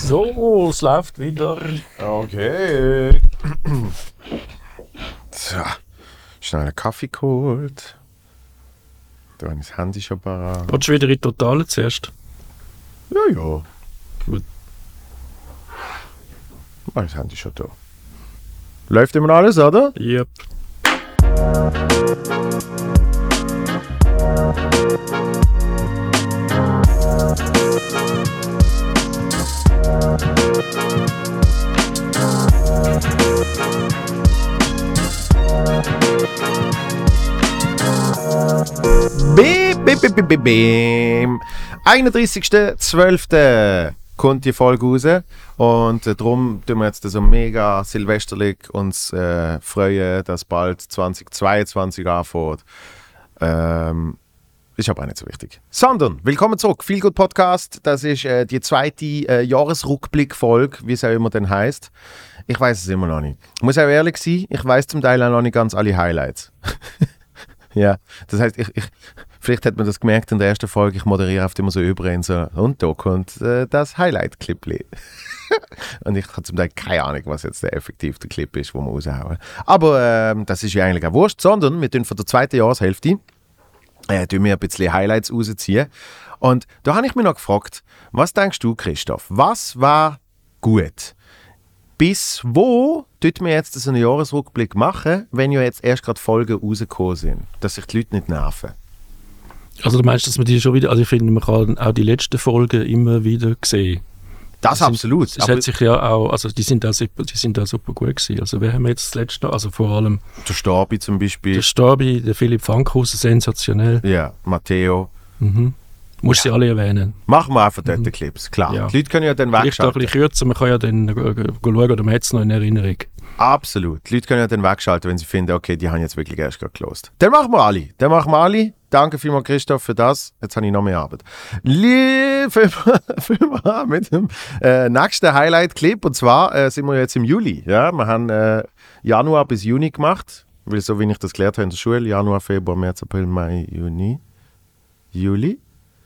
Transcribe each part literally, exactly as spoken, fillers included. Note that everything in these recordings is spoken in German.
So, es läuft wieder. Okay. So, schnell einen Kaffee geholt. Da habe ich das Handy schon parat. Wolltest du wieder in die Totale zuerst? Ja, ja. Gut. Mein das Handy schon da. Läuft immer alles, oder? Yep. Bim, bim, bim, bim, bim, bim. einunddreißigster zwölfter kommt die Folge raus und äh, darum tun wir jetzt so mega silvesterlich uns äh, freuen, dass bald zwanzig zweiundzwanzig anfängt. Ähm, ist aber auch nicht so wichtig. Sondern, willkommen zurück, Feel Good Podcast. Das ist äh, die zweite äh, Jahresrückblick-Folge, wie es auch immer denn heisst. Ich weiß es immer noch nicht. Ich muss auch ehrlich sein, ich weiß zum Teil auch noch nicht ganz alle Highlights. Ja, das heisst, ich, ich, vielleicht hat man das gemerkt in der ersten Folge, ich moderiere oft immer so über ihn so, und da kommt äh, das Highlight-Clip. Und ich habe zum Teil keine Ahnung, was jetzt der effektiv der Clip ist, den wir raushauen. Aber ähm, das ist ja eigentlich auch wurscht, sondern wir tun von der zweiten Jahreshälfte äh, tun wir ein bisschen Highlights rausziehen. Und da habe ich mich noch gefragt, was denkst du, Christoph, was war gut? Bis wo tut wir jetzt so einen Jahresrückblick machen, wenn ja jetzt erst gerade Folgen rausgekommen sind, dass sich die Leute nicht nerven? Also du meinst, dass man die schon wieder, also ich finde, man kann auch die letzten Folgen immer wieder sehen. Das, das absolut. Es hat sich ja auch, also die sind auch super, die sind auch super gut gewesen. Also wer haben wir jetzt das letzte, also vor allem der Stabi zum Beispiel. Der Stabi, der Philipp Fankhauser, sensationell. Ja, Matteo. Mhm. Musst ja. sie alle erwähnen. Machen wir einfach dort mhm. Clips, klar. Ja. Die Leute können ja dann wegschalten. Vielleicht auch ein bisschen kürzer, man kann ja dann schauen, oder man hat es noch in Erinnerung. Absolut. Die Leute können ja dann wegschalten, wenn sie finden, okay, die haben jetzt wirklich erst gerade gelost. Dann machen wir alle. Dann machen wir alle. Danke vielmals, Christoph, für das. Jetzt habe ich noch mehr Arbeit. Liebe wir mit dem äh, nächsten Highlight-Clip. Und zwar äh, sind wir jetzt im Juli. Ja? Wir haben äh, Januar bis Juni gemacht. Weil so wie ich das gelernt habe in der Schule. Januar, Februar, März, April, Mai, Juni. Juli.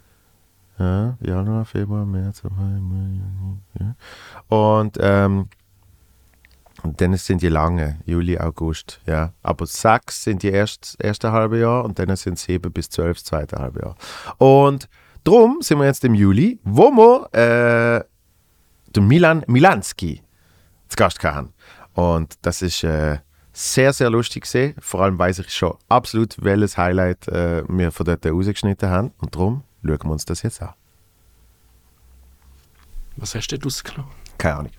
Ja, Januar, Februar, März, April, Mai, Juni. Ja. Und, ähm, und dann sind die lange, Juli, August. Ja. Aber sechs sind die erst, erste halbe Jahr und dann sind sieben bis zwölf das zweite halbe Jahr. Und darum sind wir jetzt im Juli, wo wir äh, den Milan Milanski zu Gast hatten. Und das ist äh, sehr, sehr lustig gesehen. Vor allem weiss ich schon absolut, welches Highlight äh, wir von dort rausgeschnitten haben. Und darum schauen wir uns das jetzt an. Was hast du denn rausgenommen? Keine Ahnung.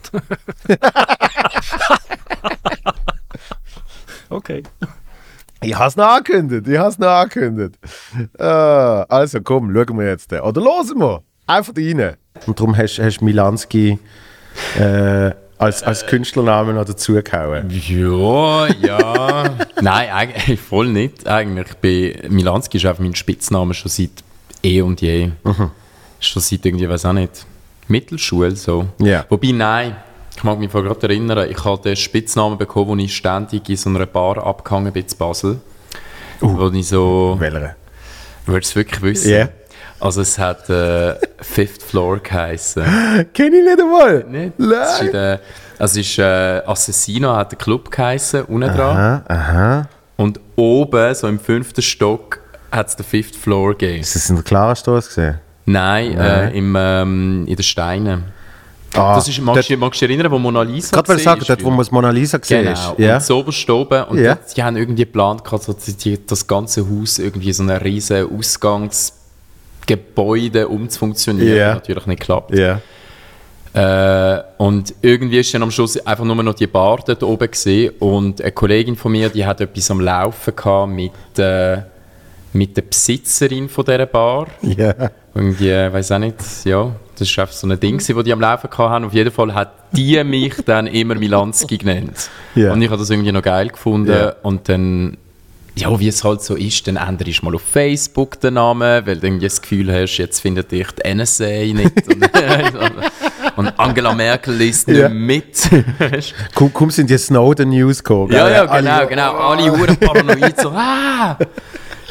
Okay. Ich habe es noch angekündigt. Ich habe es noch angekündigt. Äh, also komm, schauen wir jetzt. Oder hören wir. Einfach rein. Und darum hast du Milanski äh, als, als Künstlernamen noch dazugehauen. Ja, ja. Nein, eigentlich voll nicht. Eigentlich bin Milanski ist einfach mein Spitzname schon seit eh und je. Mhm. Schon seit irgendwie, weiß auch nicht, Mittelschule so. Yeah. Wobei, nein, ich mag mich gerade erinnern, ich habe den Spitznamen bekommen, wo ich ständig in so einer Bar abgehangen bin in Basel. Uh, wo ich so... Welche? Würdest du es wirklich wissen? Ja. Yeah. Also es hat äh, Fifth Floor geheissen. Kenn ich nicht einmal. Nicht? Nein. Ist der, also es ist äh, Assassino, hat der Club geheissen, unten dran. Aha, aha. Und oben, so im fünften Stock, hat es den Fifth Floor gegeben. Ist das in der Klarenstrasse gesehen? Nein, Nein. Äh, im, ähm, in den Steinen. Ah, das ist, magst, du, magst du dich erinnern, wo Mona Lisa war? Ich sagen, dort, wo man das Mona Lisa gesehen genau. ist. Ja. Und so oberst oben. Und ja. dort, die haben irgendwie geplant, so, die, das ganze Haus irgendwie so ein riesen Ausgangsgebäude umzufunktionieren. Ja. Natürlich nicht geklappt. Ja. Äh, und irgendwie ist dann am Schluss einfach nur noch die Bar dort oben gesehen. Und eine Kollegin von mir, die hat etwas am Laufen gehabt mit... Äh, mit der Besitzerin von dieser Bar. Ja. Yeah. Irgendwie, ich weiss auch nicht, ja, das war einfach so ein Ding, das die am Laufen hatten. Auf jeden Fall hat die mich dann immer Milanski genannt. Yeah. Und ich habe das irgendwie noch geil gefunden. Yeah. Und dann, ja, wie es halt so ist, dann änderst du mal auf Facebook den Namen, weil du irgendwie das Gefühl hast, jetzt findet dich die N S A nicht. und, und Angela Merkel liest nicht yeah. mit. Kaum, kaum sind die Snowden-News gekommen. Ja, ja, genau, genau. Alle Huren paranoid so, ah!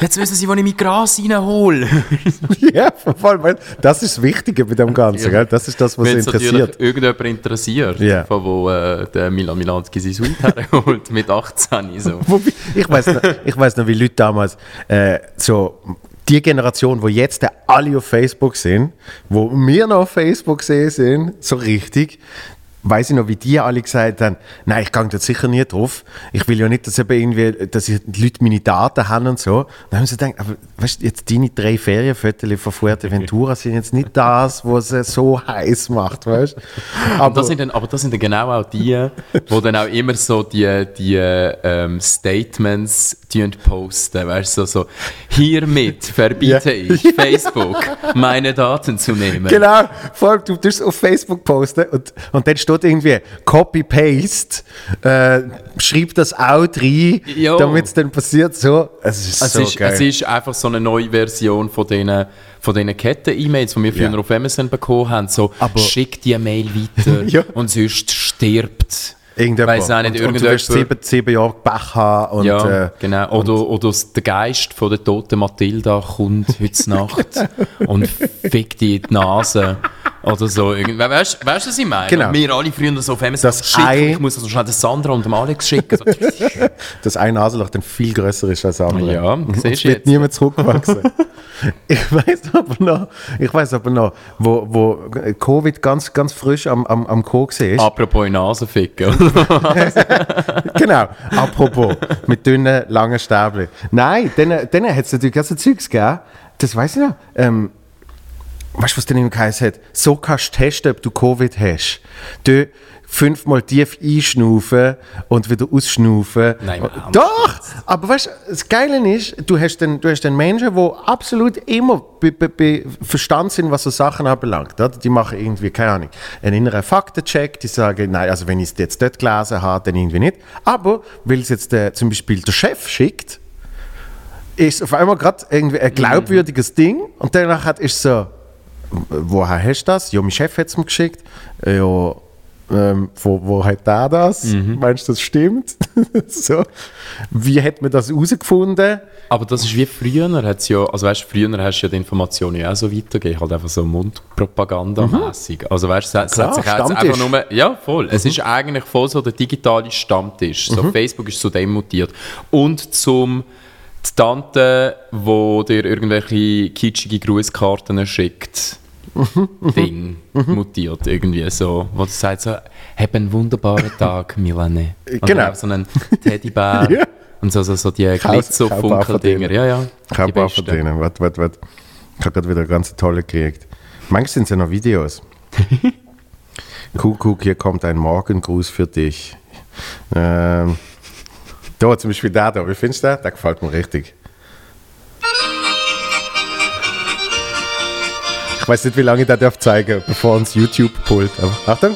Jetzt wissen sie, wo ich mein Gras reinhole. Ja, vor allem, das ist das Wichtige bei dem Ganzen. Gell? Das ist das, was sie interessiert. Wenn irgendjemand interessiert, yeah. von wo äh, der Milan Milanski sein Sweet herholt mit achtzehn. So. ich weiß noch, ich weiss noch, wie Leute damals äh, so... Die Generation, die jetzt alle auf Facebook sind, wo wir noch auf Facebook sehen sind, so richtig, weiss ich noch, wie die alle gesagt haben, nein, ich gehe dort sicher nie drauf. Ich will ja nicht, dass, eben irgendwie, dass die Leute meine Daten haben und so. Dann haben sie gedacht, aber weißt du, jetzt deine drei Ferienfotos von Fuerteventura sind jetzt nicht das, was es so heiß macht, weißt du? Aber das sind dann, aber das sind dann genau auch die, die dann auch immer so die, die ähm, Statements posten, weißt du, so, so hiermit verbiete yeah. ich Facebook, meine Daten zu nehmen. Genau, vor allem, du tust es auf Facebook posten und, und dann steht irgendwie Copy-Paste, äh, schreib das auch rein, damit es dann passiert. So. Es ist es so ist, geil. Es ist einfach so eine neue Version von diesen von diesen Ketten-E-Mails, die wir früher yeah. auf Amazon bekommen haben. So, aber schick die Mail weiter ja. und sonst stirbt. Irgendjemand. Weiss auch nicht, und, und du wirst sieben, sieben Jahre Pech haben. Und, ja, äh, genau. Oder, oder der Geist von der toten Mathilda kommt heute Nacht und fickt die in die Nase. Oder so. Weißt du, was ich meine? Genau. Wir alle früher so auf Amazon das schicken. ein, ich muss das schnell den Sandra und dem Alex schicken. So. Dass ein Nasenloch dann viel grösser ist als andere. Ja, siehst du jetzt. Wird niemand zurückwachsen. Ich weiß aber noch, ich weiss aber noch, wo, wo Covid ganz, ganz frisch am, am, am Co war. Apropos in Nase ficken. Genau, apropos, mit dünnen, langen Stäbchen. Nein, denen, denen hat es natürlich auch so Zeugs gegeben, das weiss ich noch. Ähm, weißt du, was denn immer geheißen hat? So kannst du testen, ob du Covid hast. Du fünfmal tief einschnaufen und wieder ausschnaufen. Nein, Mann, doch! Aber weißt du, das Geile ist, du hast dann, du hast dann Menschen, die absolut immer be, be, be Verstand sind, was so Sachen anbelangt. Oder? Die machen irgendwie, keine Ahnung, einen inneren Faktencheck, die sagen, nein, also wenn ich es jetzt dort gelesen habe, dann irgendwie nicht. Aber weil es jetzt der, zum Beispiel der Chef schickt, ist es auf einmal gerade irgendwie ein glaubwürdiges mhm. Ding und danach ist es so, woher hast du das? Ja, mein Chef hat es mir geschickt. Ja, ähm, wo, wo hat der das? Mhm. Meinst du, das stimmt? So. Wie hat man das herausgefunden? Aber das ist wie früher. Hat's ja, also weißt, früher hast du ja die Informationen ja auch so weitergegeben, halt einfach so Mundpropaganda-mässig. Mhm. Also weißt, es, Klar, es hat sich jetzt einfach nur... Ja, voll. Mhm. Es ist eigentlich voll so der digitale Stammtisch. So, mhm. Facebook ist zu dem mutiert. Und zum... Die Tante, die dir irgendwelche kitschige Grußkarten schickt, Ding mutiert irgendwie so, wo du sagst so, hab einen wunderbaren Tag, Milane. Und genau. Auch so einen Teddybär ja. und so, so, so die Glitzerfunkeldinger. Ja, ja. Ich habe ein paar von denen. Warte, warte, warte. Ich habe gerade wieder eine ganz tolle gekriegt. Manchmal sind es ja noch Videos. Kuckuck, hier kommt ein Morgengruß für dich. Ähm... Da, zum Beispiel der da. Wie findest du den? Der gefällt mir richtig. Ich weiß nicht, wie lange ich den darf zeigen, bevor uns YouTube pullt. Aber Achtung!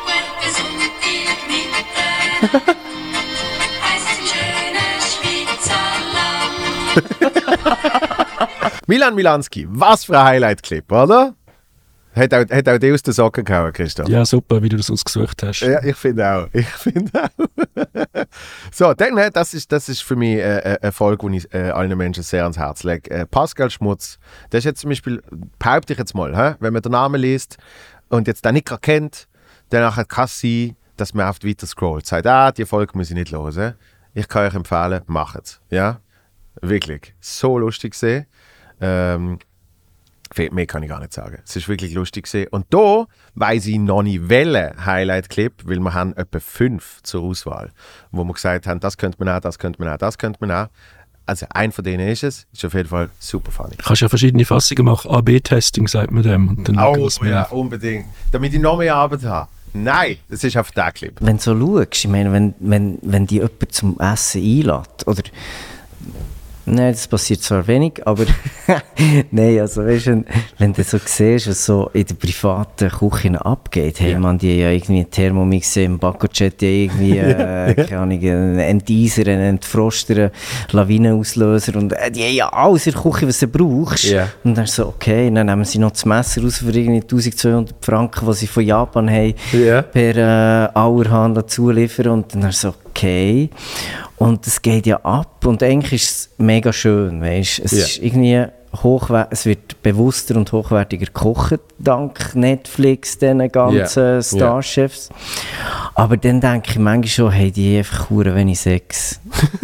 Milan Milanski, was für ein Highlight-Clip, oder? Hat auch, hat auch die aus den Socken gehauen, Christoph? Ja, super, wie du das ausgesucht hast. Ja, ich finde auch. Ich finde auch. So, dann, das ist, das ist für mich äh, eine Folge, die ich äh, allen Menschen sehr ans Herz lege. Äh, Pascal Schmutz, das ist jetzt zum Beispiel, behaupte ich jetzt mal, hä? Wenn man den Namen liest und jetzt den nicht gerade kennt, dann kann es sein, dass man oft weiter scrollt. Sagt, ah, die Folge muss ich nicht hören. Ich kann euch empfehlen, macht es. Ja? Wirklich. So lustig gesehen. Ähm, Mehr kann ich gar nicht sagen. Es ist wirklich lustig gewesen. Und da weiss ich noch nicht welchen Highlight-Clip, weil wir haben etwa fünf zur Auswahl, wo wir gesagt haben, das könnte man auch, das könnte man auch, das könnte man auch. Also ein von denen ist es. Ist auf jeden Fall super funny. Du kannst ja verschiedene Fassungen machen. A B Testing sagt man dem. Und dann oh ja, unbedingt. Damit ich noch mehr Arbeit habe. Nein, das ist auf der Clip. Wenn du so schaust, ich meine, wenn, wenn, wenn die jemand zum Essen einlädt, oder... Nein, das passiert zwar wenig, aber nein, also weißt du, wenn du so siehst, was so in der privaten Küche abgeht, hey, ja. Man, die ja irgendwie einen Thermomix im Backojet, die irgendwie, äh, keine Ahnung, einen Enteiser, einen Entfroster, einen Lawinenauslöser und äh, die haben ja alles in der Küche, was du brauchst. Ja. Und dann ist so, okay, dann nehmen sie noch das Messer raus für irgendwie eintausendzweihundert Franken, was sie von Japan haben, ja. per äh, Auerhahn dazu liefern und dann ist so, okay, okay. Und es geht ja ab und eigentlich ist es mega schön, weißt? Es Yeah. ist irgendwie hochwer- es wird bewusster und hochwertiger gekocht, dank Netflix, diesen ganzen Yeah. Starchefs. Aber dann denke ich manchmal schon, hey, die einfach hure wenig Sex.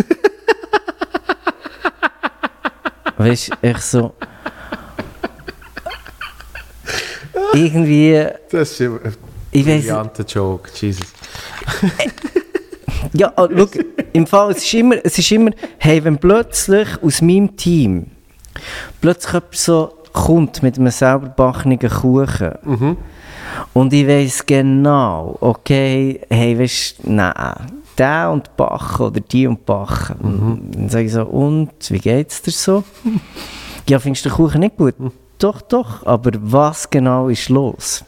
Weißt du, echt so. Irgendwie. Das ist ein Ich weiss, brillanter Joke, Jesus. ja, oh, schau, im Fall, es ist, immer, es ist immer, hey, wenn plötzlich aus meinem Team plötzlich jemand so kommt mit einem selber backenen Kuchen Mhm. und ich weiss genau, okay, hey, weißt du, nein, der und backen oder die und backen. Mhm. Dann sage ich so, und, wie geht's dir so? Ja, findest du den Kuchen nicht gut? Mhm. Doch, doch, aber was genau ist los?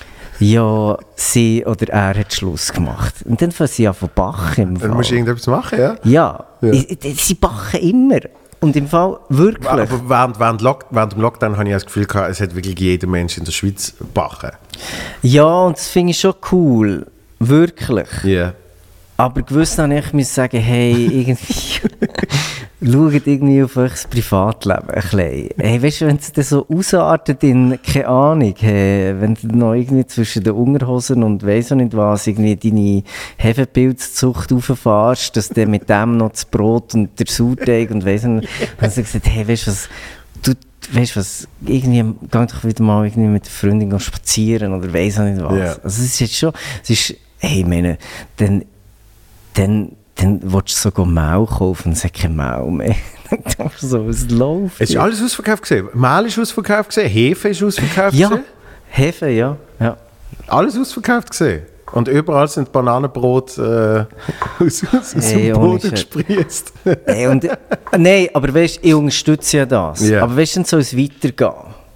Ja, sie oder er hat Schluss gemacht. Und dann fangen sie an zu backen im Fall. Dann musst du irgendetwas machen, ja? Ja, Ja. Ich, ich, sie backen immer. Und im Fall wirklich. Aber während, während, Lock, während dem Lockdown habe ich das Gefühl gehabt, es hat wirklich jeder Mensch in der Schweiz backen. Ja, und das finde ich schon cool. Wirklich. Ja. Yeah. Aber gewiss habe ich müssen sagen, hey, irgendwie, schaut irgendwie auf euch Privatleben ein bisschen. Hey, weißt du, wenn es dann so ausartet in, keine Ahnung, hey, wenn du noch irgendwie zwischen den Unterhosen und weiss auch nicht was, irgendwie deine Hefepilzzucht rauffährst, dass du mit dem noch das Brot und der Sauerteig und weiss nicht, dann habe ich gesagt, hey, weißt du was, du, weißt du was, irgendwie, geh doch wieder mal irgendwie mit der Freundin spazieren oder weiss auch nicht was. Yeah. Also es ist jetzt schon, es ist, hey, ich meine, dann, dann, dann willst du sogar Mau kaufen und es hat kein Mau mehr. Dann denkst du so, was läuft? Es ist hier? alles ausverkauft gesehen. Mehl ist ausverkauft gesehen, Hefe ist ausverkauft Ja, gesehen. Hefe, ja. ja. Alles ausverkauft gesehen. Und überall sind Bananenbrot äh, aus, aus, aus Hey, dem ohne Boden Scheiß. gesprießt. Hey, und, äh, nein, aber weißt du, ich unterstütze ja das. Ja. Aber weißt du, dann soll es weitergehen.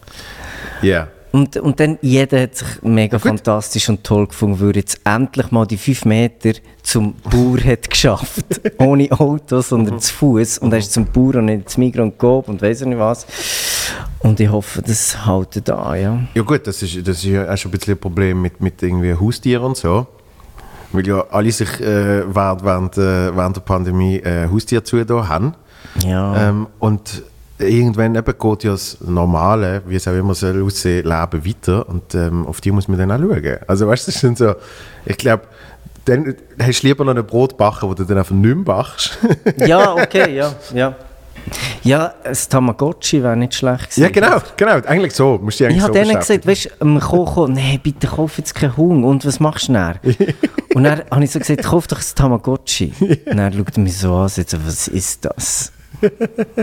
Ja. Und, und dann, jeder hat sich mega fantastisch und toll gefunden, weil er jetzt endlich mal die fünf Meter zum Bauer hat geschafft. Ohne Auto, sondern zu Fuß. Und er ist zum Bauer und nicht zum Migros und Coop und weiss nicht was. Und ich hoffe, das hält da, ja. Ja gut, das ist, das ist ja auch schon ein bisschen ein Problem mit, mit irgendwie Haustieren und so. Weil ja alle sich äh, während, während, äh, während der Pandemie äh, Haustiere zugetan haben. Ja. Ähm, und irgendwann eben geht ja das Normale, wie es auch immer soll aussehen, Leben weiter. Und ähm, auf die muss man dann auch schauen. Also weißt du, das sind so, ich glaube, dann hast du lieber noch ein Brot backen, wo du dann einfach nicht mehr backst. Ja, okay, ja, ja. Ja, das Tamagotchi wäre nicht schlecht gewesen. Ja, genau, genau, eigentlich so. Musst du dich Ich eigentlich habe so denen gesagt, beschäftigen. weißt du, am Koko, nein, bitte kauf jetzt keinen Hunger. Und was machst du dann? Und dann habe ich so gesagt, kauf doch das Tamagotchi. Und dann schaut er mich so an, sagt so, was ist das? Das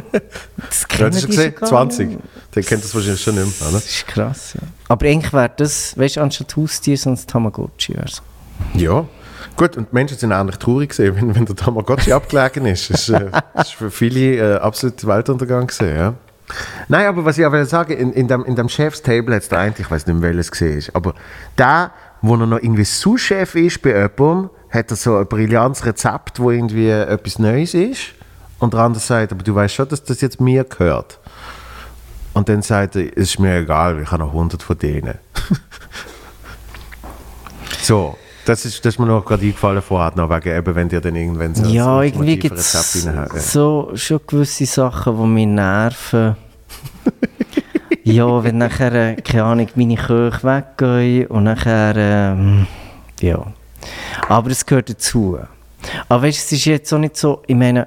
Ja, kennen hast du die gesehen? schon gar zwanzig. nicht. Der kennt das wahrscheinlich schon nicht mehr, oder? Das ist krass, ja. Aber eigentlich wäre das, weißt du, anstatt Haustier, sonst Tamagotchi wäre so. Ja. Gut, und die Menschen sind eigentlich traurig gewesen, wenn, wenn der Tamagotchi abgelegen ist. Das ist, äh, das ist für viele äh, absolut Weltuntergang gewesen, ja. Nein, aber was ich auch will sagen, in, in dem, in dem Chefstable hat es da eigentlich, ich weiß nicht mehr, welches gesehen ist, aber der, wo er noch irgendwie Sous-Chef ist bei jemandem, hat er so ein brillantes Rezept, wo irgendwie etwas Neues ist. Und der andere sagt, aber du weißt schon, dass das jetzt mir gehört. Und dann sagt er, es ist mir egal, weil ich habe noch hundert von denen. So, das ist, das ist mir noch gerade eingefallen vorher, noch wegen eben, wenn dir dann irgendwann so Ja, ein irgendwie ultimative gibt es Rezept reinhauen. so schon gewisse Sachen, die mich nerven. Ja, wenn nachher, äh, keine Ahnung, meine Köche weggehen und nachher, ähm, ja. Aber es gehört dazu. Aber weißt du, es ist jetzt auch nicht so, ich meine,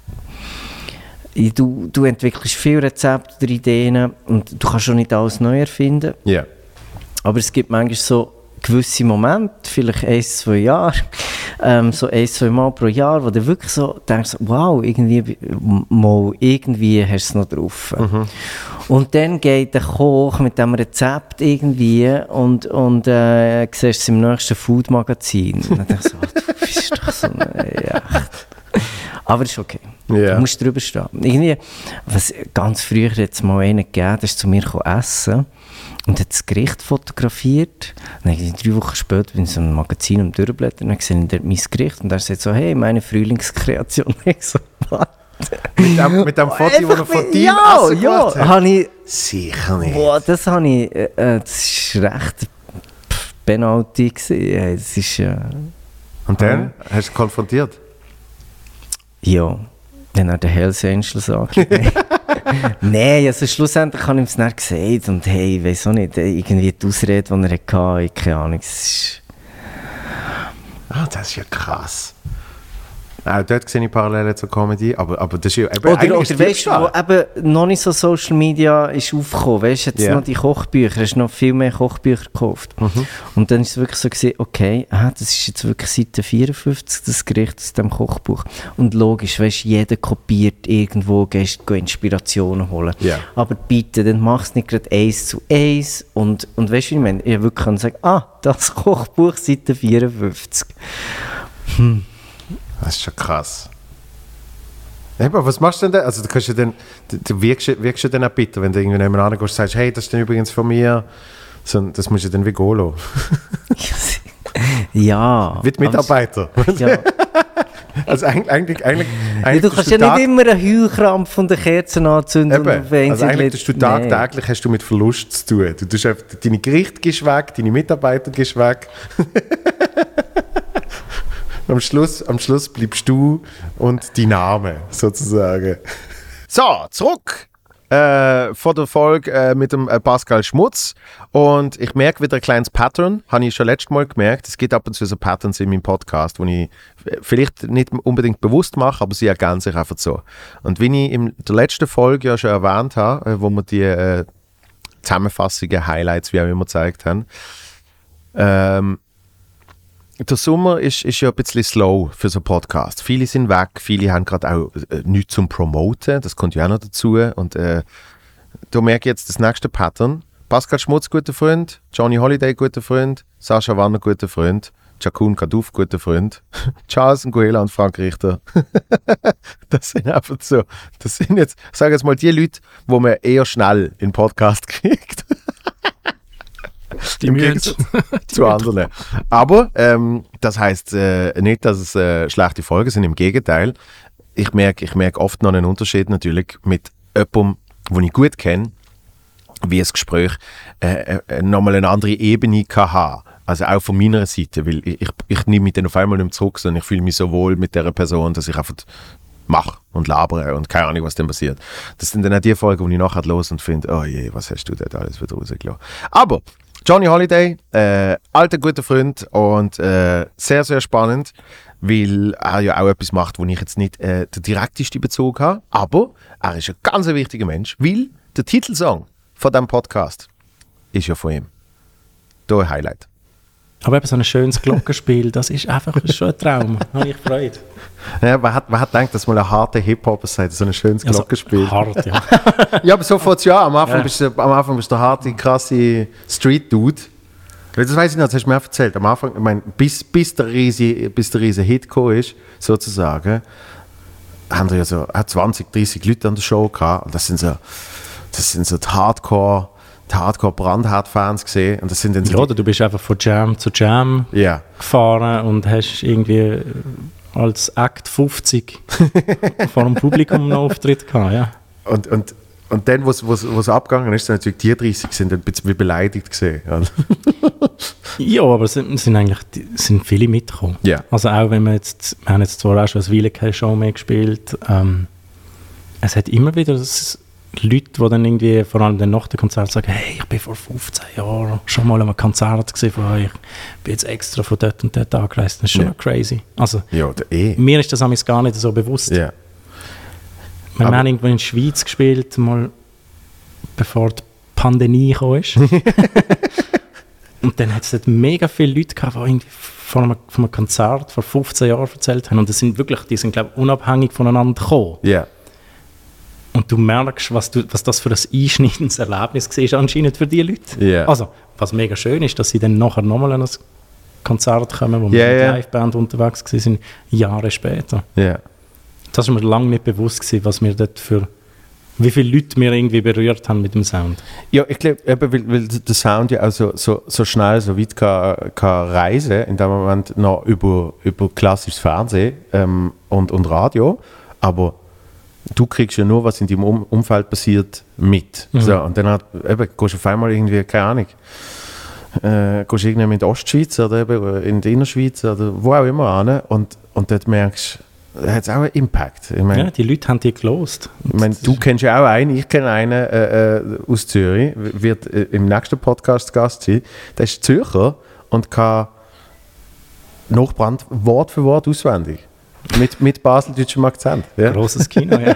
du, du entwickelst viele Rezepte oder Ideen und du kannst schon nicht alles neu erfinden. Ja. Aber es gibt manchmal so gewisse Momente, vielleicht ein, zwei Jahre, ähm, so ein, zwei Mal pro Jahr, wo du wirklich so denkst, wow, irgendwie, mal, irgendwie hast du es noch drauf. Mhm. Und dann geht der Koch mit diesem Rezept irgendwie und, und äh, siehst es im nächsten Food-Magazin. Und dann denkst du, oh, du bist doch so eine, ja. Aber es ist okay. Ja. Du musst drüber stehen. Irgendwie, was ganz früher hat es mal einen gegeben, der ist zu mir essen und hat das Gericht fotografiert. Und dann, drei Wochen später bin ich in so einem Magazin am Durchblättern und dann sehe ich dort mein Gericht und er sagt so, hey, meine Frühlingskreation. Ich so, was? Mit dem, mit dem Foto, das er von deinem ja, Essen ja, gemacht hat? habe ich, Sicher nicht. boah, das habe ich, äh, äh, das war recht pff, Penalty gewesen. Hey, das ist, äh, Und dann hast du konfrontiert? Ja, dann hat der Hells Angels angegeben. Nein, also schlussendlich habe ich ihm es nicht gesagt und hey, ich weiß auch nicht, irgendwie die Ausrede, die er hatte, ich keine Ahnung, es ist... Ah, das ist ja krass. Auch dort sehe ich Parallelen zur Comedy, aber, aber das ist ja... Eben, oder oder weißt du, wo eben noch nicht so Social Media ist aufgekommen, weißt du, jetzt yeah. noch die Kochbücher, hast noch viel mehr Kochbücher gekauft. Mhm. Und dann ist es wirklich so gewesen, okay, ah, das ist jetzt wirklich Seite vierundfünfzig, das Gericht aus dem Kochbuch. Und logisch, weißt du, jeder kopiert irgendwo, gehst du Inspirationen holen. Yeah. Aber bitte, dann mach es nicht gerade eins zu eins und, und weißt du, wie ich meine, ich wirklich kann sagen, ah, das Kochbuch, Seite vierundfünfzig. Hm. Das ist schon krass. Ja, aber was machst du denn da? Also du, kannst ja dann, du, du wirkst, wirkst ja dann auch bitter, wenn du irgendwie nebenan gehst und sagst, hey, das ist dann übrigens von mir. So, das musst du dann wie gehen lassen. Ja. Wie die Mitarbeiter. Ja. Also eigentlich... eigentlich, eigentlich ja, du kannst ja Tag, nicht immer einen Heulkrampf von der Kerzen anzünden. Eben, und also eigentlich tust du tagtäglich hast du mit Verlust zu tun. Du tust einfach, deine Gerichte gehst weg, deine Mitarbeiter gehst weg. Am Schluss, am Schluss bleibst du und dein Name, sozusagen. So, zurück äh, vor der Folge äh, mit dem äh, Pascal Schmutz. Und ich merke wieder ein kleines Pattern, habe ich schon letztes Mal gemerkt. Es gibt ab und zu so Patterns in meinem Podcast, die ich vielleicht nicht unbedingt bewusst mache, aber sie ergänzen sich einfach so. Und wie ich in der letzten Folge ja schon erwähnt habe, äh, wo wir die äh, Zusammenfassungen, Highlights, wie auch immer gezeigt haben, ähm, der Sommer ist, ist ja ein bisschen slow für so einen Podcast. Viele sind weg, viele haben gerade auch äh, nichts zum Promoten, das kommt ja auch noch dazu. Und äh, da merke ich jetzt das nächste Pattern. Pascal Schmutz, guter Freund, Johnny Holiday, guter Freund, Sascha Wanner, guter Freund, Jakun Kadouf, guter Freund, Charles Nguela und Frank Richter. Das sind einfach so, das sind jetzt, ich sage jetzt mal, die Leute, die man eher schnell in den Podcast kriegt. Die Im Gegensatz zu anderen. Aber ähm, das heisst äh, nicht, dass es äh, schlechte Folgen sind, im Gegenteil. Ich merke ich merk oft noch einen Unterschied natürlich mit jemandem, den ich gut kenne, wie ein Gespräch äh, äh, nochmal eine andere Ebene kann haben. Also auch von meiner Seite, weil ich, ich, ich nehme mich dann auf einmal nicht mehr zurück, sondern ich fühle mich so wohl mit dieser Person, dass ich einfach mache und labere und keine Ahnung, was dann passiert. Das sind dann auch die Folgen, die ich nachher los und finde, oh je, was hast du dort alles wieder rausgelassen. Aber Johnny Holiday, äh, alter guter Freund und äh, sehr, sehr spannend, weil er ja auch etwas macht, wo ich jetzt nicht äh, den direktesten Bezug habe, aber er ist ein ganz wichtiger Mensch, weil der Titelsong von diesem Podcast ist ja von ihm. Da ein Highlight. Aber eben so ein schönes Glockenspiel, das ist einfach schon ein Traum. Da habe ich Freude. Ja, man hat, man hat gedacht, dass mal ein harter Hip-Hopper sagt, so ein schönes Also, Glockenspiel. hart, ja. Ja, aber so fängt es ja an. Am Anfang, Ja. bist du, am Anfang bist du der harte, krasse Street-Dude. Das weiß ich noch, das hast du mir auch erzählt. Am Anfang, ich meine, bis, bis der riesige, bis der riesige Hit gekommen ist, sozusagen, haben wir ja so zwanzig, dreißig Leute an der Show gehabt. Und das sind so, das sind so die Hardcore, die Hardcore-Brandhard-Fans gesehen. Und das sind dann so Ja, oder du bist einfach von Jam zu Jam yeah. gefahren und hast irgendwie als Act fünfzig vor dem Publikum einen Auftritt gehabt, ja. Und, und, und dann, wo es abgegangen ist, sind natürlich die dreißig sind ein bisschen wie beleidigt gesehen. Ja, aber es sind, sind eigentlich die- sind viele mitgekommen. Ja. Also auch wenn wir jetzt, wir haben jetzt zwar auch schon eine Weile keine Show mehr gespielt, ähm, es hat immer wieder das Leute, die dann irgendwie, vor allem dann nach dem Konzert, sagen, hey, ich bin vor fünfzehn Jahren schon mal an einem Konzert gesehen von euch, ich bin jetzt extra von dort und dort angereist, das ist schon Ja. crazy. Also Ja, der eh. mir ist das amigs gar nicht so bewusst. Ja. Wir Aber- haben irgendwo in der Schweiz gespielt, mal bevor die Pandemie kam. ist. Und dann hat es dort mega viele Leute gehabt, die irgendwie von einem, von einem Konzert vor fünfzehn Jahren erzählt haben. Und das sind wirklich, die sind, glaube ich, unabhängig voneinander gekommen. Ja. Und du merkst, was, du, was das für ein einschneidendes Erlebnis war anscheinend für die Leute. Ja. Also, was mega schön ist, dass sie dann nachher nochmal an ein Konzert kommen, wo wir Ja, mit der ja. Liveband unterwegs waren, Jahre später. Ja. Das war mir lange nicht bewusst gewesen, was wir dort für, wie viele Leute wir irgendwie berührt haben mit dem Sound. Ja, ich glaube, weil, weil der Sound ja auch so, so, so schnell, so weit kann, kann reisen, in dem Moment noch über, über klassisches Fernsehen ähm, und, und Radio, aber du kriegst ja nur, was in deinem um Umfeld passiert, mit. Mhm. So, und dann hat, eben, gehst du auf einmal irgendwie, keine Ahnung, äh, gehst irgendwie in die Ostschweiz oder eben in die Innerschweiz oder wo auch immer hin und, und dort merkst hat es auch einen Impact. Ich mein, ja, die Leute haben die gelost. Ich mein, du kennst ja auch einen, ich kenne einen äh, äh, aus Zürich, wird äh, im nächsten Podcast Gast sein. Der ist Zürcher und kann Nachbrand Wort für Wort auswendig. Mit, mit baseldeutschem Akzent. Ja. Grosses Kino, ja.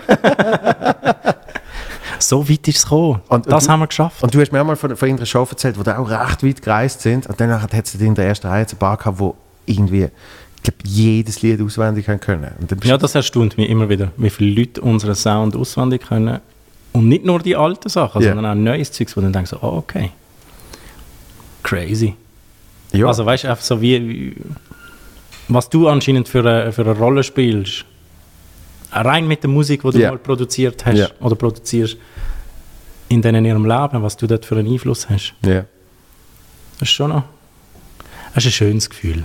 So weit ist es gekommen. Und, das und du, haben wir geschafft. Und du hast mir auch mal von, von irgendeiner Show erzählt, wo die auch recht weit gereist sind. Und dann hat es in der ersten Reihe ein paar gehabt, wo irgendwie, ich glaube, jedes Lied auswendig haben können. Und dann ja, das erstaunt mich immer wieder, wie viele Leute unseren Sound auswendig können. Und nicht nur die alten Sachen, yeah. sondern auch neues Zeugs, wo dann denkst so, oh, okay. Crazy. Ja. Also weißt du, einfach so wie, wie was du anscheinend für eine, für eine Rolle spielst, rein mit der Musik, die du yeah. mal produziert hast yeah. oder produzierst, in denen in ihrem Leben, was du dort für einen Einfluss hast. Yeah. Das ist schon noch das ist ein schönes Gefühl.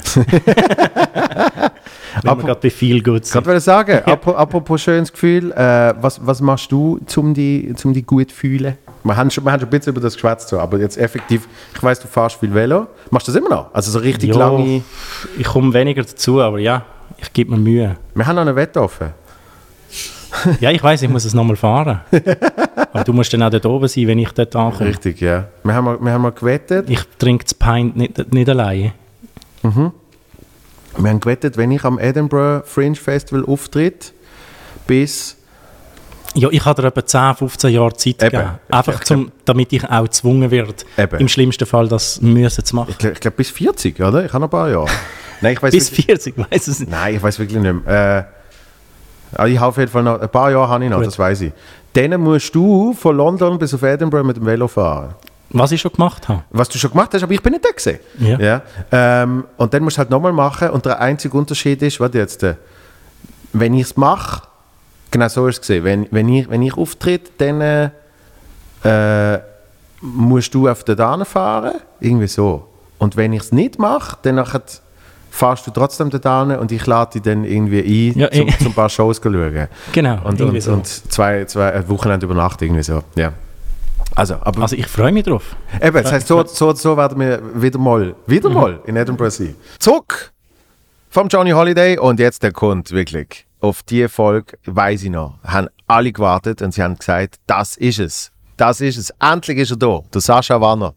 Wenn man gerade bei viel gut sind. Ich wollte sagen, apropos schönes Gefühl, äh, was, was machst du, um dich um die gut zu fühlen? Wir haben, schon, wir haben schon ein bisschen über das geschwätzt, so, aber jetzt effektiv, ich weiss, du fährst viel Velo. Machst du das immer noch? Also so richtig ja, lange... Ich komme weniger dazu, aber ja, ich gebe mir Mühe. Wir haben noch eine Wette offen. Ja, ich weiss, ich muss es nochmal fahren. Aber du musst dann auch dort oben sein, wenn ich dort ankomme. Richtig, ja. Wir haben mal, wir haben mal gewettet. Ich trinke das Pint nicht, nicht alleine. Mhm. Wir haben gewettet, wenn ich am Edinburgh Fringe Festival auftritt, bis... Ja, ich habe dir etwa zehn, fünfzehn Jahre Zeit Eben. gegeben. Einfach, zum, damit ich auch gezwungen werde, Eben. im schlimmsten Fall das müssen zu machen. Ich glaube glaub, bis vierzig, oder? Ich habe noch ein paar Jahre. Nein, ich weiss bis wirklich, vierzig, weiß es nicht. Nein, ich weiß wirklich nicht mehr. Äh, aber ich habe auf jeden Fall noch ein paar Jahre habe ich noch, Gut. Das weiß ich. Dann musst du von London bis auf Edinburgh mit dem Velo fahren. Was ich schon gemacht habe. Was du schon gemacht hast, aber ich bin nicht da gewesen. Ja. Ja. Ähm, und dann musst du halt nochmal machen und der einzige Unterschied ist, warte jetzt, äh, wenn ich es mache, genau so ist es gesehen, wenn, wenn, ich, wenn ich auftritt, dann äh, musst du auf den Dahn fahren, irgendwie so. Und wenn ich es nicht mache, dann nachher fahrst du trotzdem den Dahn und ich lade dich dann irgendwie ein, ja, zum, zum ein paar Shows zu schauen. Genau, und, irgendwie und, so. und zwei, zwei Wochenende über Nacht irgendwie so, ja. Also, aber also ich freue mich drauf. Eben, das heisst, so, so, so werden wir wieder mal, wieder mhm. mal in Edinburgh sein. Zurück vom Johnny Holiday und jetzt der Kunde, wirklich. Auf diese Folge, weiss ich noch, haben alle gewartet und sie haben gesagt, das ist es. Das ist es. Endlich ist er da. Der Sascha Wanner.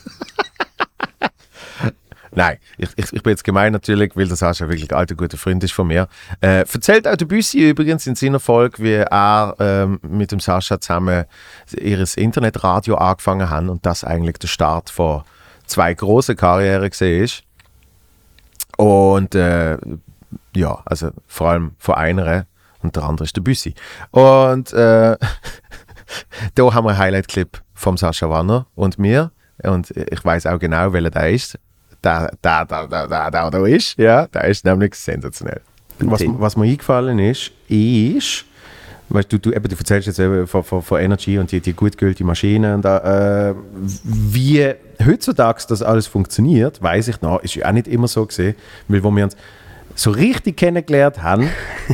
Nein, ich, ich, ich bin jetzt gemein natürlich, weil der Sascha wirklich ein alter, guter Freund ist von mir. Äh, erzählt auch der Büssi übrigens in seiner Folge, wie er ähm, mit dem Sascha zusammen ihr Internetradio angefangen haben und das eigentlich der Start von zwei grossen Karrieren gesehen ist. Und äh, ja, also vor allem von einer und der andere ist der Büssi. Und äh, da haben wir einen Highlight-Clip vom Sascha Wanner und mir. Und ich weiss auch genau, welcher der ist. Der, der, der, der, der, der da ist, ja, der ist nämlich sensationell. Was, was mir eingefallen ist, ist, weißt du, du, eben, du erzählst jetzt eben von, von, von Energy und die, die gut gültige Maschine und äh, wie heutzutage das alles funktioniert, weiss ich noch, ist ja auch nicht immer so gesehen, weil wo wir uns so richtig kennengelernt haben,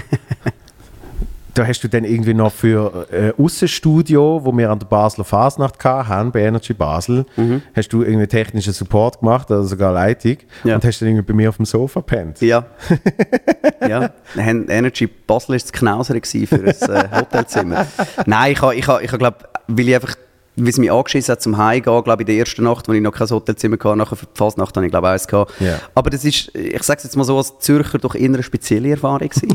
da hast du dann irgendwie noch für ein äh, Aussenstudio, wo wir an der Basler Fasnacht hatten, bei Energy Basel, mhm. hast du irgendwie technischen Support gemacht, oder sogar Leitung, ja. Und hast dann irgendwie bei mir auf dem Sofa gepennt. Ja. Ja. Energy Basel war das Knauser für ein äh, Hotelzimmer. Nein, ich habe, ich habe, ich habe glaube, weil ich einfach, wie es mich angeschissen hat zum Heimgehen, glaube ich, in der ersten Nacht, als ich noch kein Hotelzimmer hatte, nachher für die Fasnacht habe ich, glaube ich, eins gehabt. Yeah. Aber das ist, ich sage es jetzt mal so, als Zürcher doch eher eine spezielle Erfahrung gewesen.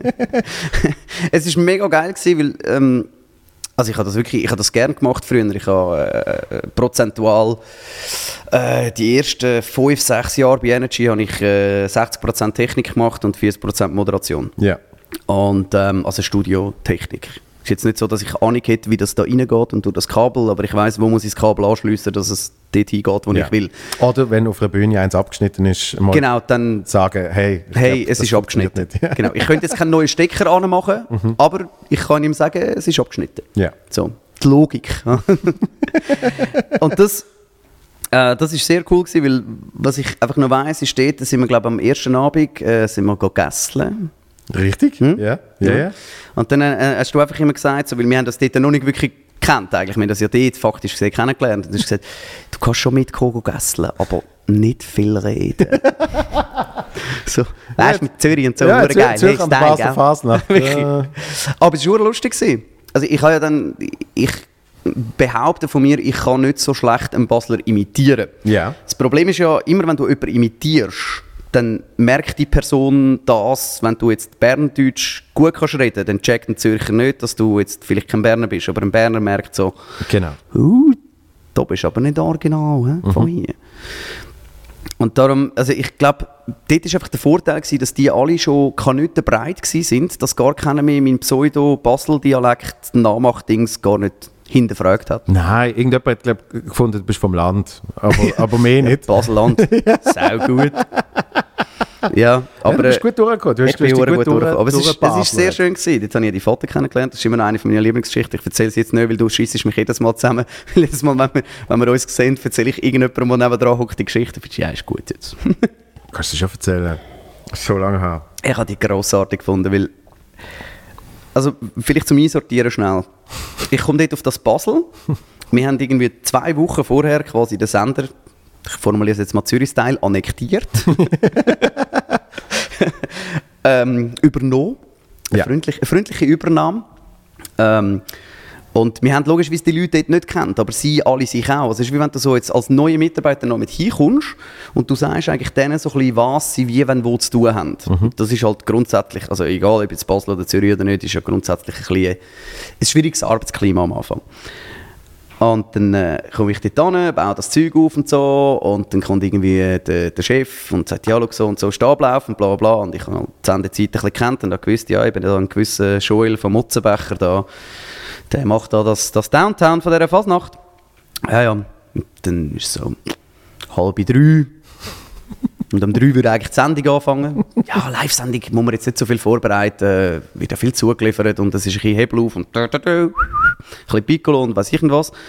Es war mega geil gewesen, weil, ähm, also ich habe das wirklich, ich habe das gerne gemacht früher. Ich habe äh, prozentual äh, die ersten fünf, sechs Jahre bei Energy habe ich äh, sechzig Prozent Technik gemacht und vierzig Prozent Moderation. Ja. Yeah. Und ähm, also Studiotechnik. Es ist jetzt nicht so, dass ich Ahnung hätte, wie das da reingeht und durch das Kabel, aber ich weiss, wo muss ich das Kabel anschliessen, dass es dort hingeht, wo ja. ich will. Oder wenn auf einer Bühne eins abgeschnitten ist, mal genau, dann sagen, hey, hey glaub, es ist abgeschnitten. Nicht. Genau. Ich könnte jetzt keinen neuen Stecker anmachen, mhm. aber ich kann ihm sagen, es ist abgeschnitten. Ja. So, die Logik. Und das, äh, das ist sehr cool gewesen, weil was ich einfach noch weiss, ist dort, sind wir, glaube ich, am ersten Abend äh, sind wir gegessen. Richtig, hm? ja. Ja, ja. Und dann äh, hast du einfach immer gesagt, so, weil wir haben das dort noch nicht wirklich gekannt eigentlich, wir haben das ja dort faktisch gesehen, kennengelernt. Und du hast gesagt, du kannst schon mitkommen, essen, aber nicht viel reden. So, weißt du, mit Zürich und so, ja, geil. Zürich, Zürich hey, an der Style, Basler gell? Fasnacht. Wirklich. Ja. Aber es war schon lustig gewesen. Also ich habe ja dann, ich behaupte von mir, ich kann nicht so schlecht einen Basler imitieren. Ja. Das Problem ist ja, immer wenn du jemanden imitierst, dann merkt die Person das, wenn du jetzt Berndeutsch gut kannst reden, dann checkt ein Zürcher nicht, dass du jetzt vielleicht kein Berner bist, aber ein Berner merkt so, Genau. uh, da bist du aber nicht original, he, von hier. Und darum, also ich glaube, dort war einfach der Vorteil gewesen, dass die alle schon kanütenbreit gsi sind, dass gar keiner mehr meinen Pseudo-Basel-Dialekt Nachmachdings gar nicht hinterfragt hat. Nein, irgendjemand hat glaub, gefunden, du bist vom Land, aber, aber mehr nicht. Baselland, sau gut. Ja, aber ja, du bist gut durchgekommen. Du hast, ich bin du hast gut, gut gut durch. Aber es ist, es ist sehr durchgebaselt. schön gewesen. Jetzt habe ich die Foto kennengelernt. Das ist immer eine meiner Lieblingsgeschichten. Ich erzähle sie jetzt nicht, weil du schießt mich jedes Mal zusammen. Weil jedes Mal, wenn wir, wenn wir uns sehen, erzähle ich irgendjemandem, der nebendran hockt, die Geschichte. Ich ja, ist gut jetzt. Kannst du schon erzählen? So lange her. Ich habe die grossartig gefunden, weil... Also, vielleicht zum Einsortieren schnell. Ich komme dort auf das Basel. Wir haben irgendwie zwei Wochen vorher quasi den Sender, ich formuliere es jetzt mal Zürich-Style, annektiert. ähm, übernommen. Eine, Ja. freundliche, eine freundliche Übernahme. Ähm, und wir haben logischerweise die Leute dort nicht gekannt, aber sie alle sich auch. Also es ist wie wenn du so jetzt als neuer Mitarbeiter noch mit hinkommst und du sagst eigentlich denen so ein bisschen, was sie wie wenn wo zu tun haben. Mhm. Das ist halt grundsätzlich, also egal ob jetzt Basel oder Zürich oder nicht, ist ja grundsätzlich ein, bisschen ein schwieriges Arbeitsklima am Anfang. Und dann äh, komme ich dort hin, baue das Zeug auf und so und dann kommt irgendwie der, der Chef und sagt, ja, schau, so und so ist der Ablauf und bla bla. Und ich habe halt die Sendezeit ein bisschen gekannt und habe gewusst, ja, ich bin da ein gewisser Joel von Mutzenbecher da, der macht da das, das Downtown von dieser Fasnacht. Ja, ja, und dann ist es so halb drei. Und um drei würde eigentlich die Sendung anfangen. Ja, Live-Sendung muss man jetzt nicht so viel vorbereiten, wird ja viel zugeliefert und es ist ein bisschen Hebel auf und ein bisschen Piccolo und weiss ich nicht was.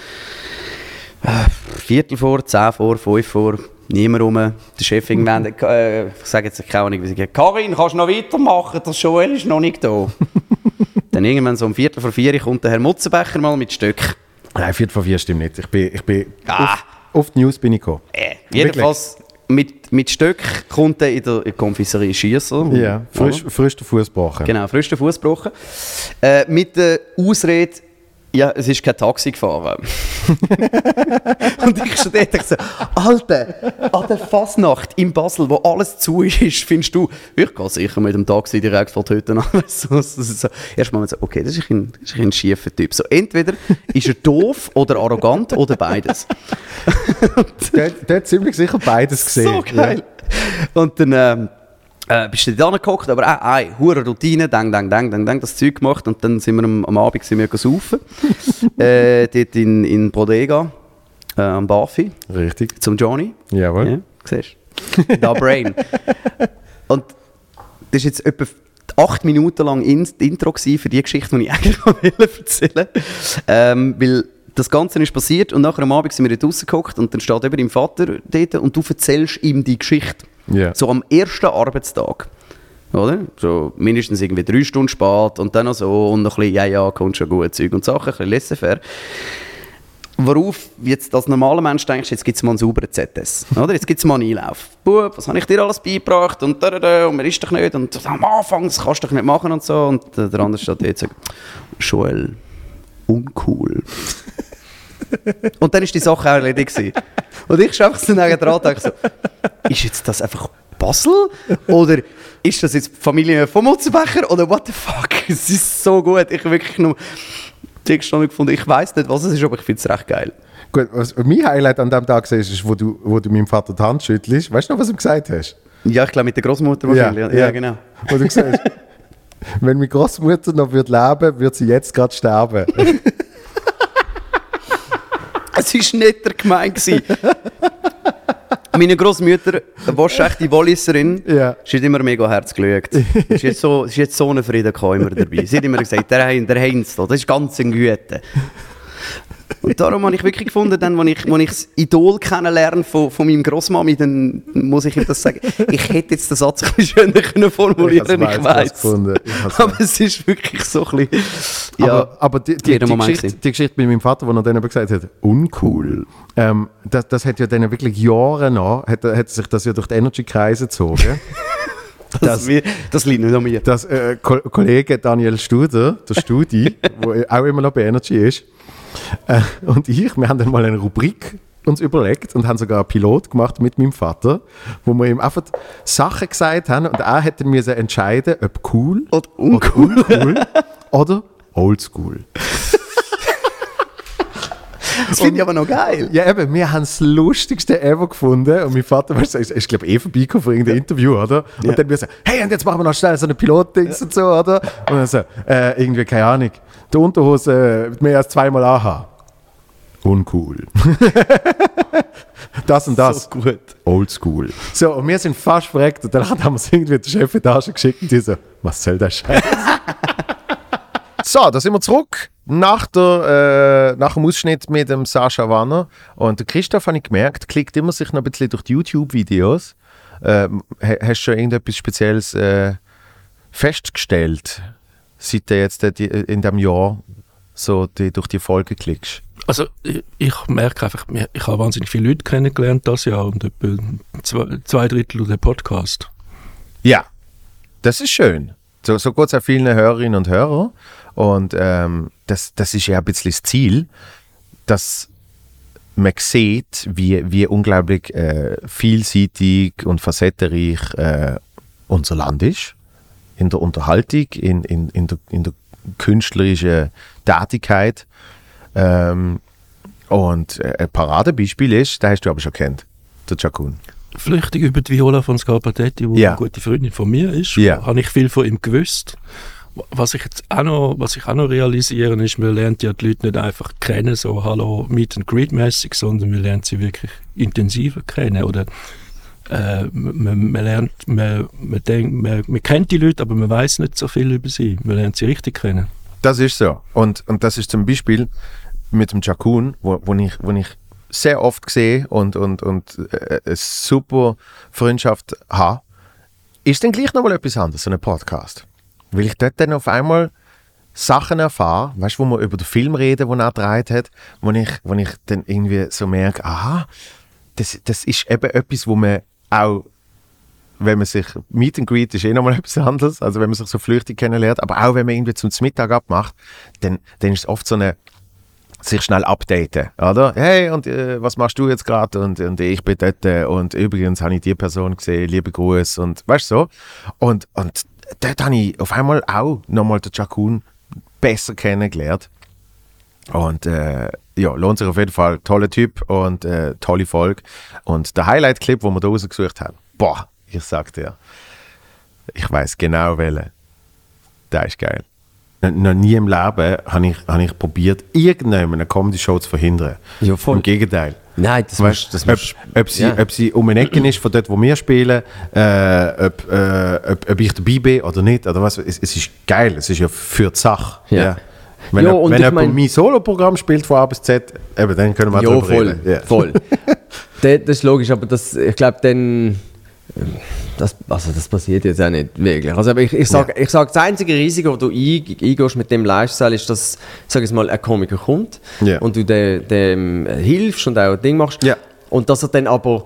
Äh, Viertel vor, zehn vor, fünf vor, niemand rum. Der Chef irgendwann, äh, ich sage jetzt keine Ahnung, wie sie geht, Karin, kannst du noch weitermachen, der Joel ist noch nicht da. Dann irgendwann so um Viertel vor vier kommt der Herr Mutzenbecher mal mit Stöck. Nein, Viertel vor vier stimmt nicht. Ich bin, ich bin Ah. auf, auf die News bin ich gekommen. Äh, jedenfalls mit, mit Stöck kommt er in der Konfiserie schießen. Ja, frisch, frisch den Fuß gebrochen. Genau, frisch den Fuß gebrochen. Äh, mit der Ausrede, ja, es ist kein Taxi gefahren. Und ich schon dort ich so, Alter, an der Fasnacht in Basel, wo alles zu ist, findest du, ich gehe sicher mit dem Taxi direkt vor die Hütte an. So, so, so. Erstmal so, okay, das ist ein, das ist ein schiefer Typ. So, entweder ist er doof oder arrogant oder beides. Der, der hat ziemlich sicher beides gesehen. So geil. Ja. Und dann ähm, äh, bist du da angehockt, aber auch eine hure Routine, dang, dang, dang, dang, dang, das Zeug gemacht und dann sind wir am, am Abend sind wir saufen. äh, dort in, in Bodega, äh, am Bafi, Richtig. zum Johnny. Jawohl. Ja, siehst du? Da Brain. Und das war jetzt etwa acht Minuten lang in, Intro für die Geschichte, die ich eigentlich erzählen wollte. Ähm, weil das Ganze ist passiert und nachher am Abend sind wir dort rausgehockt und dann steht eben dein Vater dort und du erzählst ihm die Geschichte. Ja. So am ersten Arbeitstag. Oder? So mindestens irgendwie drei Stunden spät und dann noch so und noch ein bisschen, ja, ja, kommt schon gut, Zeug und Sachen, ein bisschen laissez-faire. Worauf jetzt als normaler Mensch denkst, jetzt gibt es mal einen sauberen Z S. Oder? Jetzt gibt es mal einen Einlauf. Bub, was habe ich dir alles beigebracht und da, da, da, und man ist doch nicht und am Anfang, das kannst du doch nicht machen und so. Und der andere steht jetzt und sagt, Joel, uncool. Und dann war die Sache auch erledigt gewesen. Und ich schaue so neben dran und denke so, ist jetzt das einfach Basel? Oder ist das jetzt die Familie von Mutzenbecher? Oder what the fuck? Es ist so gut. Ich habe wirklich nur die gestanden gefunden, ich weiss nicht, was es ist, aber ich finde es recht geil. Gut, was mein Highlight an dem Tag war, ist, wo du, wo du meinem Vater die Hand schüttelst. Weißt du noch, was du gesagt hast? Ja, ich glaube mit der Großmutter wahrscheinlich. Ja, ja, ja, genau. Wo du gesagt hast, wenn meine Großmutter noch würde leben, würde sie jetzt gerade sterben. Es war netter gemeint. Meine Großmutter, eine waschechte Walliserin, Ja. sie hat immer mega Herz geschaut. Sie hat so, sie hat so einen Frieden gehabt, immer dabei. Sie hat immer gesagt, der, Hein- der Heinz da, das ist ganz ein Güte. Und darum habe ich wirklich gefunden, dann, als ich, als ich das Idol kennenlerne von, von meinem Grossmami, dann muss ich ihm das sagen. Ich hätte jetzt den Satz ein bisschen schöner können formulieren, ich, ich weiss. Aber es ist wirklich so ein bisschen... Ja, aber aber die, die, jeder die, Moment Geschichte, gewesen. die Geschichte mit meinem Vater, wo er dann eben gesagt hat, uncool, ähm, das, das hat ja dann wirklich Jahre nach, hat, hat sich das ja durch die Energy-Kreise gezogen. Das, das, das liegt nicht an mir. Das äh, Ko- Kollege Daniel Studer, der Studi, der auch immer noch bei Energy ist, äh, und ich, wir haben dann mal eine Rubrik uns überlegt und haben sogar einen Pilot gemacht mit meinem Vater, wo wir ihm einfach Sachen gesagt haben und er hätte müssen entscheiden, ob cool oder uncool oder, uncool, oder oldschool. Das finde ich aber noch geil. Ja, eben, wir haben das Lustigste ever gefunden und mein Vater weißt du, ist, ist glaube ich, eh vorbeigekommen für irgendein Interview, oder? Und Ja. dann wir so, hey, und jetzt machen wir noch schnell so eine Pilot-Dings ja. und so, oder? Und dann so, äh, irgendwie, keine Ahnung, die Unterhose mehr als zweimal anhaben. Uncool. Das und das. So gut. Oldschool. So, und wir sind fast verreckt und dann haben wir es irgendwie der Chefetage geschickt und die so, was soll das Scheiß? So, da sind wir zurück nach, der, äh, nach dem Ausschnitt mit dem Sascha Wanner. Und der Christoph, habe ich gemerkt, klickt immer sich noch ein bisschen durch die YouTube-Videos. Ähm, hast du schon irgendetwas Spezielles äh, festgestellt, seit du jetzt äh, die, in diesem Jahr so die, durch die Folge klickst? Also ich, ich merke einfach, ich habe wahnsinnig viele Leute kennengelernt das Jahr und etwa zwei, zwei Drittel der Podcast. Ja, das ist schön. So, so geht es auch vielen Hörerinnen und Hörern. Und ähm, das, das ist ja ein bisschen das Ziel, dass man sieht, wie, wie unglaublich äh, vielseitig und facettenreich äh, unser Land ist. In der Unterhaltung, in, in, in, der, in der künstlerischen Tätigkeit. Ähm, und ein Paradebeispiel ist, den hast du aber schon kennt, der Chacun. Flüchtig über die Viola von Scarpatetti, die Ja. eine gute Freundin von mir ist, Ja. habe ich viel von ihm gewusst. Was ich jetzt auch noch, was ich auch noch realisieren ist, man lernt ja die Leute nicht einfach kennen, so hallo Meet and Greet mäßig, sondern man lernt sie wirklich intensiver kennen. Oder äh, man, man lernt, man, man, denkt, man, man kennt die Leute, aber man weiß nicht so viel über sie. Man lernt sie richtig kennen. Das ist so. Und, und das ist zum Beispiel mit dem Chacun, wo, wo, ich, wo ich sehr oft sehe und, und, und äh, eine super Freundschaft habe, ist dann gleich nochmal etwas anderes, so ein Podcast. Weil ich dort dann auf einmal Sachen erfahre, weißt du, wo wir über den Film reden, den er gedreht hat, wo ich, wo ich dann irgendwie so merke, aha, das, das ist eben etwas, wo man auch, wenn man sich, Meet and Greet ist eh nochmal etwas anderes, also wenn man sich so flüchtig kennenlernt, aber auch wenn man irgendwie zum Mittag abmacht, dann, dann ist es oft so eine, sich schnell updaten, oder? Hey, und äh, was machst du jetzt gerade? Und, und ich bin dort äh, und übrigens habe ich die Person gesehen, liebe Grüße und weißt du so. Und, und dort habe ich auf einmal auch nochmal den Chacun besser kennengelernt. Und äh, ja, lohnt sich auf jeden Fall. Toller Typ und äh, tolle Folge. Und der Highlight-Clip, den wir da rausgesucht haben, boah, ich sag dir, ich weiß genau welchen. Der ist geil. N- Noch nie im Leben habe ich, hab ich probiert, irgendjemanden eine Comedy-Show zu verhindern. Ja, voll. Im Gegenteil. Nein, das Weißt, musst, das ob, musst, ob, sie, ja. ob sie um eine Ecke ist von dort, wo wir spielen, äh, ob, äh, ob, ob ich dabei bin oder nicht. Oder was, es, es ist geil, es ist ja für die Sache. Ja. Wenn, Ja, ob, und wenn ich jemand mein- mein Solo-Programm spielt von A bis Z, eben, dann können wir Ja, darüber voll, reden. Ja. voll. das, das ist logisch, aber das, ich glaube, dann... Das, also das passiert jetzt auch nicht wirklich. Also, aber ich, ich sage, Ja. ich sag, das einzige Risiko, das du ein- eingehst mit dem Lifestyle, ist, dass, sag ich mal, ein Komiker kommt Ja. und du dem, dem hilfst und auch ein Ding machst. Ja. Und dass er dann aber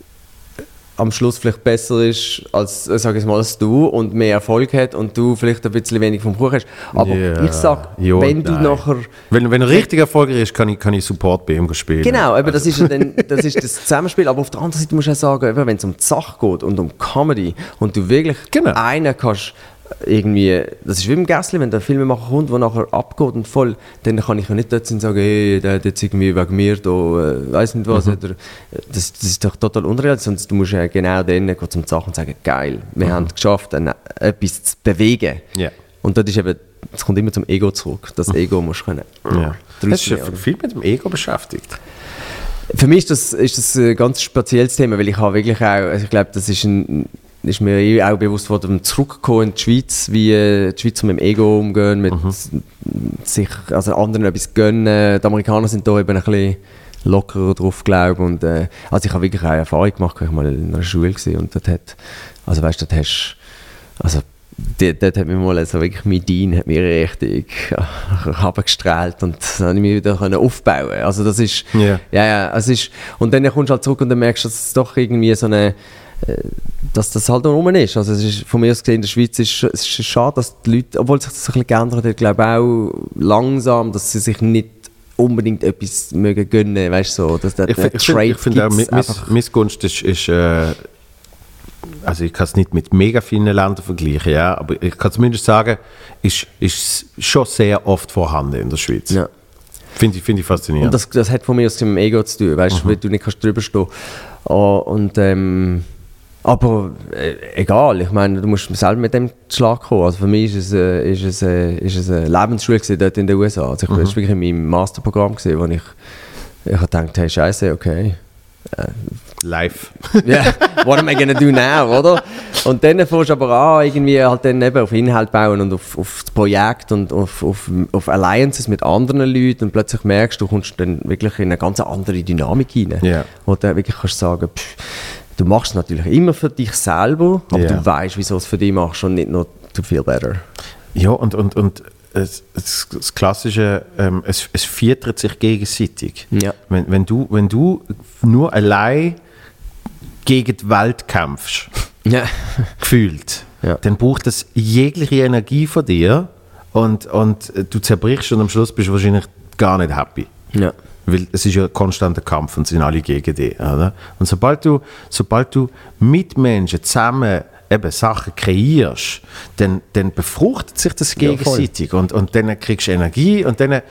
am Schluss vielleicht besser ist als, äh, sag ich mal, als du und mehr Erfolg hat und du vielleicht ein bisschen wenig vom Kuchen hast. Aber Ja. ich sage, Ja, wenn du nein. nachher... Wenn, wenn er richtig erfolgreich ist, kann ich, kann ich Support bei ihm spielen. Genau, aber das ist ja dann, das ist das Zusammenspiel. Aber auf der anderen Seite musst du auch sagen, eben, wenn es um die Sache geht und um Comedy und du wirklich Genau. einen kannst irgendwie, das ist wie im Gässli, wenn der Filmemacher kommt, der nachher abgeht und voll, dann kann ich ja nicht dort sein und sagen, hey, der hat jetzt irgendwie wegen mir da, äh, weiss nicht was, Mhm. oder, das, das ist doch total unrealistisch, sondern du musst ja genau dann gehen zum Sachen und sagen, geil, wir Mhm. haben es geschafft, dann etwas zu bewegen. Ja. Und das ist eben, es kommt immer zum Ego zurück. Das Ego musst du können. Ja. drücken, Das ist ja oder? viel mit dem Ego beschäftigt. Für mich ist das, ist das ein ganz spezielles Thema, weil ich habe wirklich auch, also ich glaube, das ist, ein, ist mir eh auch bewusst worden, zurückgekommen in die Schweiz, wie äh, die Schweizer mit dem Ego umgehen, mit sich, also anderen etwas gönnen. Die Amerikaner sind da eben ein bisschen lockerer drauf, glaube ich. Und, äh, also ich habe wirklich auch Erfahrung gemacht, ich war mal in einer Schule gewesen und dort hat, also weißt du, dort hast, also dort, dort hat mich mal also wirklich mein Dean hat mich richtig runtergestrahlt und dann konnte ich mich wieder können aufbauen. Also das ist, Ja. ja, ja, es ist, und dann kommst du halt zurück und dann merkst du, dass es doch irgendwie so eine, dass das halt noch rum ist. Also es ist von mir aus gesehen, in der Schweiz ist es ist schade, dass die Leute, obwohl sich das ein bisschen geändert hat, glaube auch langsam, dass sie sich nicht unbedingt etwas mögen gönnen, weißt du, so, dass der, ich der ich Trade Ich finde auch, gibt's Miss, Missgunst ist, ist äh, also ich kann es nicht mit mega vielen Ländern vergleichen, ja, aber ich kann zumindest sagen, ist, ist schon sehr oft vorhanden in der Schweiz. Ja. Finde ich, find ich faszinierend. Und das, das hat von mir aus mit dem Ego zu tun, weißt du, Mhm. weil du nicht kannst drüber stehen. Oh, und, ähm, aber äh, egal, ich meine, du musst selber mit dem Schlag kommen. Also für mich ist es, äh, ist es, äh, ist es eine Lebensschule gewesen, dort in den U S A. Also ich war Mhm. wirklich in meinem Masterprogramm gewesen, wo ich, ich habe gedacht, hey, Scheiße, okay. Live. Ja, yeah, what am I gonna do now, oder? Und dann fängst du aber an, irgendwie halt dann eben auf Inhalt bauen und auf, auf das Projekt und auf, auf, auf Alliances mit anderen Leuten und plötzlich merkst du, du kommst dann wirklich in eine ganz andere Dynamik rein, Yeah. wo du wirklich kannst sagen, pff, du machst es natürlich immer für dich selber, aber Yeah. du weißt, wieso du es für dich machst und nicht nur to feel better. Ja, und, und, und es, es, das Klassische, ähm, es, es viertert sich gegenseitig. Ja. Wenn, wenn, du, wenn du nur allein gegen die Welt kämpfst, Ja. gefühlt, Ja. dann braucht das jegliche Energie von dir und, und du zerbrichst und am Schluss bist du wahrscheinlich gar nicht happy. Ja. Weil es ist ja ein konstanter Kampf und sind alle gegen dich. Oder? Und sobald du, sobald du mit Menschen zusammen eben Sachen kreierst, dann, dann befruchtet sich das Ja, voll. gegenseitig und, und dann kriegst du Energie und dann,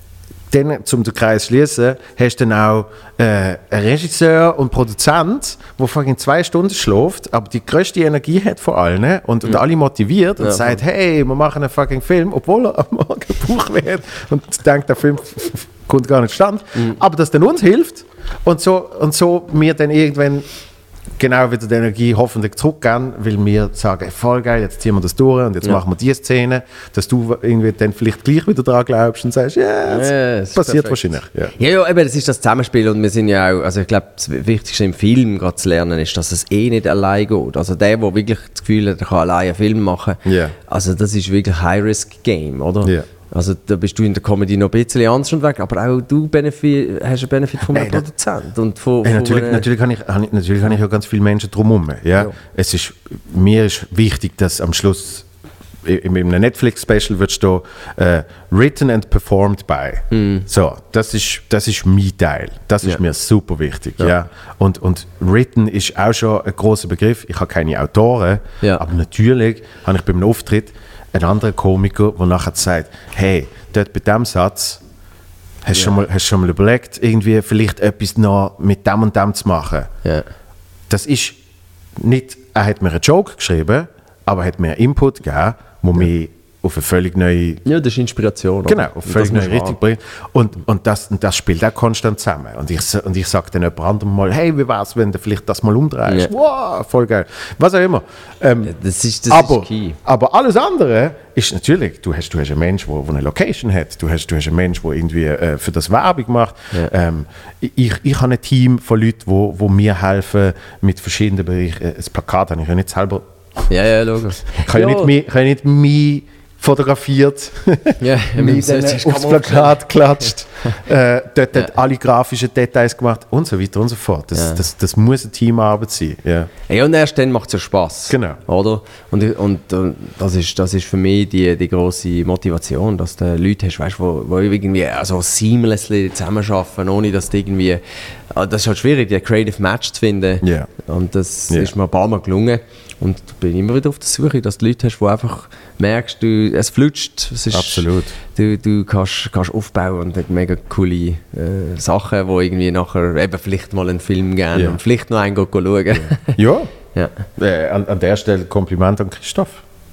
dann um den Kreis zu schließen, hast du dann auch äh, einen Regisseur und Produzent, der fucking zwei Stunden schläft, aber die größte Energie hat von allen und, und alle motiviert und Ja, sagt, hey, wir machen einen fucking Film, obwohl er am Morgen Buch wird und denkt, der Film kommt gar nicht stand, Mhm. aber das dann uns hilft und so, und so wir dann irgendwann genau wieder die Energie hoffentlich zurückgehen, weil wir sagen, ey, voll geil, jetzt ziehen wir das durch und jetzt Ja. machen wir die Szene, dass du irgendwie dann vielleicht gleich wieder dran glaubst und sagst, ja, das Ja, das ist passiert perfekt. wahrscheinlich. Ja. Ja, ja, eben, das ist das Zusammenspiel und wir sind ja auch, also ich glaube, das Wichtigste im Film gerade zu lernen ist, dass es eh nicht allein geht. Also der, der wirklich das Gefühl hat, er kann allein einen Film machen, Ja. also das ist wirklich High-Risk-Game, oder? Ja. Also da bist du in der Comedy noch ein bisschen anders und weg, aber auch du Benefit, hast einen Benefit von einem Ey, das- Produzent und von, Hey, von natürlich, einem- natürlich, habe ich, habe ich, natürlich habe ich ja ganz viele Menschen drumherum. Ja? Ja. Es ist, mir ist wichtig, dass am Schluss in einem Netflix-Special wird stehen, äh, written and performed by. So, das ist, das ist mein Teil. Das ist Ja. mir super wichtig. Ja. Und, und written ist auch schon ein großer Begriff. Ich habe keine Autoren, Ja. aber natürlich habe ich beim Auftritt einen anderen Komiker, der nachher sagt, hey, dort bei diesem Satz hast du schon mal, hast du schon mal überlegt, irgendwie vielleicht etwas noch mit dem und dem zu machen. ja. Das ist nicht, er hat mir einen Joke geschrieben, aber er hat mir Input gegeben, wo mich auf eine völlig neue, ja, das ist Inspiration. genau, oder? auf Und völlig das neue musst du Richtung bringt. Und, und, das, und das spielt auch konstant zusammen. Und ich, sa- und ich sage dann jemand anderem mal, hey, wie wär's, wenn du vielleicht das mal umdrehst? Ja. Wow, voll geil. Was auch immer. Ähm, haben. Das ist, das aber, ist key. aber alles andere ist natürlich, du hast, du hast einen Mensch, der eine Location hat, du hast, du hast einen Mensch, der irgendwie äh, für das Werbung macht. Ja. Ähm, ich, ich habe ein Team von Leuten, wo, wo mir helfen mit verschiedenen Bereichen. Äh, Das Plakat habe ich ja nicht selber, Ja, ja, logisch. ich habe ja, nicht mich, ich habe ja nicht mich fotografiert, Ja, mich dann aufs Plakat geklatscht, äh, dort hat alle grafischen Details gemacht und so weiter und so fort. Das, Ja. das, das muss eine Teamarbeit sein. Ja. Ja, und erst dann macht es ja Spass. Genau. Oder? Und, und, und das, ist, das ist für mich die, die grosse Motivation, dass du Leute hast, weißt, wo, wo irgendwie also seamlessly zusammenarbeiten, ohne dass du irgendwie. ah, Das ist halt schwierig, die Creative Match zu finden. Ja. Und das Ja. ist mir ein paar Mal gelungen. Und ich bin immer wieder auf der Suche, dass du Leute hast, wo einfach merkst, du, es flutscht. Es ist, Absolut. Du, du kannst, kannst aufbauen und mega coole äh, Sachen, wo irgendwie nachher eben vielleicht mal einen Film geben Ja. und vielleicht noch einen gehen schauen. Ja, Ja. äh, an, an der Stelle Kompliment an Christoph.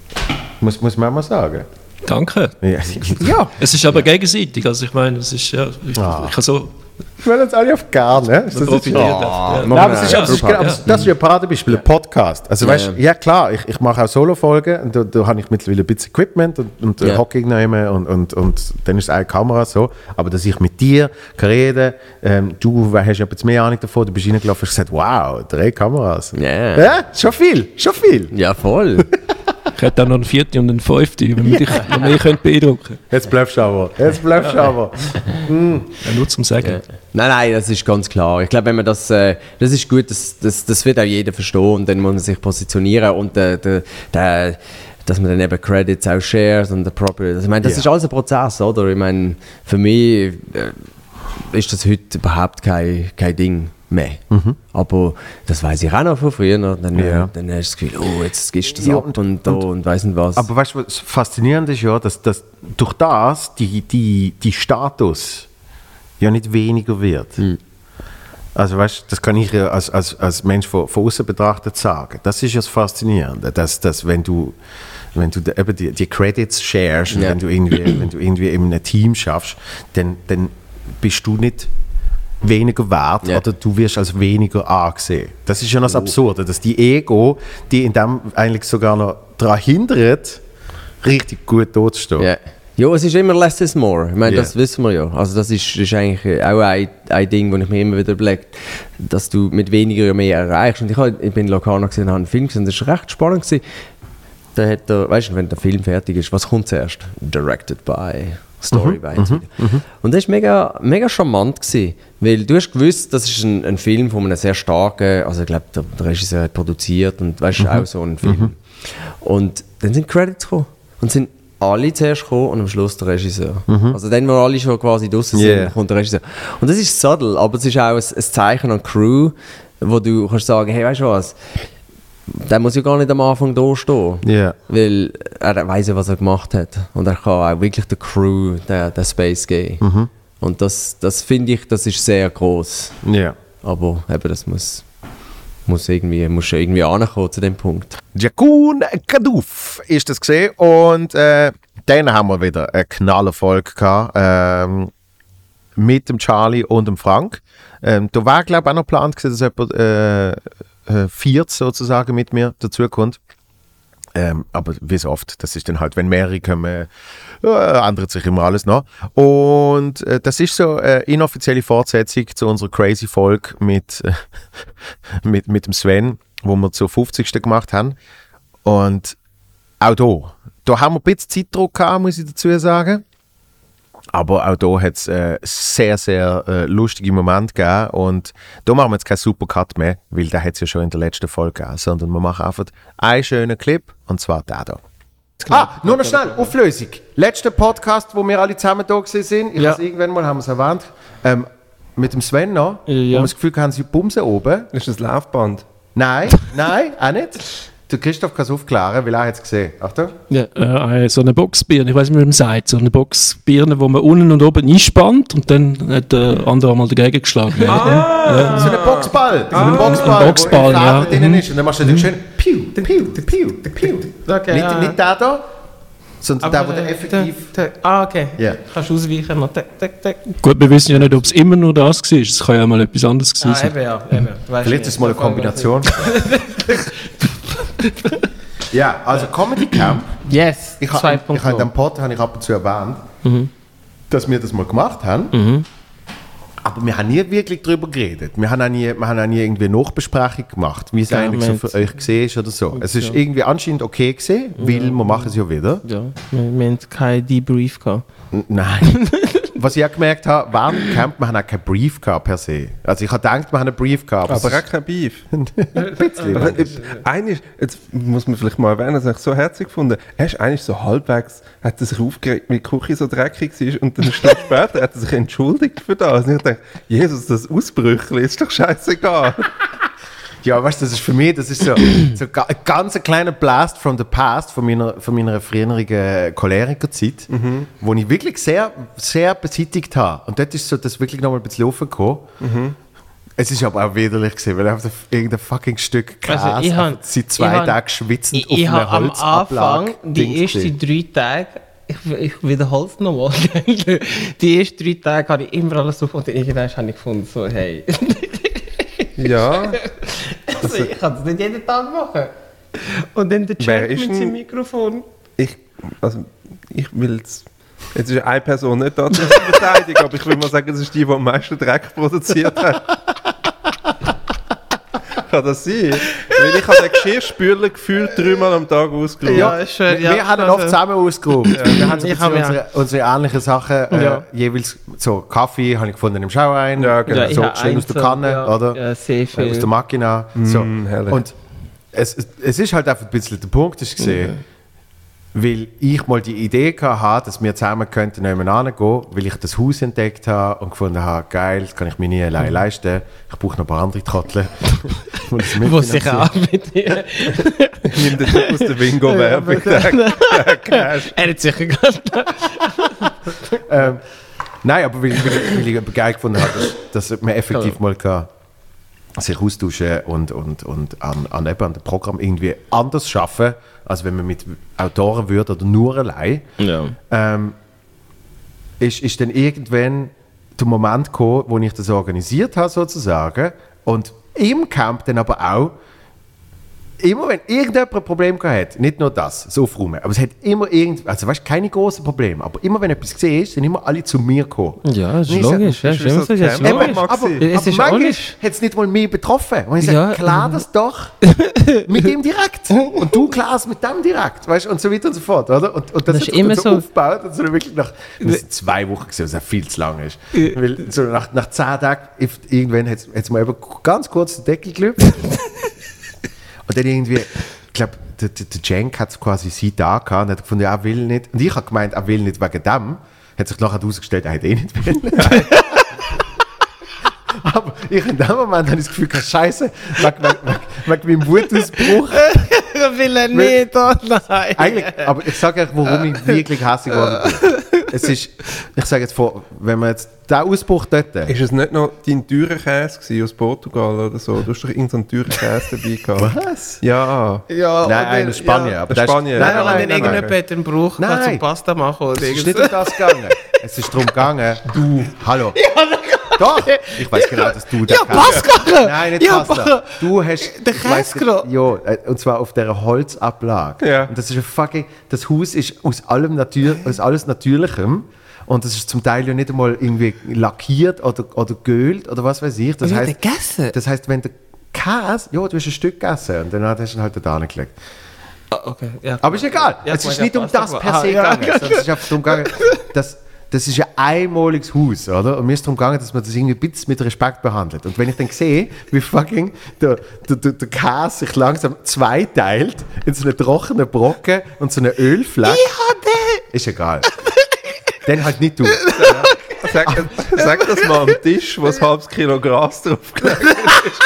Muss, muss man auch mal sagen. Danke. Ja, ja. Es ist aber gegenseitig. Also ich meine, es ist ja, ich, Ah. ich kann so wir wollen uns alle auf gar, ne? Ist das jetzt profitieren. schon- Ja. Nein, aber es ist, Ja, aber es ist, super, aber ja. es- das ist ja ein Paradebeispiel, ein Podcast. Also Ja, weißt, ja. ja klar, ich, ich mache auch Solo-Folgen und da, da habe ich mittlerweile ein bisschen Equipment und, und Ja. ja. hocke irgendwo und, und, und dann ist es eine Kamera so. Aber dass ich mit dir kann reden, ähm, du hast ja ein bisschen mehr Ahnung davon, du bist reingelaufen und hast gesagt, wow, drei Kameras. Ja. Ja, schon viel, schon viel. Ja, voll. Ich hätte auch noch einen vierten und einen fünften, wenn man dich noch mehr könnte beeindrucken. Jetzt bleibst du aber. Jetzt bleibst du aber. Ja, nur zum Sagen. Ja. Nein, nein, das ist ganz klar. Ich glaube, wenn man das, äh, das ist gut, das, das, das wird auch jeder verstehen und dann muss man sich positionieren und der, der, der dass man dann eben Credits auch shares und appropriate. Also, ich meine, das Ja. ist alles ein Prozess, oder? Ich meine, für mich äh, ist das heute überhaupt kein, kein Ding mehr. Mhm. Aber das weiß ich auch noch von früher. Dann, Ja. äh, dann hast du das Gefühl, oh, jetzt gibst du das Ja, ab und- und, da und, und weiss nicht was. Aber weißt du, was faszinierend ist ja, dass, dass durch das die, die, die Status ja nicht weniger wird. Also weißt du, das kann ich ja als, als, als Mensch von, von außen betrachtet sagen. Das ist ja das Faszinierende, dass, dass wenn du, wenn du eben die, die Credits shares und Ja. wenn du irgendwie, wenn du irgendwie in einem Team schaffst, dann, dann bist du nicht weniger wert Ja. oder du wirst als weniger angesehen. Das ist ja das Absurde, dass die Ego, die in dem eigentlich sogar noch daran hindert, richtig gut dort zu stehen. Ja. Ja, es ist immer less is more. Ich meine, Ja. das wissen wir ja. Also das ist, ist eigentlich auch ein, ein Ding, das ich mir immer wieder überlege, dass du mit weniger mehr erreichst. Und ich, hab, ich bin in Locarno gesehen, habe einen Film gesehen, das war recht spannend gewesen. Da hat er, weißt du, wenn der Film fertig ist, was kommt zuerst? Directed by, Story by. und so weiter. Und das war mega, mega charmant gewesen, weil du hast gewusst, das ist ein, ein Film von einem sehr starken, also ich glaube, der, der Regisseur hat produziert und weißt du, auch so ein Film. Und dann sind Credits gekommen und sind alle zuerst gekommen und am Schluss der Regisseur. Also dann, wo alle schon quasi draussen sind, Yeah. kommt der Regisseur. Und das ist subtle, aber es ist auch ein, ein Zeichen an die Crew, wo du kannst sagen, hey, weißt du was, der muss ja gar nicht am Anfang da stehen. Ja. Weil er weiss ja, was er gemacht hat. Und er kann auch wirklich der Crew den, den Space geben. Und das, das finde ich, das ist sehr gross. Ja. Aber eben, das muss, muss irgendwie, muss schon irgendwie ankommen zu dem Punkt. Jakun Kadouf ist das gesehen und äh, dann haben wir wieder einen Knallerfolg gehabt ähm, mit dem Charlie und dem Frank. Ähm, da war glaube ich auch noch geplant gewesen, dass jemand äh, äh, viert sozusagen mit mir dazukommt. Ähm, aber wie so oft, das ist dann halt, wenn mehrere kommen, äh, ändert sich immer alles noch. Und äh, das ist so eine inoffizielle Fortsetzung zu unserer crazy Folge mit, äh, mit, mit dem Sven, wo wir zur fünfzigsten gemacht haben. Und auch da, da haben wir ein bisschen Zeitdruck gehabt, muss ich dazu sagen. Aber auch da hat es äh, sehr, sehr äh, lustige Momente gegeben. Und da machen wir jetzt keinen Supercut mehr, weil den hat es ja schon in der letzten Folge gegeben. Sondern wir machen einfach einen schönen Clip, und zwar den hier. Ah, nur noch schnell, Auflösung. Letzter Podcast, wo wir alle zusammen da gewesen sind, ich Ja. weiß, irgendwann mal haben wir es erwähnt, ähm, mit dem Sven noch, Ja. wo wir das Gefühl haben, sie bumsen oben. Ist das Laufband? Nein, nein, auch nicht. Der Christoph kann es aufklären, weil er hat es gesehen. Achtung. Ja, äh, so eine Boxbirne, ich weiß nicht, wie man sagt, so eine Boxbirne, wo man unten und oben einspannt und dann hat der andere mal dagegen geschlagen. Ja. So ein Boxball. So ein Boxball, Ein Boxball, wo im ja. Faden drinnen Mhm. ist. Und dann machst du natürlich schön piu, piu, piu, piu. Okay, Nicht, ja. nicht der da, sondern der, Aber, der äh, effektiv... der- der- Ah, okay. Ja. Kannst du ausweichen noch. Tick, tick, tick. Gut, wir wissen ja nicht, ob es immer nur das war. Es kann ja mal etwas anderes gewesen Ah, sein. eben, ja. Eben. Du weißt Vielleicht nicht. ist es mal eine Kombination. Ja, also Comedy Camp. Yes, Ich habe zwei ich Punkte. ha in diesem Pod habe ich ab und zu erwähnt, dass wir das mal gemacht haben. Mhm. Aber wir haben nie wirklich darüber geredet. Wir haben auch nie, wir haben auch nie irgendwie eine Nachbesprechung gemacht, wie es Ja, eigentlich so wir für euch gesehen ist oder so. Es ist irgendwie anscheinend okay gesehen, weil wir machen es ja wieder. Ja, wir, wir haben keinen Debrief gehabt. N- Nein. Was ich auch gemerkt habe, während dem Camp, wir haben auch keinen Brief gehabt per se. Also ich habe gedacht, wir haben einen Brief gehabt. Aber es auch kein Beef. ist ein bisschen. Aber, äh, eigentlich, jetzt muss man vielleicht mal erwähnen, das habe ich so herzlich gefunden. Er ist eigentlich so halbwegs, hat er sich aufgeregt, weil die Küche so dreckig war und dann eine Stunde später hat er sich entschuldigt für das. Und ich dachte, Jesus, das Ausbrüchli ist doch scheißegal. Ja, weißt du, das ist für mich, das ist so, so ga- ein ganz kleiner Blast from the past von meiner, von meiner früheren Cholerikerzeit, wo ich wirklich sehr, sehr beseitigt habe. Und dort ist so das wirklich nochmal ein bisschen aufgekommen. Es ist aber auch widerlich gewesen, weil einfach irgendein fucking Stück Käse Also, ich einfach han- seit zwei ich han- Tagen schwitzend Ich, ich auf habe einem am Anfang, Holzablage die ersten drei Tage, ich, ich wiederhole es nochmal, die ersten drei Tage habe ich immer alles auf und irgendwann habe ich gefunden, so hey, Ja, also, ich kann das nicht jeden Tag machen. Und dann der Wer Chat ist mit denn- seinem Mikrofon. ich, also, ich will es. Jetzt ist eine Person nicht da, um zu verteidigen, aber ich will mal sagen, es ist die, die am meisten Dreck produziert hat. Kann das sein? Weil ich habe den Geschirrspüler gefühlt dreimal am Tag ausgeräumt. Ja, ist schön. Wir Ja, haben ihn also- oft zusammen ausgeräumt. Ja. Wir haben so ein Ich bisschen habe ja- unsere, unsere ähnlichen Sachen. Äh, Ja. Jeweils so Kaffee habe ich gefunden im Schauwein. Ja, genau. Ja, ich so habe schön aus der einzeln, Kanne, ja, oder? Ja, sehr Äh, viel. aus der Machina. So. Mm, herrlich. Und es, es, es ist halt einfach ein bisschen der Punkt, ist gesehen, weil ich mal die Idee hatte, dass wir zusammen könnten nebeneinander gehen, weil ich das Haus entdeckt habe und gefunden habe, geil, das kann ich mir nie allein leisten. Ich brauche noch ein paar andere Trottel. die das Wo sich mitfinanzieren. auch mit dir. Ich nehme den Typ aus der Wingo-Werbung. Er hat sicher gerade. ähm, Nein, aber weil, weil, ich- weil ich eben geil gefunden habe, dass, dass man effektiv mal kann sich austauschen und, und, und an, an, eben an dem Programm irgendwie anders schaffen, als wenn man mit Autoren würde oder nur allein. Ja. Ähm, ist, ist dann irgendwann der Moment gekommen, wo ich das organisiert habe, sozusagen. Und im Camp dann aber auch, immer wenn irgendjemand ein Problem gehabt hat, nicht nur das, so aufräumen, aber es hat immer irgend, also weißt, keine großen Probleme, aber immer wenn etwas gesehen ist, sind immer alle zu mir gekommen. Ja, das ist Und ich sag, logisch. Ja, ist ist wie immer so so, das ist Camp. logisch. Eben, aber, aber Es ist ja manchmal logisch. hat es nicht mal mich betroffen. Und ich sage, Ja. klär das doch mit ihm direkt. Und du klärst mit dem direkt. Weißt? Und so weiter und so fort. Oder? Und, und das, Das hat ist sich immer dann so so. aufgebaut. Und so wirklich nach das sind zwei Wochen gesehen, was ja viel zu lang ist. Weil so nach, nach zehn Tagen, irgendwann hat es mir eben ganz kurz den Deckel gelüpft. Und dann irgendwie, ich glaube, der, der, der Cenk hat quasi sie da gehabt und hat gefunden, ja, er will nicht. Und ich habe gemeint, er will nicht wegen dem. Hat sich nachher herausgestellt, er hat eh nicht wollen. Aber ich in dem Moment habe ich das Gefühl, gehabt, Scheiße, wegen, wegen, wegen meinem Wutausbruch. Will er nicht, oh nein. Eigentlich, aber ich sage euch, warum ich wirklich hässlich geworden bin. Es ist, ich sage jetzt vor, wenn man jetzt den Ausbruch dort. Ist es nicht noch dein teurer Käse gewesen aus Portugal oder so? Du hast doch irgendeinen teuren Käse dabei gehabt. Was? Ja. Ja, Nein, und einer dann- aus Spanien. ja. Aber Aus das ist- Spanien. Nein, Nein, nein, nein, nein, wenn nein, irgendjemand einen Brauch kann Nein. zum Pasta machen oder Es ist irgendwas. nicht um das gegangen. Es ist darum gegangen, du, hallo. Doch, ich weiß genau, dass du Ja, Pasta! Nein, nicht Ja, Pasta. Du hast... Den ich weiss Käse nicht- Ja, äh, und zwar auf dieser Holzablage. Ja. Und das ist ein fucking... Das Haus ist aus allem Natür, aus alles Natürlichem. Und das ist zum Teil ja nicht einmal irgendwie lackiert oder, oder geölt oder was weiß ich. Das Und wie hat heißt, der gegessen? das heißt, wenn der Käse... Ja, du hast ein Stück gegessen und dann hast du ihn halt da hingelegt. Ah, okay, ja. Aber ist egal. Ja, es ich ist meine, nicht um Pasta das war- per Ah, se ja. gegangen. sondern Es ist einfach darum gegangen, dass, das ist ein einmaliges Haus, oder? Und mir ist darum gegangen, dass man das irgendwie ein bisschen mit Respekt behandelt. Und wenn ich dann sehe, wie fucking der, der, der, der Käse sich langsam zweiteilt in so einen trockenen Brocken und so einen Ölfleck. Ist egal. Dann halt nicht du. Sag, sag das mal am Tisch, wo ein halbes Kilo Gras drauf gelegt ist.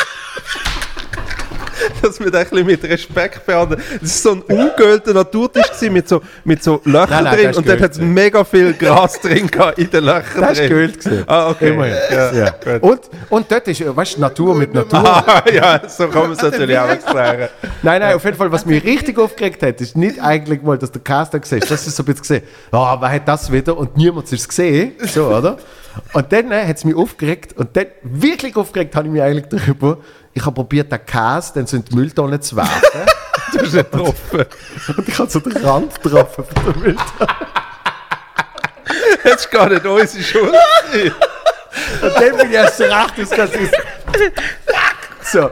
Dass wir den ein bisschen mit Respekt behandeln. Das war so ein ungeölter Naturtisch gewesen, mit so, mit so Löchern Nein, nein, drin das ist und dann geölt hat es gewesen. mega viel Gras drin gehabt in den Löchern Das war drin. geölt gewesen. Ah, okay. Immerhin. Ja, Ja. gut. Und, und dort ist, weißt du, Natur mit Natur. Ah, ja, so kann man es natürlich auch erklären. Nein, nein, auf jeden Fall, was mich richtig aufgeregt hat, ist nicht eigentlich mal, dass der Cast da gesehen ist. Das ist so ein bisschen gesehen, oh, wer hat das wieder? Und niemand hat es gesehen. So, oder? Und dann äh, hat es mich aufgeregt. Und dann, wirklich aufgeregt, habe ich mich eigentlich darüber. Ich habe probiert, den Käse dann so in die Mülltonne zu werfen. Du hast nicht getroffen. Und ich habe so den Rand getroffen von der Mülltonne. Das ist gar nicht unsere Schuld. Und dann bin ich erst so recht ausgegangen. So.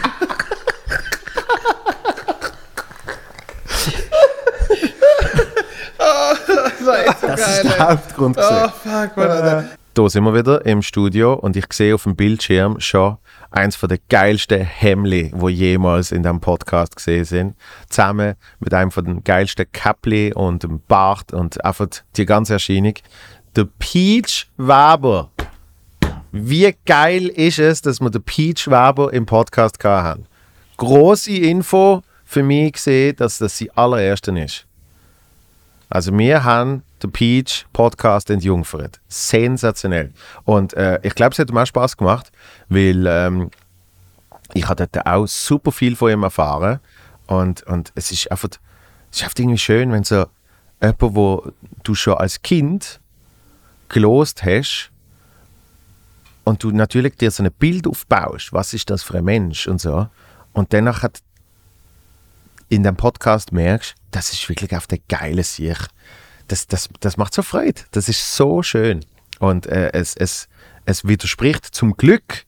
Das ist der Hauptgrund. Oh, fuck, Mann. Da sind wir wieder im Studio und ich sehe auf dem Bildschirm schon eins von der geilsten Hemli, wo jemals in diesem Podcast gesehen sind. Zusammen mit einem von den geilsten Käppli und dem Bart und einfach die ganze Erscheinung. Der Peach Weber. Wie geil ist es, dass wir den Peach Weber im Podcast hatten? Grosse Info für mich gesehen, dass das die allererste ist. Also wir haben den Peach Podcast entjungfert. Sensationell. Und äh, ich glaube, es hat ihm auch Spass gemacht, weil ähm, ich habe dort auch super viel von ihm erfahren. Und, und es ist einfach, es ist einfach irgendwie schön, wenn so jemand, wo du schon als Kind gelost hast und du natürlich dir so ein Bild aufbaust, was ist das für ein Mensch und so. Und danach hat in dem Podcast merkst, das ist wirklich auf der geile Sicht. Das, das, das macht so Freude. Das ist so schön. Und äh, es, es, es widerspricht zum Glück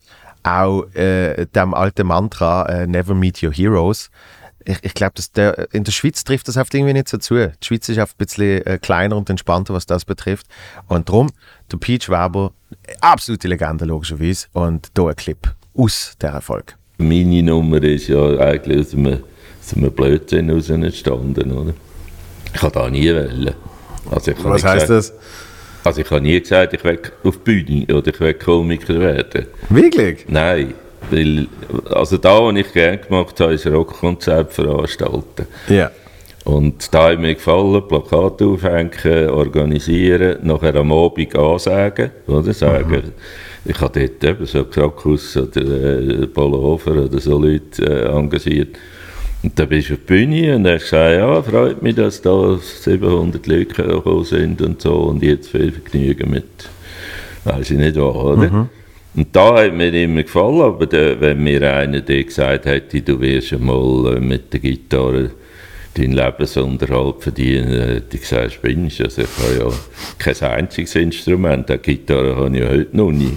auch äh, dem alten Mantra äh, «Never meet your heroes». Ich, ich glaube, in der Schweiz trifft das oft irgendwie nicht so zu. Die Schweiz ist oft ein bisschen äh, kleiner und entspannter, was das betrifft. Und darum, der Peach Weber, absolute Legende logischerweise. Und hier ein Clip aus der Erfolg. Meine Nummer ist ja eigentlich aus einem, aus einem Blödsinn heraus entstanden, oder? Ich habe da nie wollen. Also ich was heisst das? Also ich habe nie gesagt, ich will auf die Bühne oder ich will Komiker werden. Wirklich? Nein. Weil, also da, was ich gerne gemacht habe, ist Rockkonzert veranstalten. Ja. Yeah. Und da hat mir gefallen, Plakate aufhängen, organisieren, nachher am Abend ansagen, oder? Sagen, mhm. Ich habe dort eben so Krakus oder äh, Polohofer oder so Leute äh, engagiert. Und dann bist du auf die Bühne und hast gesagt, ja, freut mich, dass da siebenhundert Leute gekommen sind und so und jetzt viel Vergnügen mit, weiss ich nicht was, oder? Mhm. Und da hat mir immer gefallen, aber der, wenn mir einer der gesagt hätte, du wirst einmal mit der Gitarre deinen Lebensunterhalt verdienen, hätte ich gesagt, spinnst du? Also ich habe ja kein einziges Instrument, die Gitarre habe ich ja heute noch nie.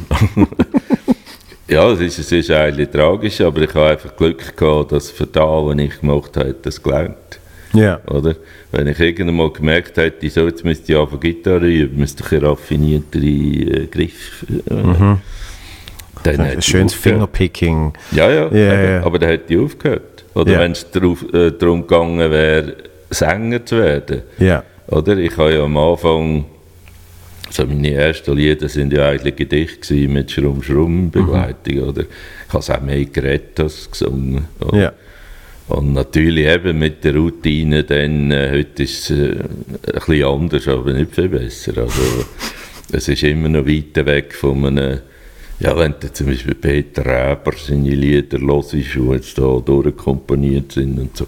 Ja, es ist, es ist eigentlich tragisch, aber ich habe einfach Glück gehabt, dass für das, was ich gemacht habe, das gelernt. Ja. Oder? Wenn ich irgendwann mal gemerkt hätte, so, jetzt müsste ich auf Gitarre üben, müsste ich einen raffinierteren äh, Griff. Äh, mhm. Dann ein schönes Fingerpicking. Ja, ja, yeah, aber, yeah. aber dann hätte ich aufgehört. Oder yeah. wenn es äh, darum gegangen wäre, Sänger zu werden. Yeah. Oder? Ich habe ja am Anfang, also meine ersten Lieder sind ja eigentlich Gedichte mit Schrumm-Schrumm-Begleitung. Mhm. Oder? Ich habe es auch mehr geredet als gesungen. Oder? Yeah. Und natürlich eben mit der Routine, dann, äh, heute ist es äh, ein bisschen anders, aber nicht viel besser. Also, es ist immer noch weit weg von einem. Ja, wenn du zum Beispiel Peter Räber seine Lieder hörst, die jetzt da durchkomponiert sind und so.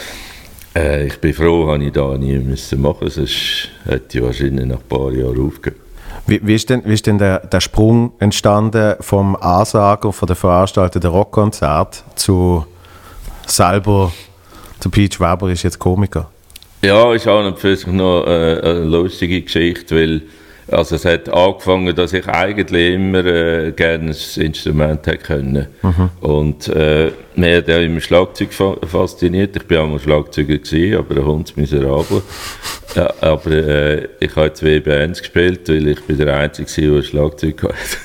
Äh, ich bin froh, dass ich das nie müssen machen musste, sonst hätte ich wahrscheinlich nach ein paar Jahren aufgehört. Wie, wie ist denn, wie ist denn der, der Sprung entstanden vom Ansager, von der Veranstaltung der Rockkonzert zu selber, der Peach Weber ist jetzt Komiker? Ja, ist auch noch für sich noch äh, eine lustige Geschichte, weil also es hat angefangen, dass ich eigentlich immer äh, gerne ein Instrument hätte können. Mhm. Und äh, mir hat ja immer Schlagzeug fa- fasziniert. Ich war auch mal Schlagzeuger gewesen, aber ein Hund miserabel. Ja, aber äh, ich habe zwei Bands gespielt, weil ich bin der Einzige war, der Schlagzeug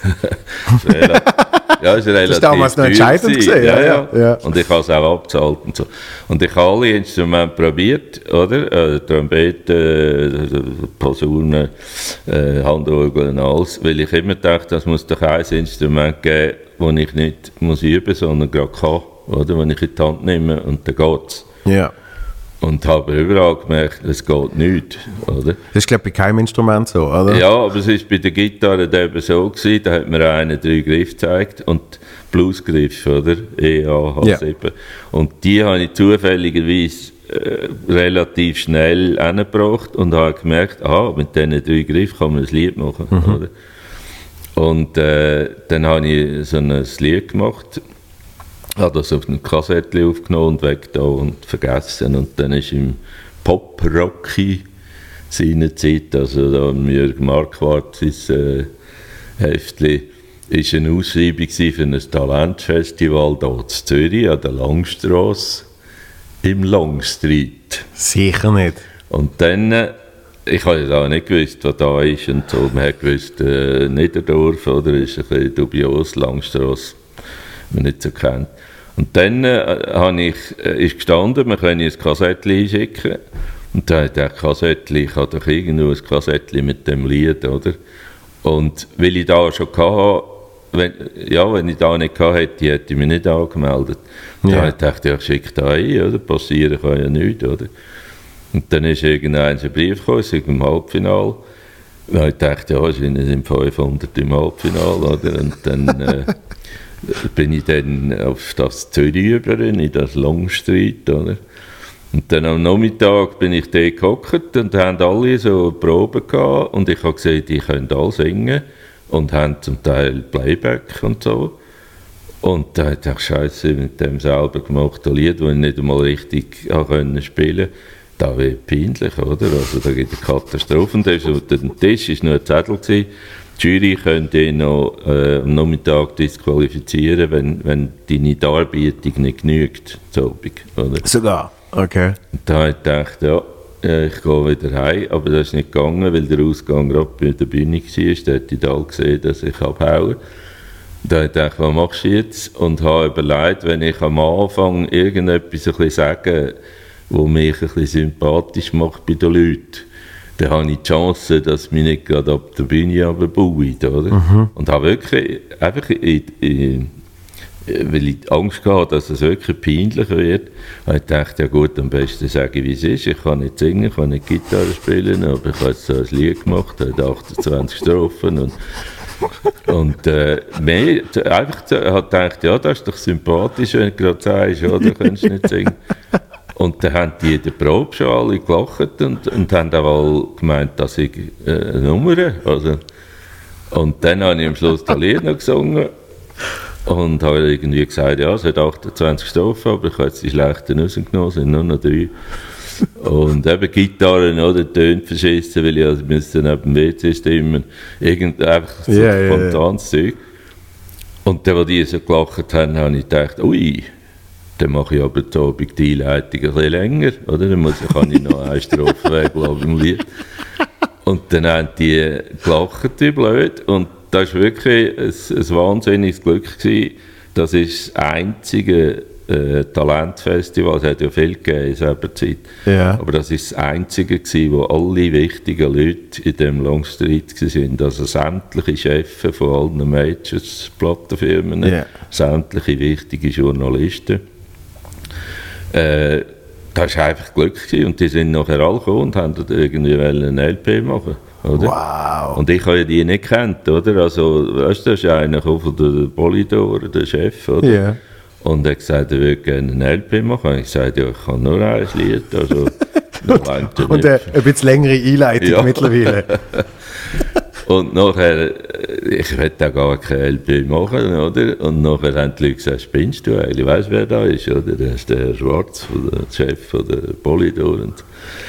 hatte. Ja, ist relativ. Das war damals noch entscheidend gesehen. Ja, ja, ja. Und ich habe es auch abgezahlt und so. Und ich habe alle Instrumente probiert, oder? Äh, Trompete, äh, Posaune, äh, Handorgel und alles. Weil ich immer dachte, es muss doch ein Instrument geben, das ich nicht muss üben, sondern gerade kann. Oder? Wenn ich in die Hand nehme und dann geht es. Ja. Und habe überall gemerkt, es geht nicht, oder? Das ist, glaube ich, bei keinem Instrument so, oder? Ja, aber es war bei der Gitarre eben so gewesen, da hat mir einer drei Griffe gezeigt und Bluesgriff, oder? E, A, H, sieben. Yeah. Und die habe ich zufälligerweise äh, relativ schnell hingebracht und habe gemerkt, aha, mit diesen drei Griffen kann man ein Lied machen, mhm. oder? Und äh, dann habe ich so ein Lied gemacht, habe das auf eine Kassette aufgenommen und weg da und vergessen. Und dann ist im Pop-Rocky seiner Zeit, also da im Jürg Marquardt, sein äh, Heftli, ist eine Ausschreibung für ein Talentfestival hier in Zürich an der Langstrasse im Longstreet. Sicher nicht. Und dann, äh, ich habe ja nicht gewusst, was da ist und so. Man hat gewusst, äh, Niederdorf, oder, ist ein bisschen dubios, Langstrasse, man nicht so kennt. Und dann äh, ich, äh, ist gestanden, wir können ein Kassettchen einschicken. Und dann hat der Kassettchen, ich habe doch irgendwo ein Kassettchen mit dem Lied, oder? Und weil ich da schon hatte, wenn, ja, wenn ich da nicht hatte, hätte ich mich nicht angemeldet. Ja. Dann dachte ich, ich schicke da ein, oder? Passieren kann ja nichts, oder? Und dann ist irgendein Brief gekommen, es ist im Halbfinale. Und ich dachte, ja, es sind fünfhundert im Halbfinale, oder? Und dann äh, bin ich dann auf das Zürich über, in das Longstreet, oder? Und dann am Nachmittag bin ich da gehockt und haben alle so Proben gehabt und ich habe gesehen, die können alle singen und haben zum Teil Playback und so. Und da dachte ich, Scheiße, mit dem selber gemachten Lied, das ich nicht einmal richtig können spielen konnte, das wird peinlich, oder? Also da gibt es eine Katastrophe. Und auf dem Tisch war nur ein Zettel gewesen, die Jury könnte ihn noch äh, am Nachmittag disqualifizieren, wenn, wenn deine Darbietung nicht genügt, zur Abend, oder? Sogar? Okay. Und da habe ich gedacht, ja, ich gehe wieder heim, aber das ist nicht gegangen, weil der Ausgang gerade bei der Bühne war. Da hat die alle gesehen, dass ich abhaue. Da habe ich gedacht, was machst du jetzt? Und habe überlegt, wenn ich am Anfang irgendetwas ein bisschen sage, was mich ein bisschen sympathisch macht bei den Leuten, dann habe ich die Chance, dass mich nicht gerade ab der Bühne runterbauen, oder? Mhm. Und habe wirklich einfach in, in, weil ich Angst hatte, dass es wirklich peinlich wird, habe ich gedacht, ja gut, am besten sage ich, wie es ist. Ich kann nicht singen, ich kann nicht Gitarre spielen, aber ich habe jetzt so ein Lied gemacht, habe achtundzwanzig Strophen und, und äh, mehr, einfach habe gedacht, ja, das ist doch sympathisch, wenn du gerade sagst, ja, da kannst du nicht singen. Und dann haben die in der Probe schon alle gelacht und, und haben auch gemeint, dass ich äh, eine Nummer also. Und dann habe ich am Schluss das Lied noch gesungen. Und habe irgendwie gesagt, ja, es hat achtundzwanzig Strophen, aber ich habe jetzt die schlechten rausgenommen, es sind nur noch drei. Und eben Gitarren, oder, Töne verschissen, weil ich also müsste neben dem W C stimmen. Irgend, einfach so yeah, spontanes yeah, yeah. Zeug. Und dann, als die so gelacht haben, habe ich gedacht, ui, dann mache ich aber die Abend die Einleitung ein bisschen länger, oder? Dann muss, kann ich noch eine Strophe weglassen im Lied. Und dann haben die gelacht, wie blöd. Und das war wirklich ein, ein wahnsinniges Glück gewesen. Das ist das einzige äh, Talentfestival, es hat ja viel gegeben in dieser Zeit, ja. Aber das ist das einzige gewesen, wo alle wichtigen Leute in diesem Longstreet waren. Also sämtliche Chefs von allen Majors, Plattenfirmen, yeah. Sämtliche wichtige Journalisten. Äh, das war einfach Glück gewesen. Und die sind nachher alle gekommen und haben irgendwie eine L P machen. Oder? Wow. Und ich habe ja die nicht gekannt, oder? Also, weißt du, das ist einer von der Polydor, der Chef, oder? Yeah. Und er hat gesagt, er würde gerne eine L P machen. Und ich sagte, ja, ich kann nur ein Lied, also... Und äh, ein bisschen längere Einleitung ja. Mittlerweile. Und nachher, ich wollte auch gar keine L P machen, oder? Und nachher haben die Leute gesagt, spinnst du eigentlich? Weißt du, wer da ist, oder? Das ist der Herr Schwarz, der Chef von der Polydor. Und,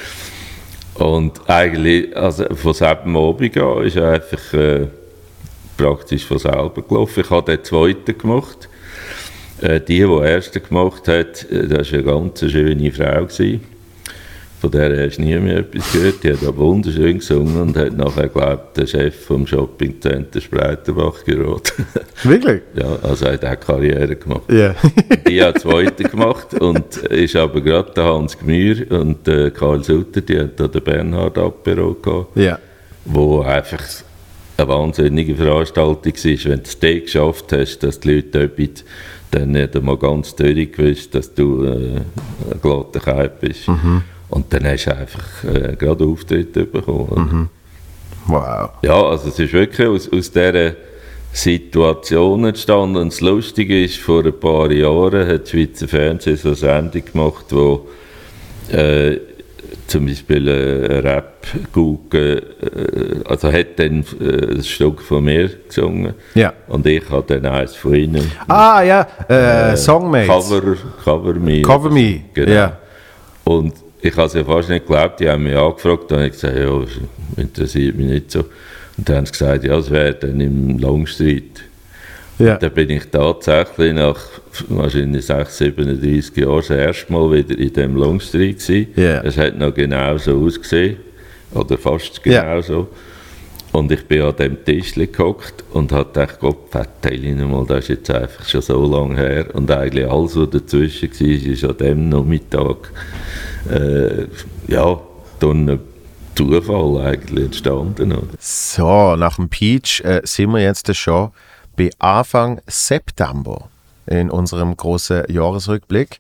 und eigentlich, also von sieben Abend an ist er einfach äh, praktisch von selber gelaufen. Ich habe den zweiten gemacht. Äh, die, die den ersten gemacht hat, das war eine ganz schöne Frau gewesen. Von der hast du nie mehr etwas gehört. Die hat aber wunderschön gesungen und hat nachher, glaube ich, den Chef vom Shoppingcenter Spreitenbach geraten. Wirklich? Ja, also hat er Karriere gemacht. Yeah. Die hat zweite gemacht und ist aber gerade der Hans Gmür und äh, Karl Sutter, die hat da den Bernhard Apero gehabt, yeah. Wo einfach eine wahnsinnige Veranstaltung war. Wenn du es dort geschafft hast, dass die Leute dort dann nicht einmal ganz deutlich gewusst, dass du äh, ein glatter Keib bist. Mhm. Und dann hast du einfach äh, gerade Auftritte bekommen. Mhm. Wow. Ja, also es ist wirklich aus, aus dieser Situation entstanden. Und das Lustige ist, vor ein paar Jahren hat das Schweizer Fernsehen so eine Sendung gemacht, wo äh, zum Beispiel äh, Rap Gucke, äh, also hat dann äh, ein Stück von mir gesungen. Ja. Und ich habe dann eins von ihnen. Ah ja, äh, äh, Songmates. Cover, Cover Me. Cover Me, genau. Ja. Und ich habe es ja fast nicht geglaubt, die haben mich angefragt, dann habe ich gesagt, ja, das interessiert mich nicht so. Und dann haben sie gesagt, ja, es wäre dann im Longstreet. Ja. Und dann bin ich tatsächlich nach wahrscheinlich sechs, siebenunddreißig Jahren das erste Mal wieder in diesem Longstreet gewesen. Yeah. Es hat noch genau so ausgesehen, oder fast genau yeah. so. Und ich bin an dem Tisch gehockt und habe gedacht, Gott, verteile mal, das ist jetzt einfach schon so lange her. Und eigentlich alles, was dazwischen war, ist an dem Nachmittag äh, ja, durch einen Zufall eigentlich entstanden. Oder? So, nach dem Peach äh, sind wir jetzt schon bei Anfang September in unserem großen Jahresrückblick.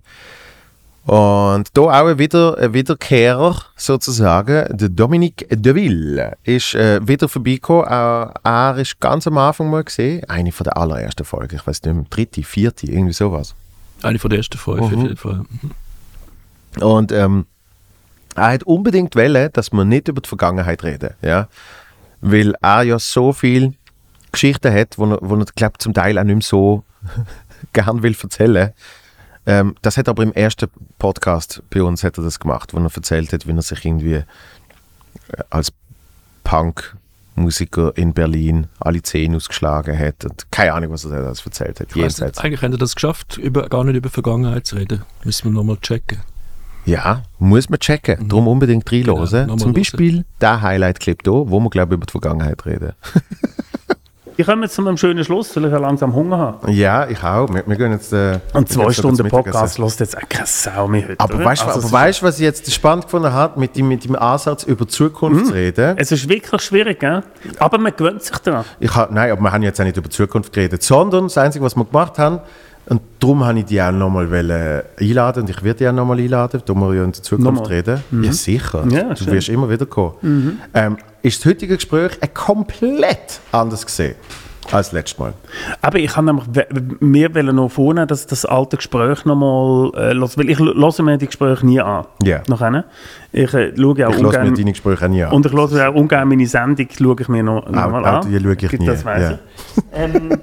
Und da auch wieder ein Wiederkehrer sozusagen, der Dominique Deville ist äh, wieder vorbeigekommen. Auch er ist ganz am Anfang mal gesehen, eine von der allerersten Folgen, ich weiß nicht mehr, dritte, vierte, irgendwie sowas. Eine von der ersten Folgen, mhm. auf jeden Fall. Mhm. Und ähm, er hat unbedingt wollen, dass wir nicht über die Vergangenheit reden, ja, weil er ja so viel Geschichten hat, wo er, wo er glaube zum Teil auch nicht mehr so gern will erzählen. Ähm, das hat aber im ersten Podcast bei uns hat er das gemacht, wo er erzählt hat, wie er sich irgendwie als Punk Musiker in Berlin alle Zähne ausgeschlagen hat. Und keine Ahnung, was er das erzählt hat. Ich weiss nicht, eigentlich haben wir das geschafft, über, gar nicht über Vergangenheit zu reden. Müssen wir nochmal checken. Ja, muss man checken. Mhm. Darum unbedingt reinhören. Genau, zum Beispiel hören. Der Highlight-Clip hier, wo wir, glaube ich, über die Vergangenheit reden. Ich komme jetzt zu einem schönen Schluss, weil ich ja langsam Hunger habe. Ja, ich auch. Wir, wir gehen jetzt... Äh, Und zwei Stunden Podcast lässt jetzt auch keine Sau mehr heute. Aber weißt du, also weißt, was ich jetzt spannend gefunden habe, mit dem, mit dem Ansatz über die Zukunft zu reden? Es ist wirklich schwierig, gell? Aber man gewöhnt sich daran. Ich ha, nein, aber wir haben jetzt auch nicht über die Zukunft geredet, sondern das Einzige, was wir gemacht haben, und darum habe ich die auch nochmal einladen und ich werde die auch nochmal einladen, da wir ja in der Zukunft nochmal reden. Mhm. Ja, sicher. Ja, du schön. Wirst immer wieder kommen. Mhm. Ähm, ist das heutige Gespräch ein komplett anders gesehen als letztes Mal. Aber ich habe nämlich mir noch vornehmen, dass das alte Gespräch nochmal äh, los, weil ich höre mir die Gespräche nie an. Yeah. Nachher. Ich äh, schaue auch ich ungern... mir deine Gespräche nie an. Und ich höre auch ungern meine Sendung, schaue ich mir noch, noch auch, mal an. Die schaue ich nie. Das weiss yeah. ich. Ähm,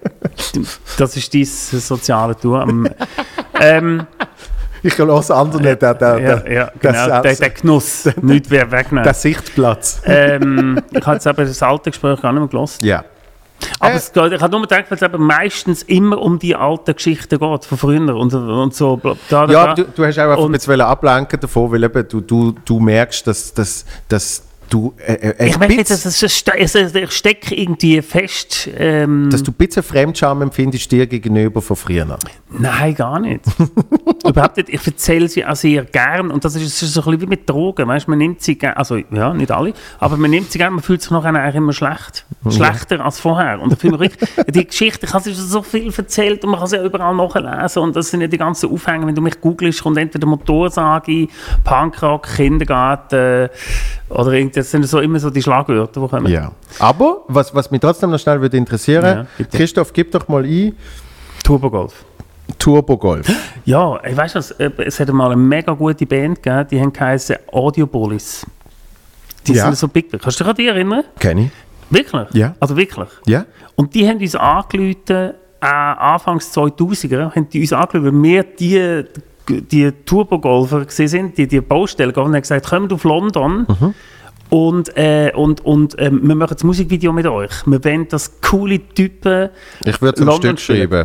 das ist dein soziale Tour. ähm, ich höre anderen nicht. Der, der, ja, ja, genau. Der, der Genuss. Nichts mehr wegnehmen. Der Sichtplatz. ähm, ich habe jetzt aber das alte Gespräch gar nicht mehr gehört. Ja. Aber äh, es geht, ich habe nur gedacht, weil es eben meistens immer um die alten Geschichten geht, von früher und, und so. Da, da, ja, du, du hast auch einfach ein bisschen ablenken davon, weil eben du, du, du merkst, dass, dass, dass du äh, äh, ich merke jetzt, dass ich stecke irgendwie fest. Ähm, dass du ein bisschen Fremdscham empfindest dir gegenüber von früher. Nein, gar nicht. Überhaupt nicht. Ich erzähle sie auch sehr gern und das ist, das ist so ein bisschen wie mit Drogen. Weißt, man nimmt sie gerne, also ja, nicht alle, aber man nimmt sie gerne, man fühlt sich nachher eigentlich immer schlecht. Schlechter ja. als vorher. Und ich wirklich, die Geschichte, ich habe sie schon so viel erzählt und man kann sie ja überall nachlesen und das sind ja die ganzen Aufhänge. Wenn du mich googelst, kommt entweder Motorsage, Punkrock, Kindergarten oder irgendwie. Das sind so immer so die Schlagwörter, die kommen. Ja. Aber, was, was mich trotzdem noch schnell würde interessieren, ja, Christoph, gib doch mal ein. Turbogolf. Turbogolf. Ja, ich weiss was, es hat mal eine mega gute Band gegeben, die haben geheißen Audiobullies. Die ja. sind so big. Kannst du dich an die erinnern? Kenn ich. Wirklich? Ja. Also wirklich? Ja. Und die haben uns angerufen, äh, Anfangs zweitausender, haben die uns angerufen, weil wir die, die Turbogolfer gesehen sind, die, die Baustelle gegangen und haben gesagt, kommt auf London. Mhm. Und, äh, und, und äh, wir machen das Musikvideo mit euch. Wir wollen das coole Typen. Ich würde ein Stück schreiben.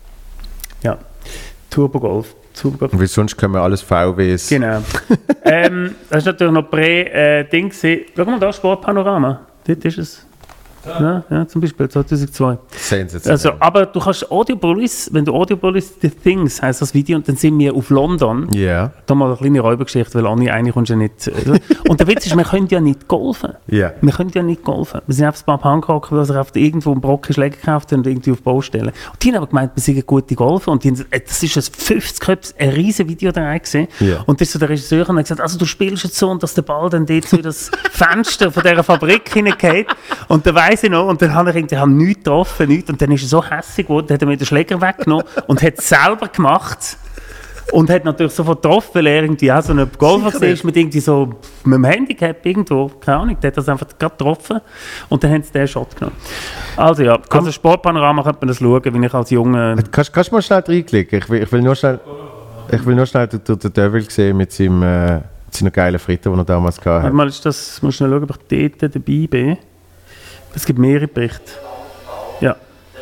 Ja, Turbogolf. Turbogolf. Weil sonst können wir alles V Ws. Genau. ähm, das ist natürlich noch Prä-Ding. Äh, Schau mal da, Sportpanorama. Dort ist es. Ja, ja, zum Beispiel zweitausendzwei. Sensationell. Also, aber du kannst Audiopolis, wenn du Audiopolis The Things heisst das Video, und dann sind wir auf London. Ja. Yeah. Da mal eine kleine Räubergeschichte, weil Anni, eigentlich kommst du ja nicht. Und der Witz ist, wir können ja nicht golfen. Ja. Yeah. Wir können ja nicht golfen. Wir sind einfach ein paar Punkrocker, die sich auf irgendwo einen Brocken Schläger gekauft haben und irgendwie auf Baustellen. Und die haben aber gemeint, wir sind gute Golfer. Und die, das ist ein fünfzig ein riesen Video da gesehen. Yeah. Und das ist so der Regisseur und hat gesagt, also du spielst jetzt so, und dass der Ball dann dort so in das Fenster von dieser Fabrik hineingeht. Und der weiss ich noch, und dann habe ich irgendwie nichts getroffen, nichts. Und dann ist er so hässlich geworden, dann hat er mir den Schläger weggenommen und hat es selber gemacht. Und hat natürlich sofort getroffen, weil er irgendwie auch so einen Golfer gesehen ist mit irgendwie so mit einem Handicap irgendwo, keine Ahnung, der hat das einfach gerade getroffen und dann haben sie den Shot genommen. Also ja, Komm. also Sportpanorama könnte man das schauen, wenn ich als Junge... Kannst, kannst du mal schnell reinklicken? Ich will, ich will nur schnell, ich will nur schnell den, den Devil sehen mit seinem, äh, seiner geilen Fritte, die er damals hatte. Warte mal, ist das, muss schnell schauen, ob ich dort dabei bin. Es gibt mehrere Berichte. Ja.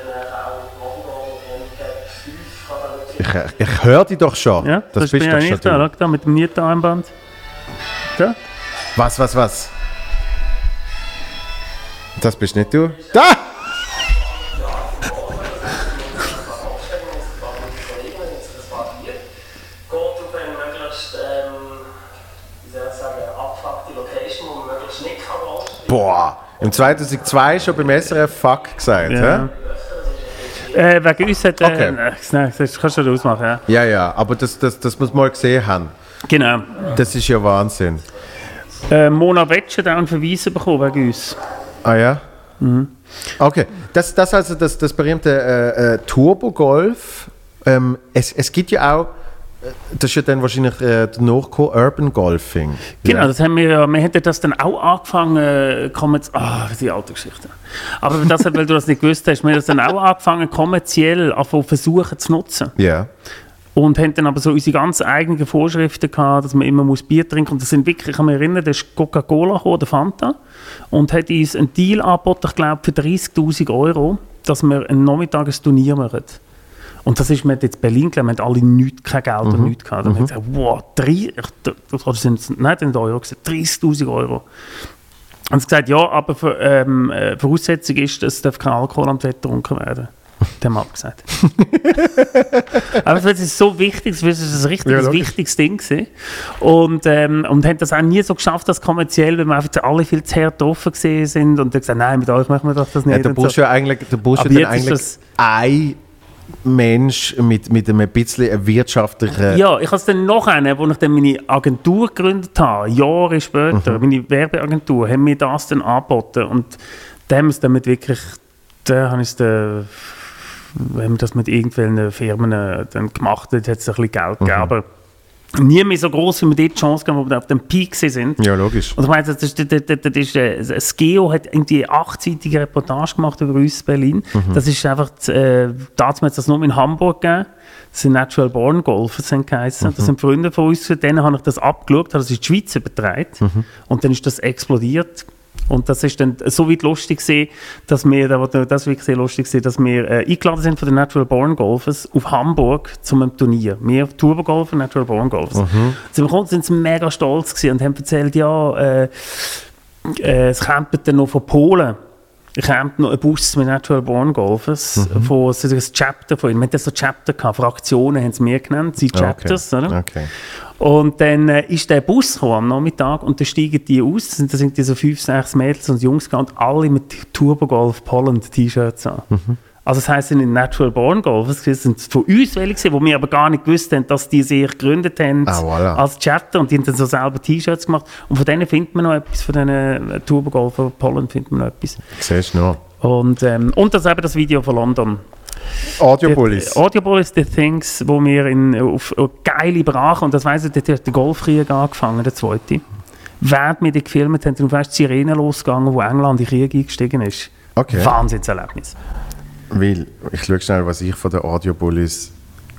Ich, ich höre dich doch schon. Ja, das, das bist bin doch ja nicht da. Schau da mit dem Nieta-Armband. Da. Was, was, was? Das bist nicht du? Da! Boah! Im zweitausendzwei schon beim S R F Fuck gesagt, ja. Äh, wegen uns hat... Äh, okay. Nein, das kannst du ausmachen, ja. Ja, ja, aber das, das, das muss man mal gesehen haben. Genau. Das ist ja Wahnsinn. Äh, Mona Wetsch hat auch einen Verweis bekommen wegen uns. Ah ja? Mhm. Okay, das, das also das, das berühmte äh, äh, Turbo-Golf. Ähm, es, es gibt ja auch... Das ist ja dann wahrscheinlich äh, danach gekommen, Urban Golfing. Genau, ja. Das haben wir ja, wir hätten das dann auch angefangen, äh, ah, die alte Geschichte. Aber das, weil du das nicht gewusst hast, wir haben das dann auch angefangen, kommerziell anfangen, versuchen zu nutzen. Ja. Und haben dann aber so unsere ganz eigenen Vorschriften gehabt, dass man immer muss Bier trinken muss. Und das sind wirklich, ich kann mich erinnern, da ist Coca-Cola gekommen, oder Fanta, und hat uns einen Deal angeboten, ich glaube, für dreissigtausend Euro, dass wir einen Nachmittag ein Turnier machen. Und das ist, wir hatten jetzt Berlin gelernt, wir hatten alle nichts, kein Geld und Mhm. nichts gehabt. Und mhm. wir haben gesagt, wow, drei, das sind, nein, das sind Euro, dreißigtausend Euro. Und sie haben gesagt, ja, aber für, ähm, äh, Voraussetzung ist, dass es kein Alkohol am Set getrunken werden. Das haben wir abgesagt. Aber es ist so wichtig, es ist ein richtig Ja, wichtiges Ding gewesen. Und, ähm, und haben das auch nie so geschafft, das kommerziell, weil wir einfach alle viel zu hart offen gesehen sind und dann gesagt, nein, mit euch machen wir doch das nicht. Ja, der und Busch so. ja eigentlich, der Busch Aber ja dann jetzt ist eigentlich das- ein Mensch mit, mit einem bisschen wirtschaftlichen... Ja, ich habe es dann noch einen, wo ich dann meine Agentur gegründet habe, Jahre später, Mhm. meine Werbeagentur, haben mir das dann angeboten. Und da haben wir es damit wirklich, da habe ich es dann, haben wir das mit irgendwelchen Firmen äh, dann gemacht, dort hat es ein bisschen Geld gegeben. Aber nie mehr so groß, wie wir dort die Chance gaben, wo wir auf dem Peak sind. Ja, logisch. Und ich meine, das ist, das, das, das ist, äh, das Geo hat irgendwie eine achtseitige Reportage gemacht über uns in Berlin. Mhm. Das ist einfach, äh, damals hat es das nur in Hamburg gegeben. Das sind Natural Born Golfers, haben geheissen. Das sind Freunde von uns, von denen habe ich das abgeschaut, habe das in die Schweiz übertragen. Mhm. Und dann ist das explodiert. Und das ist dann so weit lustig gewesen, dass wir, das wirklich sehr lustig gewesen, dass wir äh, eingeladen sind von den Natural Born Golfers auf Hamburg zu einem Turnier. Wir Turbo Golfer, Natural Born Golfers. Mhm. Sie sind sie mega stolz gewesen und haben erzählt, ja, äh, äh, es kommt dann noch von Polen. Es kommt noch ein Bus mit Natural Born Golfers, Mhm. von, so ein Chapter von ihnen. Wir hatten so Chapter gehabt, Fraktionen haben sie mir genannt, sie Chapters, okay. oder? Okay. Und dann äh, ist der Bus gekommen am Nachmittag und dann steigen die aus, das sind, das sind die so fünf, sechs Mädels und Jungs und alle mit Turbo Golf Poland T-Shirts an. Mhm. Also das heisst, sie sind Natural Born Golfers, das sind von uns welche gewesen, wo wir aber gar nicht gewusst haben, dass die sich gegründet haben Ah, voilà. als Chapter und die haben dann so selber T-Shirts gemacht und von denen findet man noch etwas, von diesen äh, Turbo Golfer Poland findet man noch etwas. Siehst du noch. Und, ähm, und das eben das Video von London. Audiobullies. Die- Audiobullies, The Things, wo wir in, auf, auf geile Brachen, und das weiss ich, dort hat der Golfkrieg angefangen, der zweite. Während wir die gefilmt haben, dann ist die Sirene losgegangen, wo England in den Krieg eingestiegen ist. Okay. Wahnsinnserlebnis. Weil, ich schaue schnell, was ich von den Audiobullies...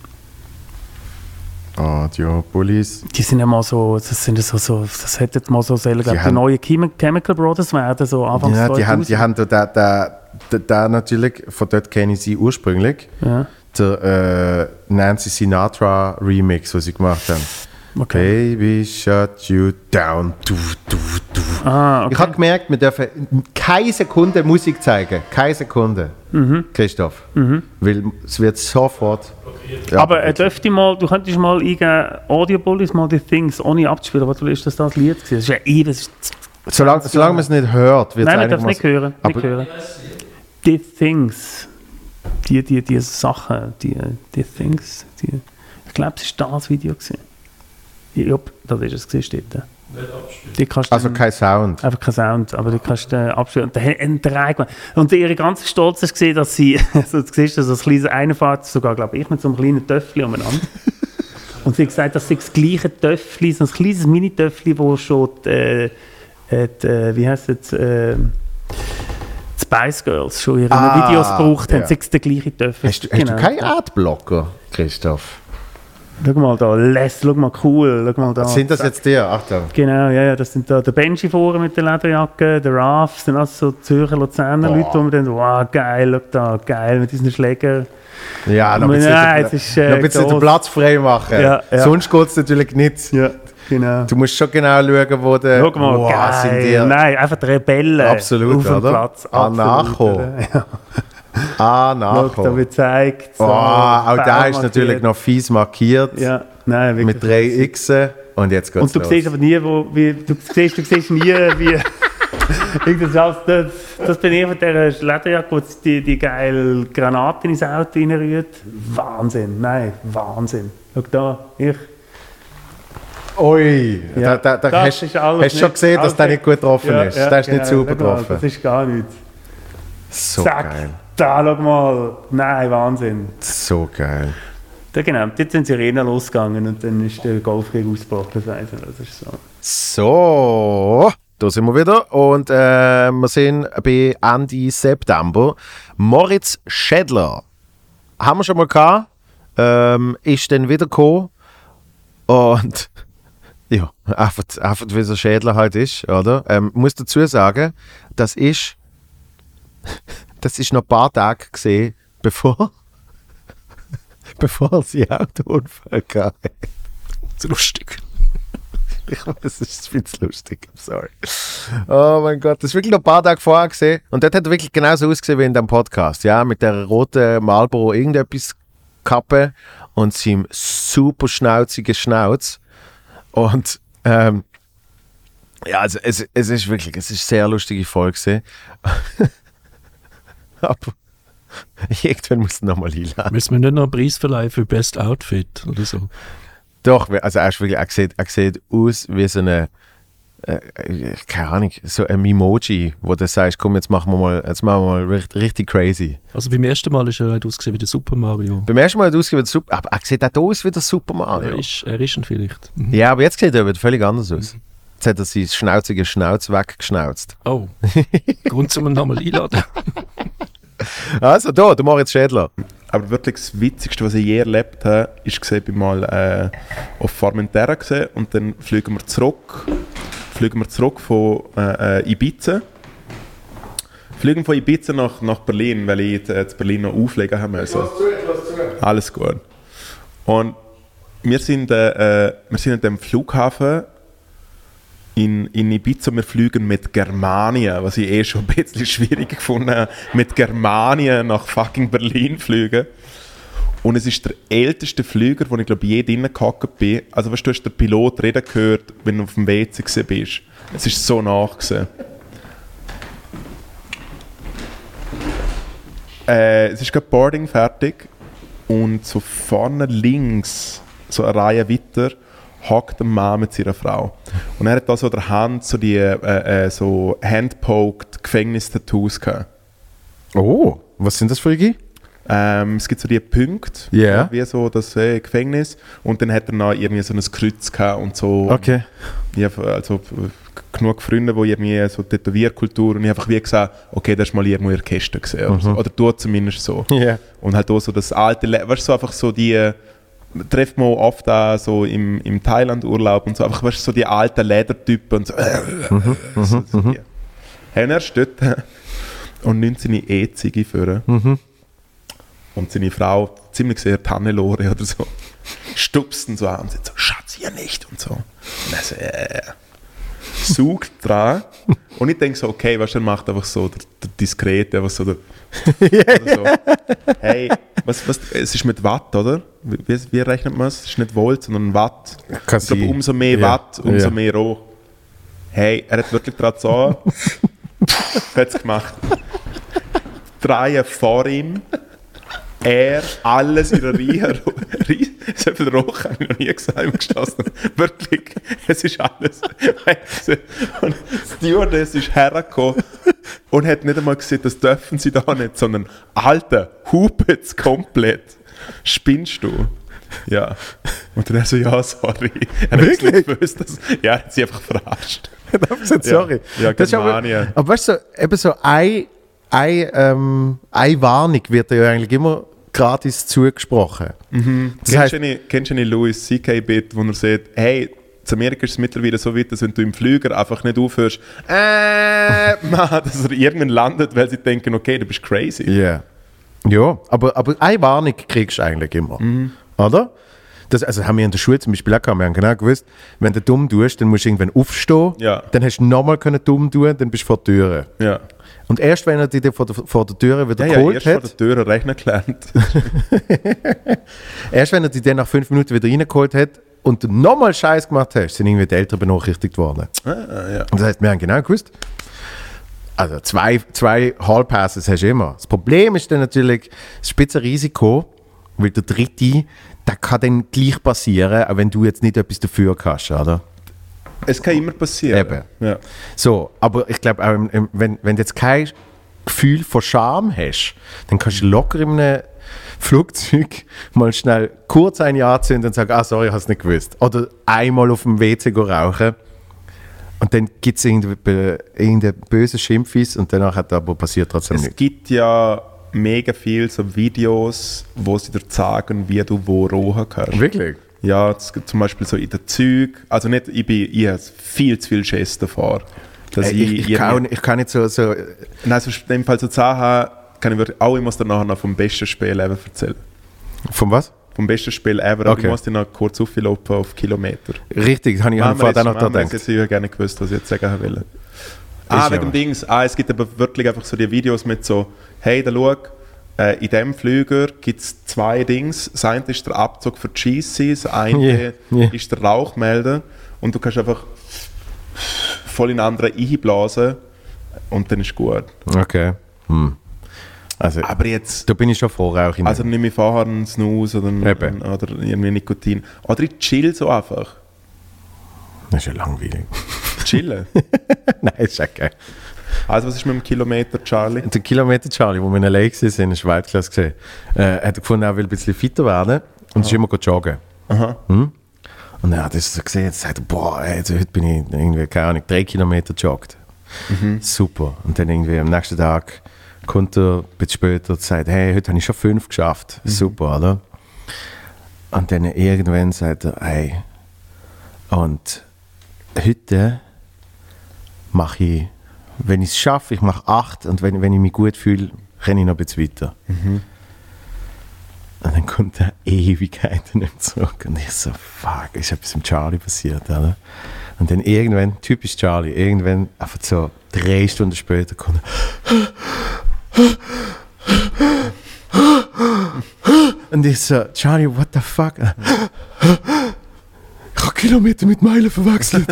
Audiobullies... Die sind ja mal so, das sind so, so das hätte mal so sollen, glaub, die haben- neue Chemi- Chemical Brothers werden, so Anfangs Ja, die haben, zweitausend. die haben da, da, da, da, da natürlich, von dort kenne ich sie ursprünglich, Ja. der äh, Nancy Sinatra Remix, was sie gemacht haben. Okay. Baby, shut you down. Du, du, du. Ah, okay. Ich habe gemerkt, wir dürfen keine Sekunde Musik zeigen. Keine Sekunde. Mhm. Christoph. Mhm. Weil es wird sofort... Ja, aber äh, dürfte mal, du könntest mal eingeben, Audiobullies, mal die Things, ohne abzuspielen. Was ist das das Lied gewesen? Das ist ja eh, das ist solange, solange man es nicht hört, wird es Nein, man darf es nicht hören. Nicht Aber- hören. Die Things, die, die, die Sachen, die, die Things, die, ich glaube, es war das Video gewesen. Ja, das ist es gewesen, steht da. Die kannst du Also dann- kein Sound. Einfach kein Sound, aber du kannst äh, abspielen. Und, der, und, der Reich, und ihre ganze Stolz ist gesehen, dass sie, also, du siehst, dass das kleine eine fährt, sogar glaube ich, mit so einem kleinen Töffel umeinander. Und sie hat gesagt, das sei das gleiche Töffel, so ein kleines Mini-Töffel, wo schon die, äh, die, äh, wie heisst es, äh, die Spice Girls schon ihre Ah, Videos gebraucht haben, ja. sei es der gleiche Töffel. Hast, du- hast du keinen Adblocker, Christoph? Schau mal da, Les, schau mal cool, schau mal da. Sind das jetzt die? Achtung. Genau, ja, ja, das sind da der Benji vorne mit der Lederjacke, der Raf, das sind alles so Zürcher, Luzerner Boah. Leute, wo man denkt, wow, geil, schau da, geil, mit diesen Schlägern. Ja, noch ein Nein, bisschen, nein, den, es ist, äh, noch ein bisschen den gross. Platz frei machen. Ja, ja. Sonst geht es natürlich nicht. Ja, genau. Du musst schon genau schauen, wo der... Schau mal, Wow, geil. sind die Nein, einfach die Rebellen absolut, auf dem oder? Platz. Anarcho. Absolut, oder? Ja. Ah, Schau, nachher. da wird gezeigt. Oh, so, auch da Bau ist natürlich markiert. noch fies markiert. Ja, nein, wirklich. Mit drei Xen. Und jetzt geht's Und du los. siehst aber nie, wo, wie, du siehst, du siehst nie, wie... Irgendwas, das, das bin ich von dieser Lederjacke, wo die, die geile Granate ins Auto reinrührt. Wahnsinn, nein, Wahnsinn. Schau da, ich... Ui, Ja, da, da, da das hast ist alles hast du schon nicht- gesehen, dass alles der nicht- nicht gut getroffen Ja, ist. ja, der ist nicht genau, sauber schau mal, getroffen. Das ist gar nichts. So Zack, geil. da, schau mal. Nein, Wahnsinn. So geil. Da, genau, dort sind die Sirenen losgegangen und dann ist der Golfkrieg ausgebrochen. Das heisst, das ist so. So, da sind wir wieder. Und äh, wir sind bei Ende September. Moritz Schädler. Haben wir schon mal gehabt. ähm, ist dann wieder gekommen und ja, einfach, einfach wie so ein Schädler halt ist, oder? Ähm, muss dazu sagen, das ist das ist noch ein paar Tage gesehen, bevor bevor sie Autounfall gab. Das ist lustig. Ich weiß, es ist viel zu lustig. I'm sorry. Oh mein Gott, das ist wirklich noch ein paar Tage vorher gesehen. Und dort hat er wirklich genauso ausgesehen wie in dem Podcast. Ja, mit der roten Marlboro irgendetwas Kappe und seinem super schnauzigen Schnauz. Und ähm, ja, also es, es ist wirklich, es ist eine sehr lustige Folge gewesen. Aber irgendwann muss es nochmal hinladen. Müssen wir nicht noch einen Preis verleihen für Best Outfit oder so? Doch, also er, ist wirklich, er, sieht, er sieht aus wie so eine, äh, keine Ahnung, so ein Mimoji, wo du sagst, komm, jetzt machen wir mal, jetzt machen wir mal richtig, richtig crazy. Also beim ersten Mal ist er halt ausgesehen wie der Super Mario. Beim ersten Mal hat er ausgesehen wie der Super, aber er sieht auch aus wie der Super Mario. Er ist, er ist ihn vielleicht. Mhm. Ja, aber jetzt sieht er wieder völlig anders aus. Jetzt hat er seinen schnauzigen Schnauz weggeschnauzt. Oh, Grund zum nochmal einladen. Also da, der Moritz Schädler. Aber wirklich das Witzigste, was ich je erlebt habe, ist gesehen, ich mal äh, auf Formentera gesehen und dann fliegen wir zurück, fliegen wir zurück von äh, äh, Ibiza. Fliegen von Ibiza nach, nach Berlin, weil ich äh, zu Berlin noch auflegen haben musste. Lass zu, lass zu. Alles gut. Und wir sind, äh, wir sind an dem Flughafen in, in Ibiza, wir fliegen mit Germania, was ich eh schon ein bisschen schwierig gefunden habe, mit Germania nach fucking Berlin fliegen. Und es ist der älteste Flüger, wo ich glaube je drinnen gehockt bin. Also weißt, du hast den Pilot reden gehört, wenn du auf dem W C gewesen bist. Es ist so nach gewesen. Äh, es ist gerade Boarding fertig und so vorne links, so eine Reihe weiter, hockt ein Mann mit seiner Frau. Und er hat da so in der Hand so die äh, äh, so handpoked Gefängnis-Tattoos gehabt. Oh, was sind das für die? Ähm, es gibt so die Punkte, Yeah. wie so das äh, Gefängnis. Und dann hat er noch irgendwie so ein Kreuz gehabt und so. Okay. Ich hab, also genug Freunde, die irgendwie so Tätowierkultur und ich habe einfach wie gesagt, okay, das ist mal irgendwo in der Kiste gesehen. Oder, so. Oder tut zumindest so. Yeah. Und halt auch so das alte, Le- weißt du, so einfach so die, trifft man oft auch so im, im Thailand-Urlaub und so, einfach weißt du, so die alten Ledertypen und so. Mhm, so, so die. Hey, und er steht und nimmt seine E-Ziege für. Mhm. Und seine Frau, ziemlich sehr Hannelore oder so, stupst ihn so an und sagt so, Schatz, hier nicht und so. Und er so, äh, sucht dran. Und ich denke so, okay, weißt du, er macht einfach so der, der Diskrete, einfach so der, oder so. Hey, was, was, es ist mit Watt, oder? Wie, wie rechnet man es? Es ist nicht Volt, sondern Watt. Kann Ich glaube, sein. umso mehr Ja. Watt, umso Ja. mehr Roh. Hey, er hat wirklich dran so, hat es gemacht. Drei vor ihm. Er, alles in der Reihe, so viel Rauch habe ich noch nie gesagt im Geschlossenen. Wirklich, es ist alles. Und die Stewardess ist hergekommen und hat nicht einmal gesagt, das dürfen sie da nicht, sondern Alter, hupet's komplett. Spinnst du? Ja. Und dann er so, ja, sorry. Er hat Wirklich? nicht gewusst, dass, ja, er hat sie einfach verarscht. Sorry. Ja, ja, Das ist aber, Germania. aber weißt du, so, eben so ein, ein, ähm, eine Warnung wird ja eigentlich immer gratis zugesprochen. Mhm. Das Kennst heißt- du eine- kennst du eine Louis C K-Bit, wo er sagt, hey, in Amerika ist es mittlerweile so weit, dass wenn du im Flüger einfach nicht aufhörst, äh, man, dass er irgendwann landet, weil sie denken, okay, du bist crazy. Ja. Ja, aber, aber eine Warnung kriegst du eigentlich immer. Mhm. Oder? Das, also haben wir in der Schule zum Beispiel auch gehabt, wir haben genau gewusst, wenn du dumm tust, dann musst du irgendwann aufstehen, Ja. dann hast du nochmal können dumm tun, dann bist du vor der Tür. Ja. Und erst wenn er dich dann vor der, vor der Tür wieder Ja, ja, geholt erst vor hat, der Tür rechnen gelernt. erst wenn er dich dann nach fünf Minuten wieder reingeholt hat und du nochmal Scheiß gemacht hast, sind irgendwie die Eltern benachrichtigt worden. ah, ja. Und das heißt, wir haben genau gewusst, also zwei, zwei Hallpasses hast du immer. Das Problem ist dann natürlich das Spitzenrisiko, weil der dritte, der kann dann gleich passieren, auch wenn du jetzt nicht etwas dafür kannst, oder? Es kann immer passieren. Eben. Ja. So, aber ich glaube, auch im, im, wenn, wenn du jetzt kein Gefühl von Scham hast, dann kannst du locker in einem Flugzeug mal schnell kurz ein Jahr anzünden und sagen, ah, sorry, ich habe es nicht gewusst. Oder einmal auf dem W C go rauchen. Und dann gibt es irgendeinen bösen Schimpfis und danach hat aber passiert trotzdem Es nichts. gibt ja mega viele so Videos, wo sie dir zeigen, wie du wo rohen kannst. Wirklich? Ja, das, zum Beispiel so in den Zügen. Also nicht, ich bin ich habe viel zu viel Schiss davor. Dass Ey, ich, ich, ich, kann, ich kann nicht so... so nein, so in dem Fall so Sachen kann ich wirklich auch, ich muss dir nachher noch vom besten Spiel ever erzählen. Von was? Vom besten Spiel ever, okay. aber ich muss dir noch kurz auflaufen auf Kilometer. Richtig, habe ich vorher dann noch da gedacht. Ich hätte gerne gewusst, was ich jetzt sagen will. Ah, wegen dem Dings. Ah, es gibt aber wirklich einfach so die Videos mit so, hey, da schau, äh, in diesem Flüger gibt es zwei Dings. Das eine ist der Abzug für die Scheisse, das eine yeah, yeah. ist der Rauchmelder. Und du kannst einfach voll in den anderen einblasen und dann ist gut. Okay. Hm. Also, aber jetzt... Da bin ich schon froh, Rauch in Also nicht mehr vorher einen Snooze oder, ein, oder irgendwie Nikotin. Oder ich chill so einfach. Das ist ja langweilig. Chillen? Nein, ist okay. Also was ist mit dem Kilometer Charlie? Der Kilometer Charlie, wo wir in L A waren, ist Weltklasse gesehen. Äh, hat er gefunden, er will ein bisschen fitter werden und ist immer joggen. Aha. Hm? Und er hat das so gesehen und sagt, boah, ey, also heute bin ich irgendwie, keine Ahnung, drei Kilometer joggt. Mhm. Super. Und dann irgendwie am nächsten Tag kommt er ein bisschen später und sagt, hey, heute habe ich schon fünf geschafft. Mhm. Super, oder? Und dann irgendwann sagt er, hey, und heute mache ich, wenn ich es schaffe, ich mache acht und wenn, wenn ich mich gut fühle, renne ich noch ein bisschen weiter. Mhm. Und dann kommt er Ewigkeiten nicht zurück. Und ich so, fuck, ist etwas mit Charlie passiert, oder? Und dann irgendwann, typisch Charlie, irgendwann, einfach so drei Stunden später kommt er. Und ich so, Charlie, what the fuck? Ich habe Kilometer mit Meilen verwechselt.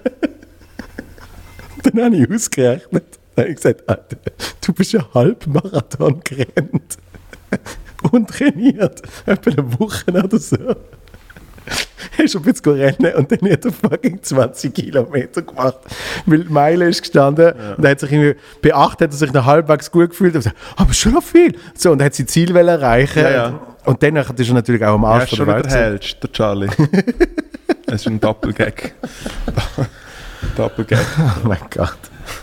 Dann habe ich ausgerechnet. Dann habe ich gesagt, Alter, du bist ja Halbmarathon gerannt. Und trainiert. Etwa eine Woche oder so. Er ist ein bisschen rennen und dann hat er fucking zwanzig Kilometer gemacht. Weil die Meile ist gestanden ja. Und er hat sich irgendwie, bei acht hat er sich noch halbwegs gut gefühlt. Und gesagt, aber schon noch viel. So, und er hat sein Ziel erreichen. Ja, ja. Und dann ist er natürlich auch am Arsch von der Welt. Er ist schon der der Charlie. Das ist ein Doppelgag. Doppelgag. Oh mein Gott.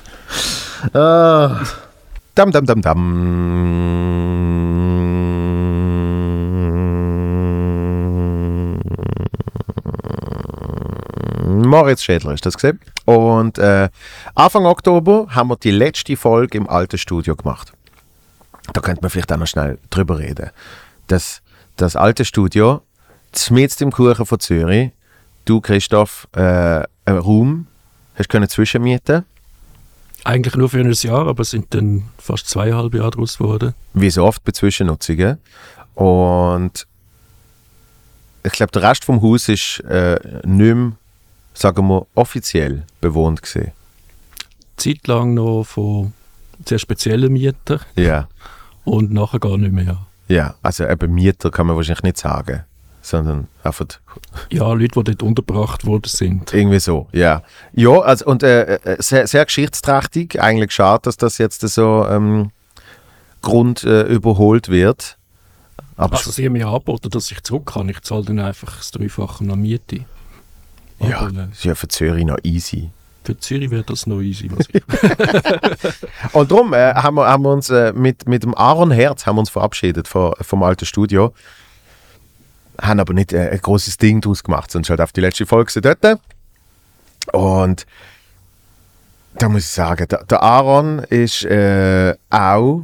Uh, dam, dam, dam, dam. Moritz Schädler ist das gesehen. Und äh, Anfang Oktober haben wir die letzte Folge im alten Studio gemacht. Da könnte man vielleicht auch noch schnell drüber reden. Das, das alte Studio, mitten im Kuchen von Zürich, du, Christoph, äh, einen Raum hast können zwischenmieten. Eigentlich nur für ein Jahr, aber es sind dann fast zweieinhalb Jahre daraus geworden. Wie so oft bei Zwischennutzungen. Und ich glaube, der Rest vom Haus ist äh, nicht mehr, sagen wir, offiziell bewohnt gewesen. Zeitlang noch von sehr speziellen Mietern. Ja. Und nachher gar nicht mehr. Ja, also eben Mieter kann man wahrscheinlich nicht sagen, sondern einfach... Ja, Leute, die dort untergebracht worden sind. Irgendwie so, ja. Ja, also, und äh, sehr, sehr geschichtsträchtig. Eigentlich schade, dass das jetzt so ähm, Grund äh, überholt wird. Aber also sie haben mir angeboten, dass ich zurück kann. Ich zahle dann einfach das Dreifache an Miete. Aber, ja, das ist ja für Zürich noch easy. Für Zürich wäre das noch easy. Was ich und darum äh, haben, wir, haben wir uns äh, mit, mit dem Aaron Herz haben wir uns verabschiedet vom, vom alten Studio. Haben aber nicht äh, ein großes Ding daraus gemacht, sondern halt auf die letzte Folge dort. Und da muss ich sagen, der, der Aaron ist äh, auch...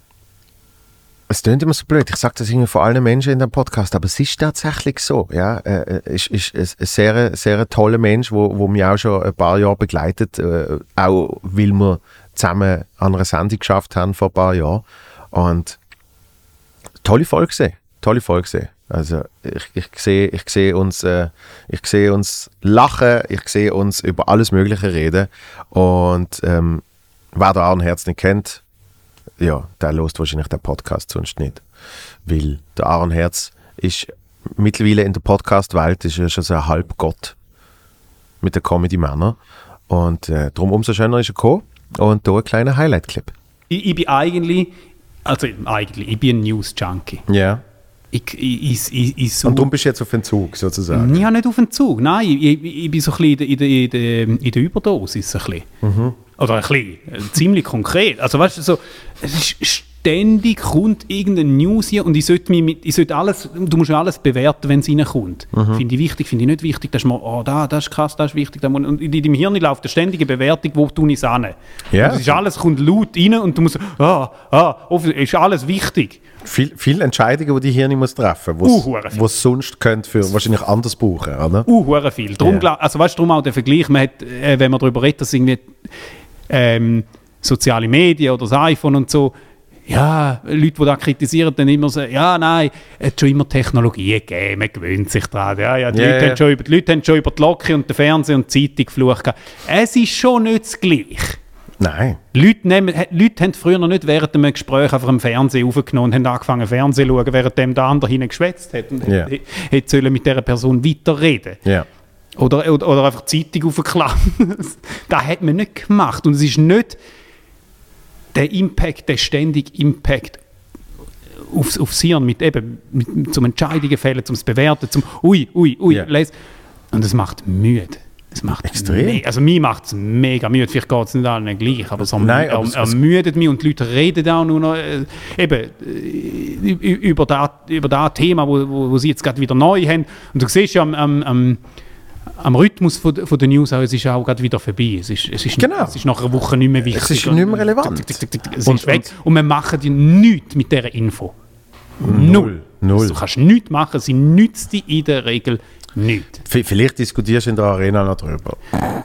Es klingt immer so blöd, ich sage das irgendwie von allen Menschen in dem Podcast, aber es ist tatsächlich so. Ja? Er ist, ist ein sehr, sehr toller Mensch, der wo, wo mich auch schon ein paar Jahre begleitet, äh, auch weil wir zusammen an einer Sendung geschafft haben vor ein paar Jahren. Und tolle Folge gesehen, tolle Folge gesehen. Also ich, ich sehe ich sehe uns, äh, ich sehe uns lachen, ich sehe uns über alles Mögliche reden. Und ähm, wer den Aaron Herz nicht kennt, ja, der hört wahrscheinlich den Podcast sonst nicht. Weil der Aaron Herz ist mittlerweile in der Podcast-Welt ist er schon so ein Halbgott mit den Comedy-Männern. Und äh, darum umso schöner ist er gekommen. Und hier ein kleiner Highlight-Clip. Ich, ich bin eigentlich, also eigentlich, ich bin ein News-Junkie. Ja. Yeah. Ich, ich, ich, ich so und darum bist du jetzt auf Entzug, sozusagen? Ich habe nicht auf Entzug, nein. Ich, ich, ich bin so ein bisschen in der, in der, in der Überdosis. Ein bisschen. Mhm. Oder ein bisschen, ziemlich konkret. Also weißt du, so, es ist ständig kommt irgendeine News hier und ich sollte, mich mit, ich sollte alles, du musst ja alles bewerten, wenn es reinkommt. Mhm. Finde ich wichtig, finde ich nicht wichtig. Das ist mal, oh, da, das ist krass, das ist wichtig. Da muss, und in deinem Hirn läuft eine ständige Bewertung, wo tue ich es an. Ja. Das ist alles, kommt laut rein und du musst, ah, ah, ist alles wichtig. Viel, viele Entscheidungen, die die Hirn muss treffen muss, Uh, die es sonst könnte für wahrscheinlich anders brauchen, oder? Uh, hure viel. Drum, Ja. glaub, also weißt du, darum auch der Vergleich, man hat, äh, wenn man darüber redet, dass irgendwie ähm, soziale Medien oder das iPhone und so, ja, Leute, die das kritisieren, dann immer so, ja, nein, es hat schon immer Technologie gegeben, man gewöhnt sich daran. Ja, ja, die, Ja, Leute ja. Haben schon über, die Leute haben schon über die Glocke und den Fernseher und die Zeitung geflucht. gehabt. Es ist schon nicht das Gleiche. Nein. Leute, nehmen, Leute haben früher noch nicht während einem Gespräch einfach im Fernsehen aufgenommen und haben angefangen, Fernsehen zu schauen, während der andere hinten geschwätzt hat und Ja. hätte hätte sollen mit dieser Person weiterreden. Ja. Oder, oder, oder einfach die Zeitung aufklappen. Das hat man nicht gemacht. Und es ist nicht der Impact, der ständige Impact aufs, aufs Hirn, mit eben, mit, zum Entscheidungen fällen, zum Bewerten, zum Ui, ui, ui, Ja. les. Und es macht müde. Es macht Extrem. Me- also mir macht es mega müde. Vielleicht geht es nicht allen gleich, aber es erm- Nein, aber es- erm- ermüdet mich und die Leute reden auch nur noch äh, eben, äh, ü- über das über das Thema, wo, wo, wo sie jetzt gerade wieder neu haben. Und du siehst ja am, am, am, am Rhythmus von, der- von der News, auch, es ist auch gerade wieder vorbei. Es ist, es ist, Genau. es ist nach einer Woche nicht mehr wichtig. Es ist nicht mehr relevant. Tick, tick, tick, tick, es Und- ist weg. Und wir machen dir nichts mit dieser Info. Null. Null. Also, du kannst nichts machen, sie nützt dir in der Regel nichts. V- Vielleicht diskutierst du in der Arena noch drüber.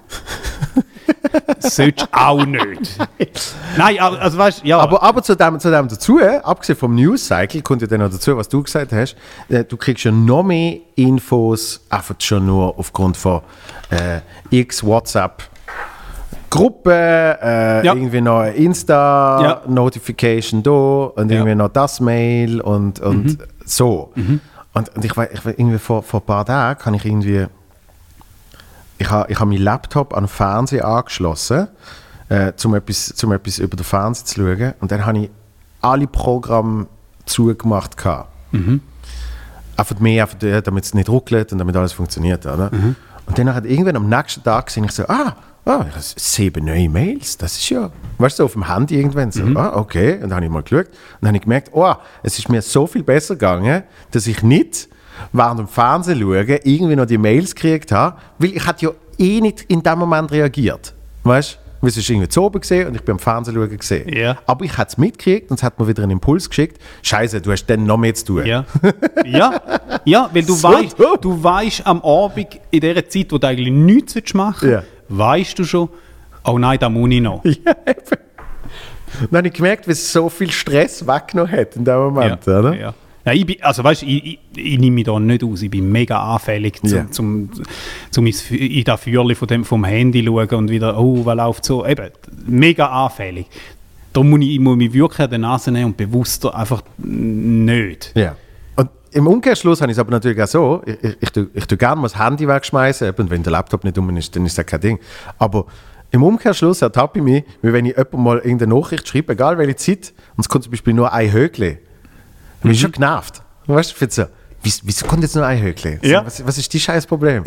Das solltest du auch nicht. Nein, aber- also weißt, ja. Aber, aber zu, dem, zu dem dazu, abgesehen vom News-Cycle, kommt ja dann noch dazu, was du gesagt hast, äh, du kriegst ja noch mehr Infos, einfach schon nur aufgrund von äh, x WhatsApp Gruppe, äh, Ja. irgendwie noch eine Insta-Notification da und Ja. irgendwie noch das Mail und, und so. Und, und ich weiß, ich weiß, irgendwie vor, vor ein paar Tagen kann ich irgendwie, ich habe ich ha meinen Laptop an den Fernseher angeschlossen, äh, um etwas, zum etwas über den Fernseher zu schauen. Und dann habe ich alle Programme zugemacht. gehabt. Einfach mehr, einfach, äh, damit es nicht ruckelt und damit alles funktioniert. Oder? Und dann hat irgendwann am nächsten Tag gesehen, ich so, ah, ah, ich habe sieben neue Mails, das ist ja, weißt du, so auf dem Handy irgendwann so, ah, okay. Und dann habe ich mal geschaut und dann habe ich gemerkt, oh, es ist mir so viel besser gegangen, dass ich nicht während dem Fernsehen schauen irgendwie noch die Mails gekriegt habe, weil ich hatte ja eh nicht in dem Moment reagiert, weißt du? Weil es ist irgendwie zu oben gesehen und ich bin am Fernsehen schauen gesehen. Ja. Aber ich habe es mitgekriegt und es hat mir wieder einen Impuls geschickt, Scheiße, du hast dann noch mehr zu tun. Ja, ja, ja, weil du So weißt, dumm. du weißt am Abend, in dieser Zeit, wo du eigentlich nichts machen Ja. willst, weißt du schon, oh nein, da muss ich noch. Ja, eben. Dann habe ich gemerkt, wie es so viel Stress weggenommen hat in dem Moment. Ja, Oder? ja. Ja, ich bin, also weißt, ich, ich, ich nehme mich da nicht aus. Ich bin mega anfällig, zum, Ja. zum, zum ins Fü- in das Feuerchen von dem, vom Handy schauen und wieder, oh, was läuft so. Eben, mega anfällig. Darum muss ich, ich muss mich wirklich an die Nase nehmen und bewusster einfach nicht. Ja. Und im Umkehrschluss habe ich es aber natürlich auch so, ich, ich, ich, tue- ich tue gerne mal das Handy wegschmeißen, eben, und wenn der Laptop nicht um ist, dann ist das kein Ding. Aber im Umkehrschluss ertappe ich mich, wie wenn ich jemandem mal irgendeine Nachricht schreibe, egal welche Zeit, und es kommt zum Beispiel nur ein Höckli. Dann bin ich schon genervt. Weißt du, ich finde so, wieso, wieso kommt jetzt nur ein Höckli? So, Ja. was, was ist das scheiß Problem?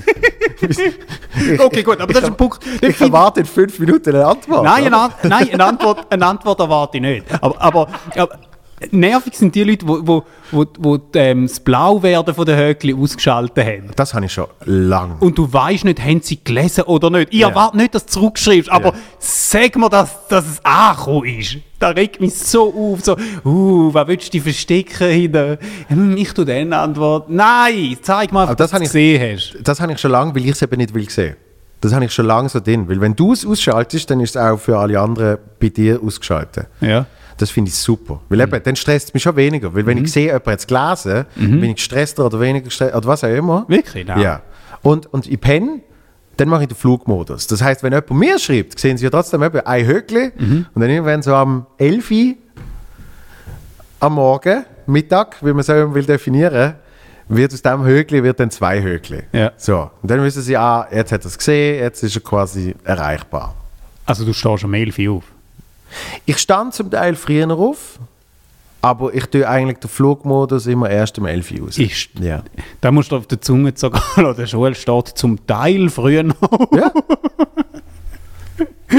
Okay, gut, aber das ist ein Punkt. den Ich finde- erwarte in fünf Minuten eine Antwort. Nein, oder? eine, An nein eine, Antwort, eine Antwort erwarte ich nicht. Aber, aber, aber nervig sind die Leute, die wo, wo, wo, wo ähm, das Blauwerden von den Höckli ausgeschaltet haben. Das habe ich schon lange. Und du weißt nicht, haben sie gelesen oder nicht. Ich Ja. erwarte nicht, dass du zurückschreibst, aber Ja. sag mir, dass, dass es angekommen ist. Das regt mich so auf. So, uh, was willst du dich verstecken hinter? Hm, ich tue dann Antwort. Nein, zeig mal, Aber das was habe du ich- gesehen hast. Das habe ich schon lange, weil ich es eben nicht will sehen. Das habe ich schon lange so drin. Weil wenn du es ausschaltest, dann ist es auch für alle anderen bei dir ausgeschaltet. Ja. Das finde ich super. Weil eben, dann stresst es mich schon weniger. Weil wenn ich sehe, jemand hat es gelesen, bin ich gestresster oder weniger gestresst oder was auch immer. Wirklich? Nein. Ja. Und, und ich penne, dann mache ich den Flugmodus. Das heisst, wenn jemand mir schreibt, sehen sie ja trotzdem eben ein Höckli und dann irgendwann so am elf Uhr am Morgen, Mittag, wie man so will definieren, wird aus diesem Höckli wird dann zwei Höckli. Ja. So. Und dann wissen sie, ah, jetzt hat er es gesehen, jetzt ist er quasi erreichbar. Also du stehst um elf Uhr auf. Ich stand zum Teil früher auf, aber ich tue eigentlich den Flugmodus immer erst um elf Uhr aus. Ist. Ja. Da musst du auf der Zunge sogar, oder der Schule steht zum Teil früher noch. Ja.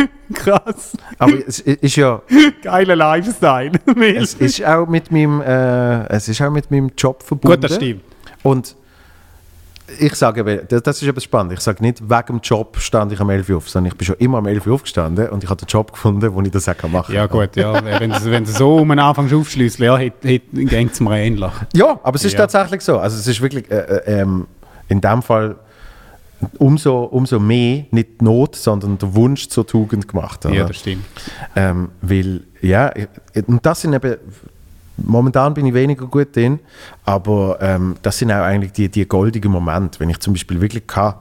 krass. Aber es ist ja... Geiler Lifestyle. es, ist auch mit meinem, äh, es ist auch mit meinem Job verbunden. Gut, das stimmt. Und ich sage, das, das ist etwas spannend. Ich sage nicht, wegen dem Job stand ich am elf Uhr auf, sondern ich bin schon immer am elf Uhr aufgestanden und ich habe den Job gefunden, wo ich das auch machen kann. Ja gut, ja. wenn, du, wenn du so um den Anfang aufschliessen, ja, geht es mir ähnlich. Ja, aber es ist ja. tatsächlich so. Also es ist wirklich, äh, äh, ähm, in dem Fall umso, umso mehr, nicht die Not, sondern der Wunsch zur Tugend gemacht. Oder? Ja, das stimmt. Ähm, weil, ja, und das sind eben, momentan bin ich weniger gut drin, aber ähm, das sind auch eigentlich die, die goldigen Momente, wenn ich zum Beispiel wirklich kann,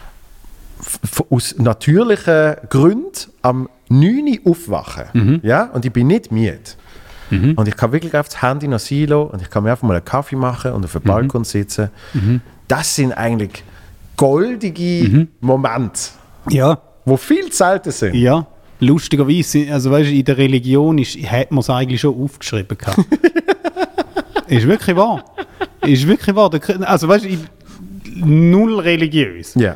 f- aus natürlichen Gründen am neun Uhr aufwachen, Mhm. ja, und ich bin nicht müde. Mhm. Und ich kann wirklich auf das Handy noch Silo und ich kann mir einfach mal einen Kaffee machen und auf dem Balkon sitzen. Mhm. Das sind eigentlich goldige Mhm. Momente, Ja. wo viel zu selten sind. Ja. Lustigerweise, also weißt, in der Religion ist, hat man es eigentlich schon aufgeschrieben gehabt. Ist wirklich wahr. Ist wirklich wahr. Der- Also weißt du, null religiös. Ja.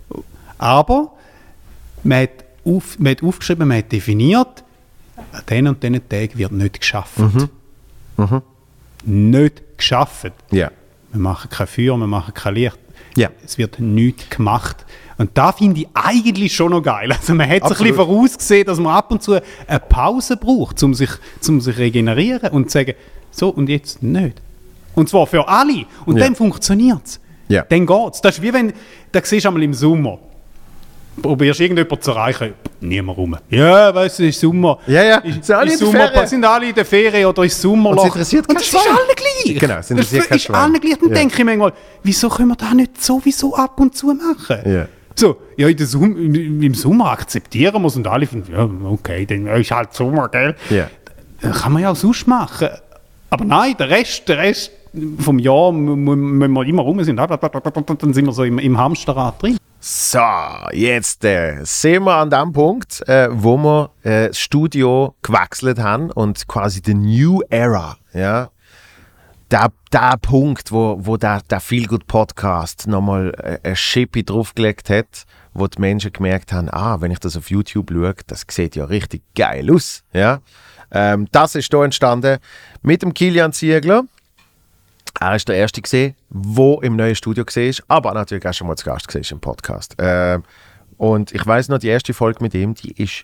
Aber man hat, auf, man hat aufgeschrieben, man hat definiert, an diesen und diesen Tagen wird nicht geschafft. Mhm. Mhm. Nicht geschafft. Ja. Wir machen kein Feuer, wir machen kein Licht. Ja. Es wird nichts gemacht. Und da finde ich eigentlich schon noch geil. Also man hat sich ein Absolut. bisschen vorausgesehen, dass man ab und zu eine Pause braucht, um sich, um sich regenerieren und zu sagen, so und jetzt nicht. Und zwar für alle. Und Ja. dann funktioniert es. Ja. Dann geht es. Das ist wie wenn, da siehst du einmal im Sommer, probierst irgendjemanden zu erreichen, niemand rum. Ja, weißt du, es ist Sommer. Ja, ja. Ist, Sind alle ist in der Sommer, Ferien? sind alle in der Ferien oder ist Sommerloch. Und es interessiert Und kein das ist Schwein. alle gleich. Genau, es interessiert das kein ist Schwein. alle gleich. Dann Ja. denke ich manchmal, wieso können wir das nicht sowieso ab und zu machen? Ja. So, ja, in der Sum- im, im Sommer akzeptieren wir es und alle finden, ja, okay, dann ist halt Sommer, gell? Ja. Das kann man ja auch sonst machen. Aber nein, der Rest, der Rest vom Jahr mu- mu- müssen wir immer rum sind. Dann sind wir so im, im Hamsterrad drin. So, jetzt äh, sind wir an dem Punkt, äh, wo wir äh, das Studio gewechselt haben und quasi die New Era, ja, der, der Punkt, wo, wo der, der Feelgood-Podcast nochmal äh, eine Schippe draufgelegt hat, wo die Menschen gemerkt haben, ah, wenn ich das auf YouTube schaue, das sieht ja richtig geil aus, ja. Ähm, das ist hier entstanden mit dem Kilian Ziegler. Er ist der Erste gesehen, der im neuen Studio war, aber natürlich auch schon mal zu Gast war im Podcast. Ähm, und ich weiss noch, die erste Folge mit ihm, die ist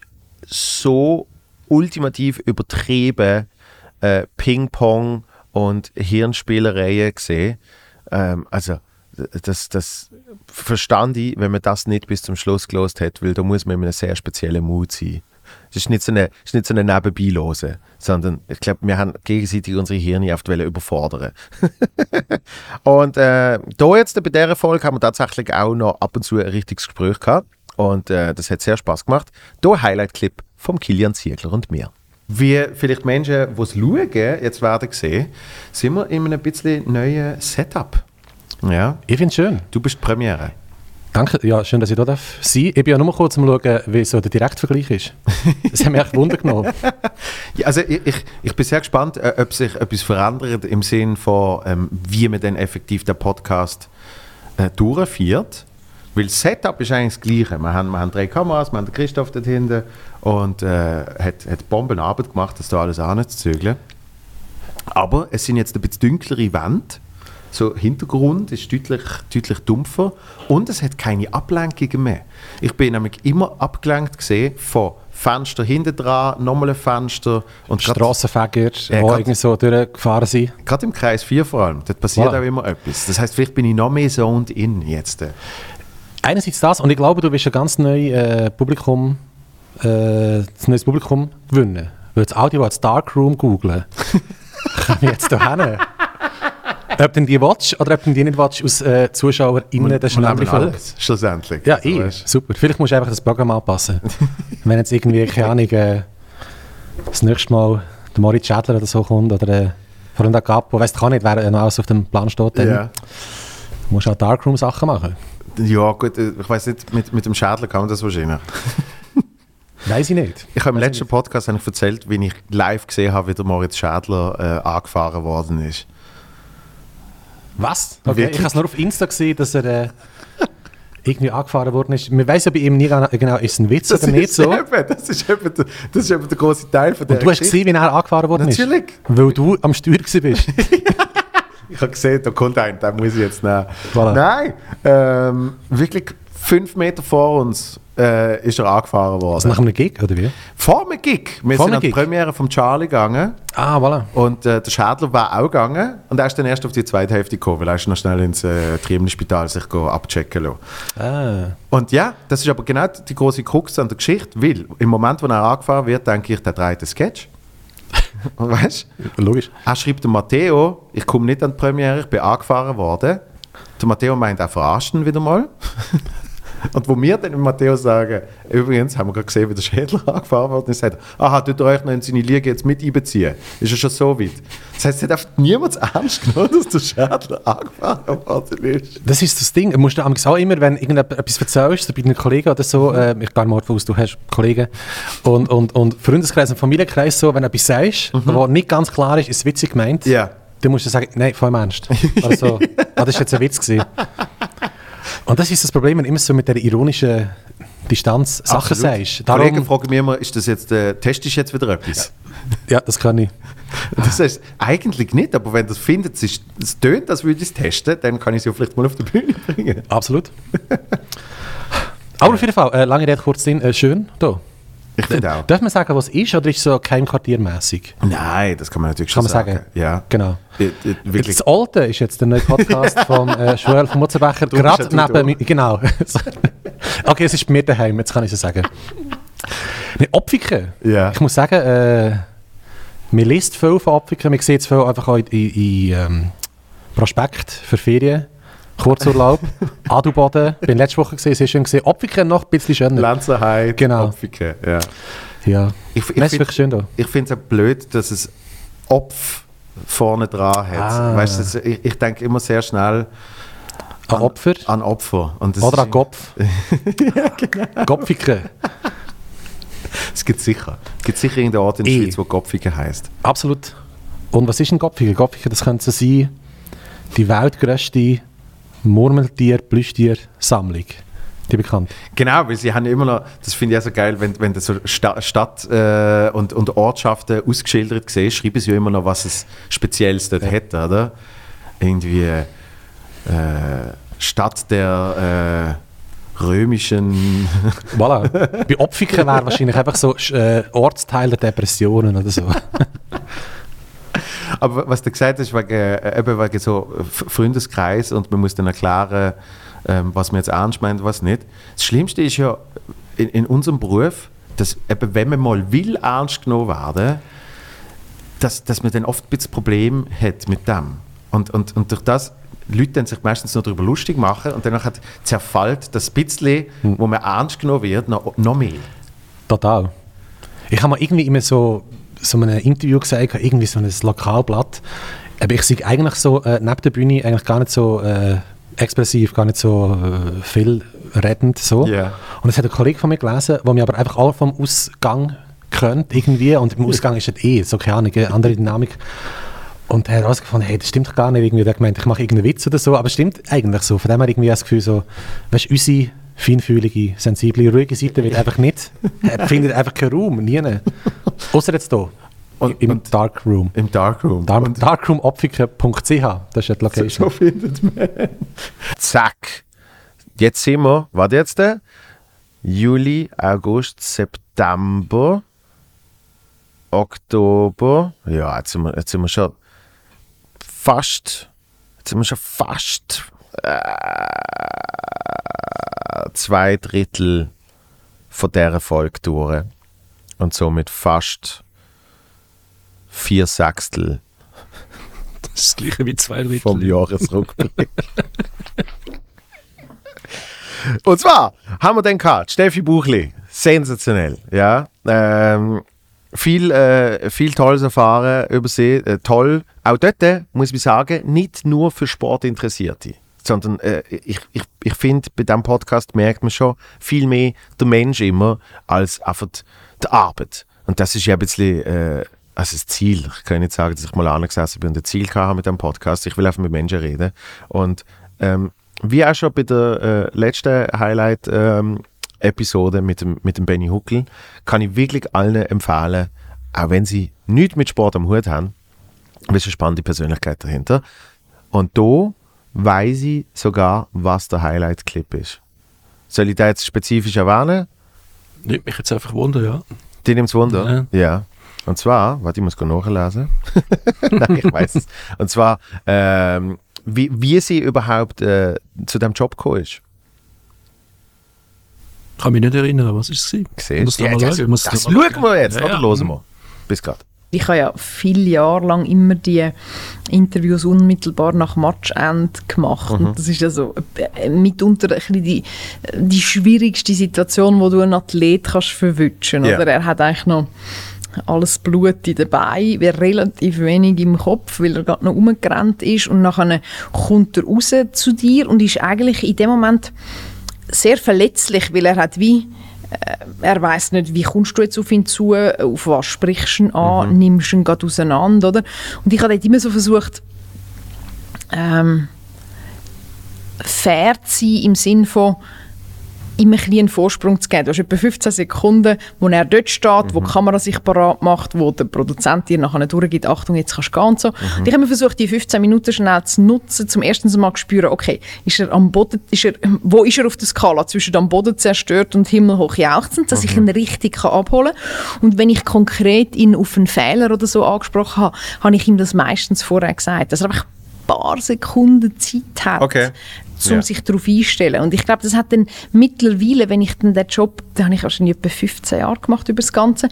so ultimativ übertrieben äh, Ping-Pong und Hirnspielereien gesehen. Ähm, also das, das verstand ich, wenn man das nicht bis zum Schluss gelost hat, weil da muss man in einem sehr speziellen Mut sein. Es ist nicht so eine, ist nicht so eine Nebenbeilose, sondern ich glaube, wir haben gegenseitig unsere Hirne oft überfordern. Und äh, da jetzt bei dieser Folge haben wir tatsächlich auch noch ab und zu ein richtiges Gespräch gehabt. Und äh, das hat sehr Spaß gemacht. Hier ein Highlight-Clip vom Kilian Ziegler und mir. Wie vielleicht Menschen, die es schauen, jetzt werden sehen, sind wir in einem bisschen neuen Setup. Ja. Ich finde es schön. Du bist die Premiere. Danke, ja, schön, dass ich da darf sein. Ich bin ja nur mal kurz um zu schauen, wie so der Direktvergleich ist. Das hat mich echt Wunder genommen. Ja, also ich, ich, ich bin sehr gespannt, äh, ob sich etwas verändert im Sinne von, ähm, wie man dann effektiv den Podcast äh, durchführt. Weil das Setup ist eigentlich das Gleiche. Wir haben, wir haben drei Kameras, wir haben den Christoph dort hinten und äh, hat, hat Bombenarbeit gemacht, das da alles anzuzügeln. Aber es sind jetzt ein bisschen dunklere Wände. So, Hintergrund ist deutlich, deutlich dumpfer und es hat keine Ablenkungen mehr. Ich bin nämlich immer abgelenkt gesehen von Fenster hinten dran, nochmal ein Fenster. Und Strassenfeger, die Ja, grad- irgendwie so durchgefahren sind. Gerade im Kreis vier vor allem, dort passiert Voilà. auch immer etwas. Das heisst, vielleicht bin ich noch mehr zoned in jetzt. Einerseits das, und ich glaube, du wirst ein ganz neues äh, Publikum, äh, ein neues Publikum gewinnen. Weil das Audio als Darkroom googlen, kann ich jetzt da hin. Ob du die watch oder ob du die nicht watch aus äh, ZuschauerInnen, das ist eine andere Frage. alles, schlussendlich. Ja, Also, eh, weißt- super. Vielleicht musst du einfach das Programm anpassen. Wenn jetzt irgendwie, keine Ahnung, äh, das nächste Mal der Moritz Schädler oder so kommt, oder äh, vor allem der Capo, weißt du, kann nicht, wer noch alles auf dem Plan steht, dann Ja. musst du auch Darkroom-Sachen machen. Ja, gut, äh, ich weiß nicht, mit, mit dem Schädler kann man das wahrscheinlich. Weiß ich nicht. Ich habe im Weiss letzten Podcast habe ich erzählt, wie ich live gesehen habe, wie der Moritz Schädler äh, angefahren worden ist. Was? Okay, Wirklich? ich habe es nur auf Insta gesehen, dass er... Äh, irgendwie angefahren worden ist. Man weiss ja bei ihm nie genau, ist es ein Witz das oder nicht ist so. Eben, das, ist eben der, das ist eben der grosse Teil von der Und du hast gesehen, wie er angefahren worden Natürlich. ist? Weil du am Steuer gewesen bist. Ich habe gesehen, da kommt ein, den muss ich jetzt nehmen. Voilà. Nein, ähm, wirklich fünf Meter vor uns äh, ist er angefahren worden. Also nach einem Gig, oder wie? Vor einem Gig. Wir Vor sind einem an die Gig? Premiere vom Charlie gegangen. Ah, voilà. Und äh, der Schädler war auch gegangen. Und er ist dann erst auf die zweite Hälfte gekommen, weil er ist noch schnell ins äh, Triemli-Spital sich go abchecken lassen. Ah. Und ja, das ist aber genau die große Krux an der Geschichte, weil im Moment, wo er angefahren wird, denke ich, der dreht einen Sketch. Weißt du? Logisch. Er schreibt dem Matteo, ich komme nicht an die Premiere, ich bin angefahren worden. Der Matteo meint, er verarscht ihn wieder mal. Und wo wir dann dem Matteo sagen, übrigens, haben wir gerade gesehen, wie der Schädler angefahren wird, und sagt, aha, tut ihr euch noch in seine Liga jetzt mit einbeziehen? Ist er schon so weit? Das heisst, es hat einfach niemand ernst genommen, dass der Schädler angefahren worden ist. Das ist das Ding. Du musst du auch immer, wenn irgendetwas erzählst, so bei einem Kollegen oder so, äh, ich gehe mal davon aus, du hast Kollegen, und, und, und Freundeskreis und Familienkreis, so, wenn du etwas sagst, mhm. wo nicht ganz klar ist, ist es witzig gemeint, yeah. dann musst du sagen, nein, voll im Ernst. Also, ah, das war jetzt ein Witz gewesen. Und das ist das Problem, wenn du immer so mit der ironischen Distanz Sachen sagst. Darum, Kollegen fragen mich immer, ist das jetzt, äh, testest du jetzt wieder etwas? Ja, das kann ich. Das heißt, eigentlich nicht, aber wenn das findet, es, ist, es tönt, als würde ich es testen, dann kann ich es ja vielleicht mal auf die Bühne bringen. Absolut. Aber auf jeden Fall, äh, lange Rede, kurz Sinn, äh, schön da. Ich finde auch. Darf man sagen, was es ist, oder ist es so keimquartiermäßig? Nein, das kann man natürlich kann schon man sagen. sagen. Ja. Genau. Ich, ich, wirklich. Das Alte ist jetzt der neue Podcast von äh, Joel von Mutzenbecher. Gerade neben mir. Genau. Okay, es ist bei mir daheim, jetzt kann ich es sagen. Mit Opfiken. Ja. Ich muss sagen, äh, man liest viel von Opfiken, man sieht es viel einfach auch in, in, in ähm, Prospekt für Ferien. Kurzurlaub, Adelboden, bin letzte Woche gesehen, sehr schön gesehen. Opfiken noch ein bisschen schöner. Lenzerheide, genau. Opfiken, ja. Ja, ich, ich das ist wirklich schön da. Ich finde es auch blöd, dass es Opf vorne dran hat. Ah. Weißt du, ich, ich denke immer sehr schnell an, an Opfer. An Opfer. Und das oder an Kopf. Ja, genau. Gopfiken. Es gibt sicher. Es gibt sicher irgendeinen Ort in der e. Schweiz, wo Gopfiken heisst. Absolut. Und was ist ein Gopfiken? Gopfiken, das könnte so sein, die weltgrößte Murmeltier-Plüschtier-Sammlung. Die bekannt. Genau, weil sie haben immer noch, das finde ich auch so geil, wenn, wenn du so Sta- Stadt äh, und, und Ortschaften ausgeschildert siehst, schreiben sie ja immer noch, was es Spezielles dort ja. hätte, oder? Irgendwie äh, Stadt der äh, römischen... Voilà. Bei Opfiken wäre wahrscheinlich einfach so äh, Ortsteil der Depressionen oder so. Aber was du gesagt hast, wegen, äh, eben wegen so Freundeskreis und man muss dann erklären, ähm, was man jetzt ernst meint und was nicht. Das Schlimmste ist ja in, in unserem Beruf, dass eben, wenn man mal will ernst genommen werden, dass, dass man dann oft ein bisschen Problem hat mit dem. Und, und, und durch das Leute dann sich meistens noch darüber lustig machen und dann zerfällt das bisschen, hm. wo man ernst genommen wird, noch, noch mehr. Total. Ich habe mal irgendwie immer so so einem Interview gesagt, irgendwie so ein Lokalblatt. Aber ich sehe eigentlich so äh, neben der Bühne eigentlich gar nicht so äh, expressiv, gar nicht so äh, viel redend. So. Yeah. Und das hat ein Kollege von mir gelesen, der mir aber einfach auch vom Ausgang kennt irgendwie. Und im Ausgang ist es eh so, keine Ahnung, eine andere Dynamik. Und er hat herausgefunden, hey, das stimmt doch gar nicht. Irgendwie. Er hat gemeint, ich mache irgendeinen Witz oder so, aber es stimmt eigentlich so. Von dem her irgendwie das Gefühl so, weißt du, unsere feinfühlige, sensible, ruhige Seite wird einfach nicht, er findet einfach keinen Raum, nie. Außer jetzt hier. Und, Im und Darkroom. Im Darkroom. Dar- darkroomopfiken punkt c h, das ist ja die Location. So findet man. Zack. Jetzt sind wir, warte jetzt, der? Juli, August, September, Oktober. Ja, jetzt sind wir, jetzt sind wir schon fast, jetzt sind wir schon fast äh, zwei Drittel von dieser Folge durch. Und somit fast vier Sechstel. Das ist das gleiche wie zwei Drittel. Vom Jahresrückblick. Und zwar haben wir den gehabt, Steffi Buchli, sensationell, ja. Ähm, viel, äh, viel Tolles erfahren über sie, äh, toll. Auch dort, äh, muss ich sagen, nicht nur für Sportinteressierte, sondern äh, ich, ich, ich finde, bei diesem Podcast merkt man schon viel mehr der Mensch immer, als einfach die Arbeit. Und das ist ja ein bisschen äh, also das Ziel. Ich kann nicht sagen, dass ich mal angesessen bin und ein Ziel hatte mit diesem Podcast. Ich will einfach mit Menschen reden. Und ähm, wie auch schon bei der äh, letzten Highlight-Episode ähm, mit dem, mit dem Benny Huckel, kann ich wirklich allen empfehlen, auch wenn sie nichts mit Sport am Hut haben, weil es eine spannende Persönlichkeit dahinter. Und da weiss ich sogar, was der Highlight-Clip ist. Soll ich da jetzt spezifisch erwähnen? Nimmt mich jetzt einfach Wunder, ja. Die nimmt es Wunder? Ja. Ja. Und zwar, warte, ich muss nachlesen. Nein, ich weiß es. Und zwar, ähm, wie, wie sie überhaupt äh, zu diesem Job gekommen ist. Ich kann mich nicht erinnern, was ist es? Siehst du? Ja, das das, das schauen wir jetzt, ja, oder? Ja. Hören wir. Bis gerade. Ich habe ja viele Jahre lang immer die Interviews unmittelbar nach Matchende gemacht. Mhm. Und das ist ja so äh, mitunter ein bisschen die, die schwierigste Situation, wo du einen Athlet kannst verwutschen. Yeah. Oder er hat eigentlich noch alles Blut dabei, wäre relativ wenig im Kopf, weil er gerade noch rumgerannt ist. Und nachher kommt er raus zu dir und ist eigentlich in dem Moment sehr verletzlich, weil er hat wie er weiss nicht, wie kommst du jetzt auf ihn zu, auf was sprichst du ihn an, mhm. nimmst du ihn gerade auseinander, oder? Und ich habe dort immer so versucht, ähm, fair zu sein im Sinn von, ihm ein bisschen einen Vorsprung zu geben. Du hast etwa fünfzehn Sekunden, wo er dort steht, mhm. wo die Kamera sich parat macht, wo der Produzent dir nachher durchgibt, Achtung, jetzt kannst du gehen und so. Mhm. Und ich habe versucht, die fünfzehn Minuten schnell zu nutzen, zum ersten Mal zu spüren, okay, ist er am Boden, ist er, wo ist er auf der Skala zwischen am Boden zerstört und himmelhoch jauchzend, dass mhm. ich ihn richtig kann abholen kann. Und wenn ich konkret ihn auf einen Fehler oder so angesprochen habe, habe ich ihm das meistens vorher gesagt, dass er einfach ein paar Sekunden Zeit hat, okay. um ja. sich darauf einzustellen. Und ich glaube, das hat dann mittlerweile, wenn ich dann den Job, den habe ich wahrscheinlich etwa fünfzehn Jahre gemacht über das Ganze,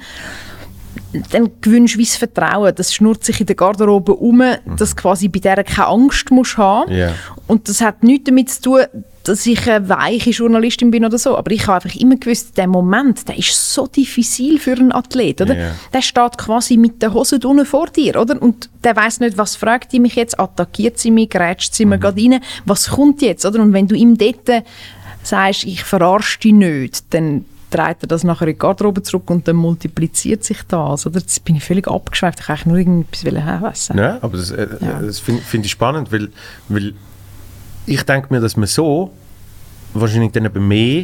dann gewünscht wie das Vertrauen. Das schnurrt sich in der Garderobe um, mhm. dass quasi bei der keine Angst musst haben. Yeah. Und das hat nichts damit zu tun, dass ich eine weiche Journalistin bin oder so. Aber ich habe einfach immer gewusst, der Moment, der ist so diffizil für einen Athlet, oder? Yeah. Der steht quasi mit der Hose unten vor dir, oder? Und der weiss nicht, was fragt die mich jetzt, attackiert sie mich, grätscht sie mhm. mir gerade rein, was kommt jetzt, oder? Und wenn du ihm dort sagst, ich verarsche dich nicht, dann dreht er das nachher in die Garderobe zurück und dann multipliziert sich das, oder? Jetzt bin ich völlig abgeschweift, ich wollte nur irgendetwas wissen. Ja, aber das, äh, ja. das finde find ich spannend, weil, weil ich denke mir, dass man so wahrscheinlich dann eben mehr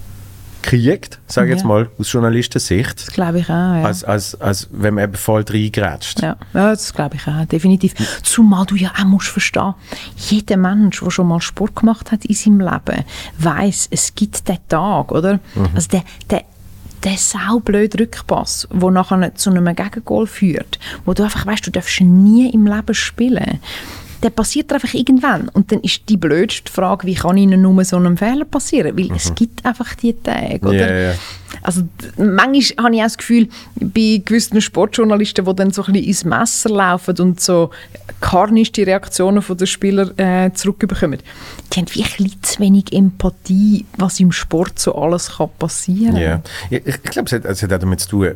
kriegt, sage ich ja. jetzt mal, aus Journalistensicht. Das glaube ich auch, ja. Als, als, als wenn man eben voll reingrätscht. Ja. ja, das glaube ich auch, definitiv. Zumal du ja auch musst verstehen, jeder Mensch, der schon mal Sport gemacht hat in seinem Leben, weiss, es gibt den Tag, oder? Mhm. Also der, der der saublöde Rückpass, der nachher zu einem Gegengol führt, wo du einfach weißt, du darfst nie im Leben spielen. Der passiert einfach irgendwann. Und dann ist die blödste Frage, wie kann ihnen nur so einem Fehler passieren? Weil mhm. es gibt einfach die Tage, oder? Yeah, yeah. Also manchmal habe ich auch das Gefühl, bei gewissen Sportjournalisten, die dann so ein bisschen ins Messer laufen und so karnische Reaktionen von den Spielern äh, zurückbekommen, die haben wirklich zu wenig Empathie, was im Sport so alles kann passieren kann. Yeah. Ich, ich glaube, es hat, es hat auch damit zu tun,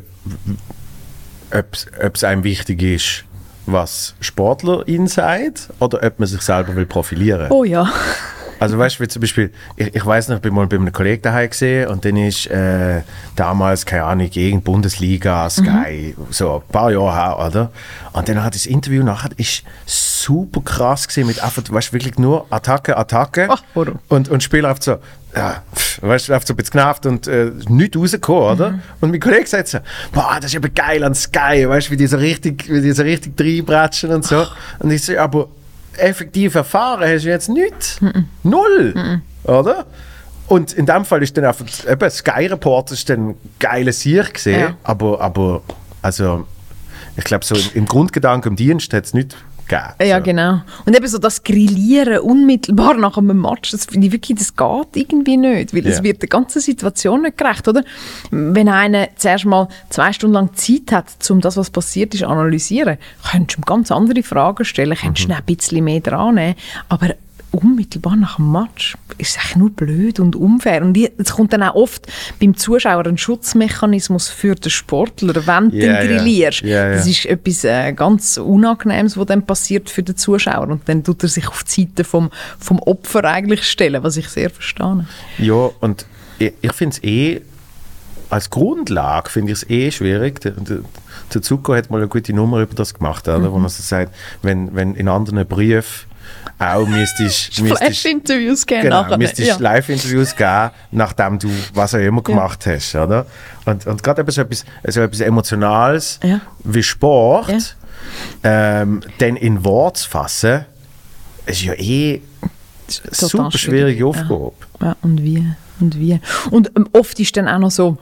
ob es einem wichtig ist, was Sportler ihnen sagt, oder ob man sich selber will profilieren. Oh ja. Also weißt du, wie zum Beispiel, ich, ich weiss noch, ich bin mal bei einem Kollegen daheim gesehen und dann ist äh, damals, keine Ahnung, gegen Bundesliga, Sky, mhm. so ein paar Jahre her, oder? Und dann hat das Interview nachher ist super krass gesehen mit einfach, weißt du, wirklich nur Attacke, Attacke. Ach, und, und Spieler einfach so, ja, weißt du, einfach so ein bisschen genervt und äh, nichts rausgekommen, oder? Mhm. Und mein Kollege sagt so, boah, das ist aber geil an Sky, weißt du, wie die so richtig, wie die so richtig reinbratschen und so. Ach. Und ich so, aber effektiv erfahren hast du jetzt nichts. Mhm. Null, mhm. oder? Und in dem Fall ist dann einfach, eben, Sky Reporter ist dann ein geiler Sieg gesehen, ja. aber, aber, also, ich glaube, so im Grundgedanken im Dienst hat es nicht gegeben. Ja, so. Genau. Und eben so das Grillieren unmittelbar nach einem Match, das finde ich wirklich, das geht irgendwie nicht, weil es yeah. wird der ganzen Situation nicht gerecht, oder? Wenn einer zuerst mal zwei Stunden lang Zeit hat, um das, was passiert ist, zu analysieren, könntest du ihm ganz andere Fragen stellen, könntest du mhm. ein bisschen mehr dran nehmen, aber unmittelbar nach dem Match ist es eigentlich nur blöd und unfair. Und es kommt dann auch oft beim Zuschauer ein Schutzmechanismus für den Sportler, wenn du yeah, den grillierst. Yeah. Yeah, yeah. Das ist etwas äh, ganz Unangenehmes, was dann passiert für den Zuschauer. Und dann tut er sich auf die Seite vom, vom Opfer eigentlich stellen, was ich sehr verstehe. Ja, und ich, ich finde es eh, als Grundlage finde ich es eh schwierig. Der, der, der Zucco hat mal eine gute Nummer über das gemacht, oder? Mhm. Wo man so sagt, wenn, wenn in anderen Briefen auch müsstest du Flash-Interviews geben genau, nachher. müsstest Ja. Live-Interviews geben, nachdem du was auch immer gemacht hast, oder? Und, und gerade so etwas, so etwas Emotionales Ja. wie Sport, Ja. ähm, dann in Worte zu fassen, ist ja eh eine Total super schwierige schwierig, Aufgabe. Ja. Ja, und wie? Und wie? Und ähm, oft ist dann auch noch so,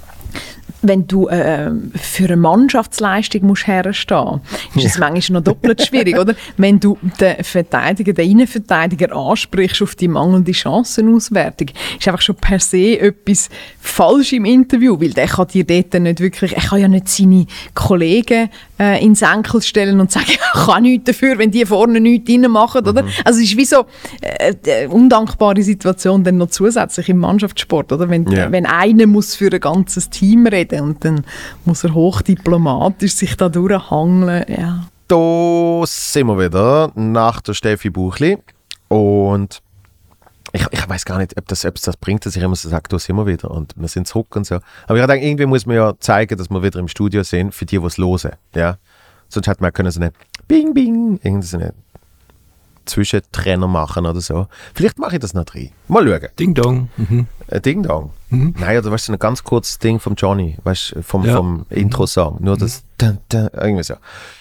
wenn du äh, für eine Mannschaftsleistung musst herstehen musst, ist es manchmal noch doppelt schwierig, oder? Wenn du den Verteidiger, den Innenverteidiger ansprichst auf die mangelnde Chancenauswertung, ist einfach schon per se etwas falsch im Interview, weil der kann dir dort nicht wirklich, er kann ja nicht seine Kollegen äh, ins Enkel stellen und sagen, ich kann nichts dafür, wenn die vorne nichts reinmachen, oder? Also es ist wie so äh, eine undankbare Situation dann noch zusätzlich im Mannschaftssport, oder? Wenn, Ja. wenn einer muss für ein ganzes Team reden und dann muss er hochdiplomatisch sich da durchhangeln, ja. Da sind wir wieder nach der Steffi Buchli und ich, ich weiß gar nicht, ob das, ob es das bringt, dass ich immer so sage, da sind wir wieder und wir sind zurück und so. Aber ich denke, irgendwie muss man ja zeigen, dass wir wieder im Studio sind, für die, die es hören. Ja? Sonst hätte man können so eine Bing Bing, irgendwie so eine Zwischentrenner machen oder so. Vielleicht mache ich das noch drin. Mal schauen. Ding Dong. Mhm. Ein Ding Dong? Mhm. Nein, oder weißt du, so ein ganz kurzes Ding vom Johnny, weißt du, vom, Ja. vom Intro-Song. Nur das dun, dun, irgendwie so.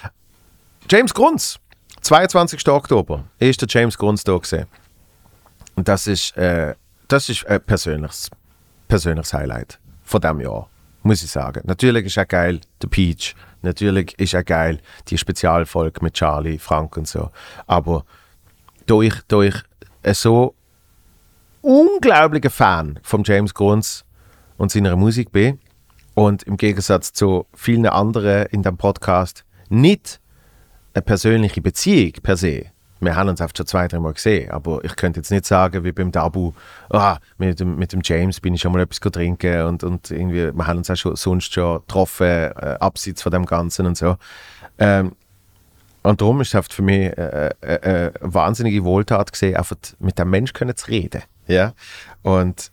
James Grunz, zweiundzwanzigsten Oktober, ist der James Grunz da gewesen. Und das ist, äh, das ist ein persönliches, persönliches Highlight von diesem Jahr, muss ich sagen. Natürlich ist auch geil der Peach, natürlich ist auch geil die Spezialfolge mit Charlie, Frank und so. Aber da ich, da ich ein so unglaublicher Fan von James Grunz und seiner Musik bin und im Gegensatz zu vielen anderen in diesem Podcast nicht eine persönliche Beziehung per se. Wir haben uns oft schon zwei, drei Mal gesehen, aber ich könnte jetzt nicht sagen, wie beim Dabu, ah, mit, dem, mit dem James bin ich schon mal etwas trinken und, und irgendwie, wir haben uns auch schon, sonst schon getroffen, äh, abseits von dem Ganzen und so. Ähm, und darum ist es oft für mich äh, äh, äh, eine wahnsinnige Wohltat gesehen, einfach mit dem Menschen können zu reden. Ja? Und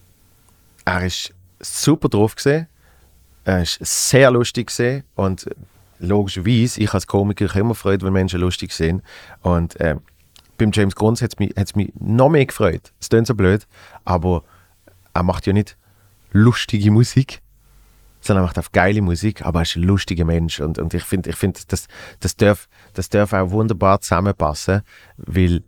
er ist super drauf gesehen, er ist sehr lustig gesehen und logischerweise, ich als Komiker ich immer Freude, wenn Menschen lustig sind. Und äh, beim James Grunz hat es mich, hat's mich noch mehr gefreut. Es klingt so blöd, aber er macht ja nicht lustige Musik, sondern er macht auch geile Musik, aber er ist ein lustiger Mensch. Und, und ich finde, ich find, das, das, darf, das darf auch wunderbar zusammenpassen, weil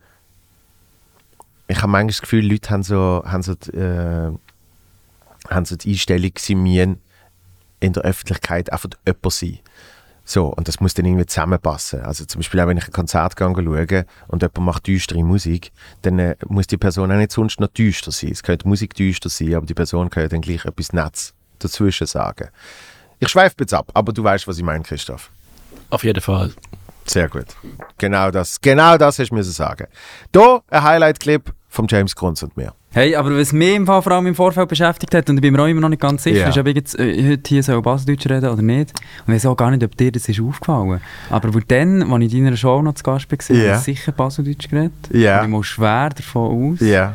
ich habe manchmal das Gefühl, Leute haben so, haben so, äh, haben so die Einstellung, sie müssen in der Öffentlichkeit einfach jemand sein. So, und das muss dann irgendwie zusammenpassen. Also zum Beispiel auch, wenn ich ein Konzert gehe schaue und jemand macht düstere Musik, dann äh, muss die Person auch nicht sonst noch düster sein. Es könnte Musik düster sein, aber die Person kann dann gleich etwas Nettes dazwischen sagen. Ich schweife jetzt ab, aber du weißt, was ich meine, Christoph. Auf jeden Fall. Sehr gut. Genau das, genau das hast du müssen sagen. Hier ein Highlight-Clip von James Grunz und mir. Hey, aber was mich im Fall vor allem im Vorfeld beschäftigt hat, und ich bin mir auch immer noch nicht ganz sicher, Ja. ist, ob ich jetzt äh, heute hier so Baseldeutsch reden oder nicht. Und ich weiß auch gar nicht, ob dir das ist aufgefallen. Aber wo dann, als ich in deiner Show noch zu Gast war, Ja. habe ich sicher Baseldeutsch geredet. Ja. Und ich muss schwer davon aus. Ja.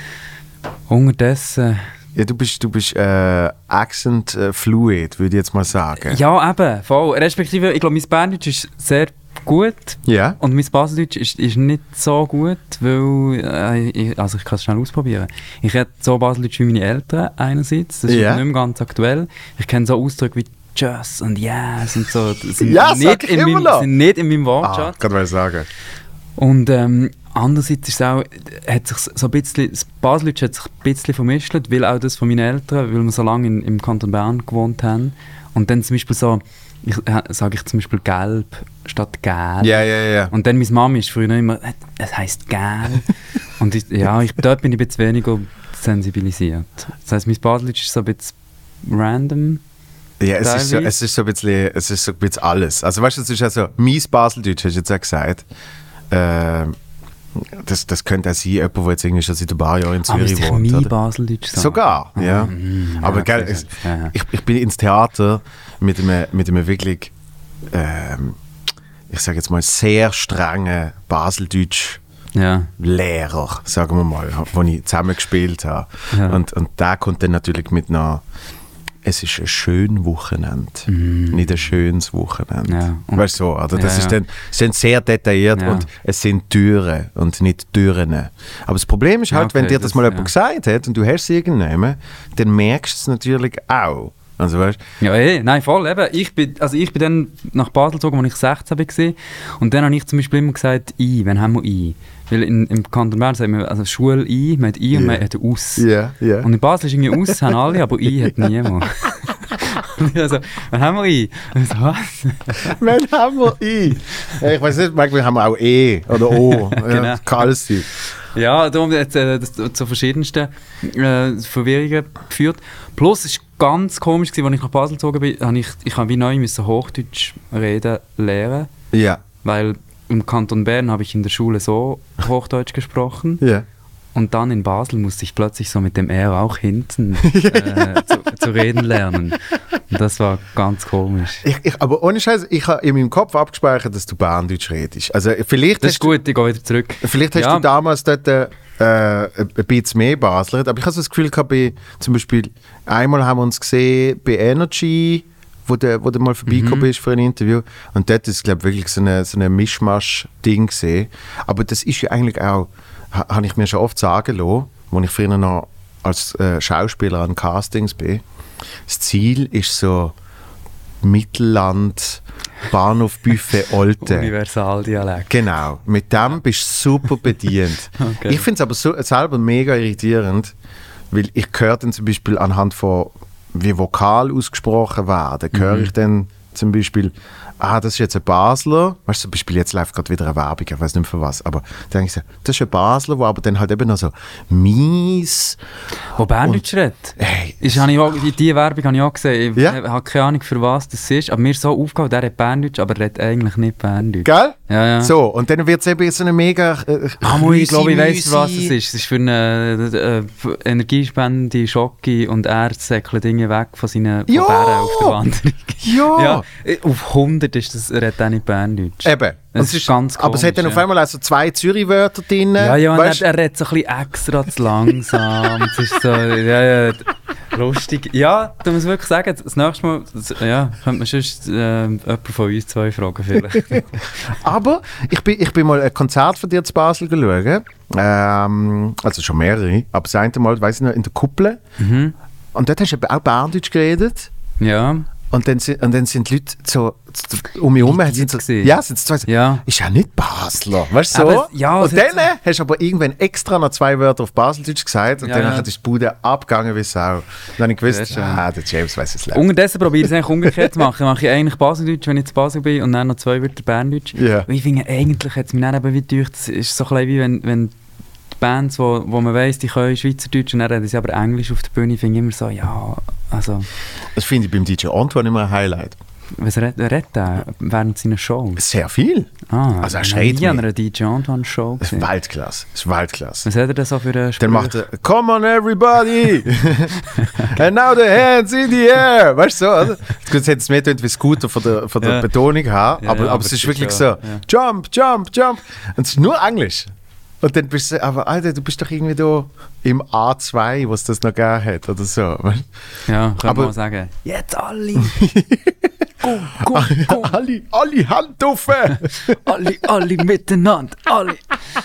Unterdessen... Ja, du bist, du bist äh, accent äh, fluid, würde ich jetzt mal sagen. Ja, eben, voll. Respektive, ich glaube, mein Berndeutsch ist sehr gut. Ja. Und mein Baseldeutsch ist, ist nicht so gut, weil, äh, ich, also ich kann es schnell ausprobieren. Ich hätte so Baseldeutsch wie meine Eltern einerseits, das ist Ja. nicht mehr ganz aktuell. Ich kenne so Ausdrücke wie Tschüss und Yes und so. Das sind, Ja, sag nicht ich in immer meinem, noch. sind nicht in meinem Ah, Wortschatz. kann man sagen. Und ähm, andererseits ist es auch, hat sich so ein bisschen, das Baseldeutsch hat sich ein bisschen vermischt, weil auch das von meinen Eltern, weil wir so lange in, im Kanton Bern gewohnt haben. Und dann zum Beispiel so, ich, äh, sage ich zum Beispiel gelb statt gelb. Ja, ja, ja. Und dann meine Mami ist früher immer, äh, es heisst gelb. Und ich, ja, ich, dort bin ich ein bisschen weniger sensibilisiert. Das heisst, mein Baseldeutsch ist so ein bisschen random. Ja, es ist, so, teilweise. es ist so ein bisschen, es ist so ein bisschen alles. Also weißt du, es ist also mies Baseldeutsch, hast du jetzt auch gesagt. Ähm, das, das könnte auch sein, jemand, der jetzt irgendwie schon seit ein paar Jahren in Aber Zürich ist sicher wohnt. mein oder? Baseldeutsch sagen. Sogar, ja. Mhm, Aber ja, gell, sicher. es, Ja, ja. ich, ich bin ins Theater mit einem, mit einem wirklich, ähm, ich sage jetzt mal, sehr strengen Baseldeutsch Ja. Lehrer, sagen wir mal, wo ich zusammen gespielt habe. Ja. Und, und der kommt dann natürlich mit einer es ist ein schönes Wochenende, mm. nicht ein schönes Wochenende. Ja. Weißt du, so, also das ja, ist dann, ist dann sehr detailliert ja. und es sind Türen und nicht Türen. Aber das Problem ist halt, ja, okay, wenn dir das, das mal jemand ja. gesagt hat und du hast es irgendwann, dann merkst du es natürlich auch. Also, weißt? Ja, eh, nein, voll. Eben. Ich, bin, also ich bin dann nach Basel gezogen, als ich sechzehn war. Und dann habe ich zum Beispiel immer gesagt, «I», «Wann haben wir I?» Weil in, im Kanton Bern sagen wir, also Schule I, man hat I und yeah. man hat Aus. Yeah, yeah. Und in Basel ist irgendwie Aus, haben alle, aber I hat niemand. Also, wann haben wir I? Also, was? Wann haben wir I? Ich weiß nicht, manchmal haben wir auch E oder O. Genau. Ja, kann sein. Ja, darum hat äh, das zu verschiedensten äh, Verwirrungen geführt. Plus, es war ganz komisch, als ich nach Basel gezogen bin, habe ich, ich habe wie neu müssen Hochdeutsch reden lernen. Ja. Weil im Kanton Bern habe ich in der Schule so Hochdeutsch gesprochen. Ja. Und dann in Basel musste ich plötzlich so mit dem R auch hinten äh, zu, zu reden lernen. Und das war ganz komisch. Ich, ich, aber ohne Scheiß, ich habe in meinem Kopf abgespeichert, dass du Berndeutsch redest. Also, vielleicht das ist gut, ich gehe wieder zurück. Vielleicht hast ja. du damals dort äh, ein bisschen mehr Basler, aber ich habe so das Gefühl gehabt, bei, zum Beispiel, einmal haben wir uns gesehen bei Energy, wo du, wo du mal vorbeigekommen bist für ein Interview. Und dort ist es, glaube ich, wirklich so ein so eine Mischmasch-Ding gesehen. Aber das ist ja eigentlich auch, ha, habe ich mir schon oft sagen lassen, als ich früher noch als äh, Schauspieler an Castings bin. Das Ziel ist so Mittelland, Bahnhof Buffet Olten. Universaldialekt. Genau. Mit dem bist du super bedient. Okay. Ich finde es aber so, selber mega irritierend, weil ich höre dann zum Beispiel anhand von wie Vokal ausgesprochen werden, höre Mhm. ich dann zum Beispiel, ah, das ist jetzt ein Basler, weißt du, zum Beispiel jetzt läuft gerade wieder eine Werbung, ich weiß nicht für was, aber dann denke ich so, das ist ein Basler, wo aber dann halt eben noch so mies. Wo Berndeutsch redet. Hey, ist, habe ich auch, die, die Werbung habe ich auch gesehen. Ich Ja. habe keine Ahnung, für was das ist, aber mir ist so aufgefallen, der hat Berndeutsch, aber er redet eigentlich nicht Berndeutsch. Gell? Ja, ja. So, und dann wird es eben so eine mega äh, Ah, moi, ich glaube, ich weiss, Müsi- für was es ist. Es ist für eine äh, äh, Energiespende, Schocke und er säckelt Dinge weg von seinen von Ja! Bären auf der Wanderung. Ja! Ja, äh, auf hundert ist das, er redet auch nicht Berndeutsch. Eben. Das Und ist, es ist- ganz komisch. Aber es hat dann auf ja. einmal also zwei Zürich-Wörter drin. Ja, ja, und weißt, er, er redet so ein bisschen extra zu langsam. Es ist so, ja, ja, lustig. Ja, du musst wirklich sagen, das nächste Mal, das, ja, könnte man sonst äh, jemanden von uns zwei fragen vielleicht. aber ich bin, ich bin mal ein Konzert von dir zu Basel geschaut. Ähm, also schon mehrere. Aber das eine Mal, weiss ich noch, in der Kuppel. Mhm. Und dort hast du eben auch Berndeutsch geredet. Ja. Und dann, sind- und dann sind die Leute so, so um mich herum, sind so, ja, sind so, so ja. ist ja nicht Basler, weißt du so? Aber es- ja, es und hat dann äh, hast du aber irgendwann extra noch zwei Wörter auf Baseldeutsch gesagt und Ja, dann ja. ist die Bude abgegangen wie Sau. Dann habe ich gewusst, Sehr schön. ah, der James weiss es leider. Unterdessen probiere ich es eigentlich umgekehrt zu machen. Mache ich eigentlich Baseldeutsch, wenn ich zu Basel bin, und dann noch zwei Wörter Berndeutsch. Ja. Und ich finde, eigentlich hat es mich dann eben wie gedacht, das ist so ein bisschen wie wenn, wenn die Bands, wo, wo man weiss, die können Schweizerdeutsch und dann reden sie aber Englisch auf der Bühne, finde ich immer so, ja, also... Das finde ich beim D J Antoine immer ein Highlight. Was redet wer redet der während seiner Show? Sehr viel. Ah, Also er ich schreit habe nie an mehr. einer D J Antoine Show Das ist gesehen. Weltklasse. Das ist Weltklasse. Was hat er denn so für einen Spruch? Dann macht er, come on everybody! And now the hands in the air! Weißt du so, oder? Gut, jetzt mehr tönt wie Scooter von der, von der Ja. Betonung haben, Ja, aber, ja, aber es ist wirklich schon, so, ja. jump, jump, jump! Und es ist nur Englisch. Und dann bist du, aber Alter, du bist doch irgendwie da im A zwei, was das noch gegeben hat, oder so. weißt? Ja, kann Aber- man mal sagen. Jetzt alle! Go, go, go! alle, alle Hand auf! alle, alle miteinander! Alle!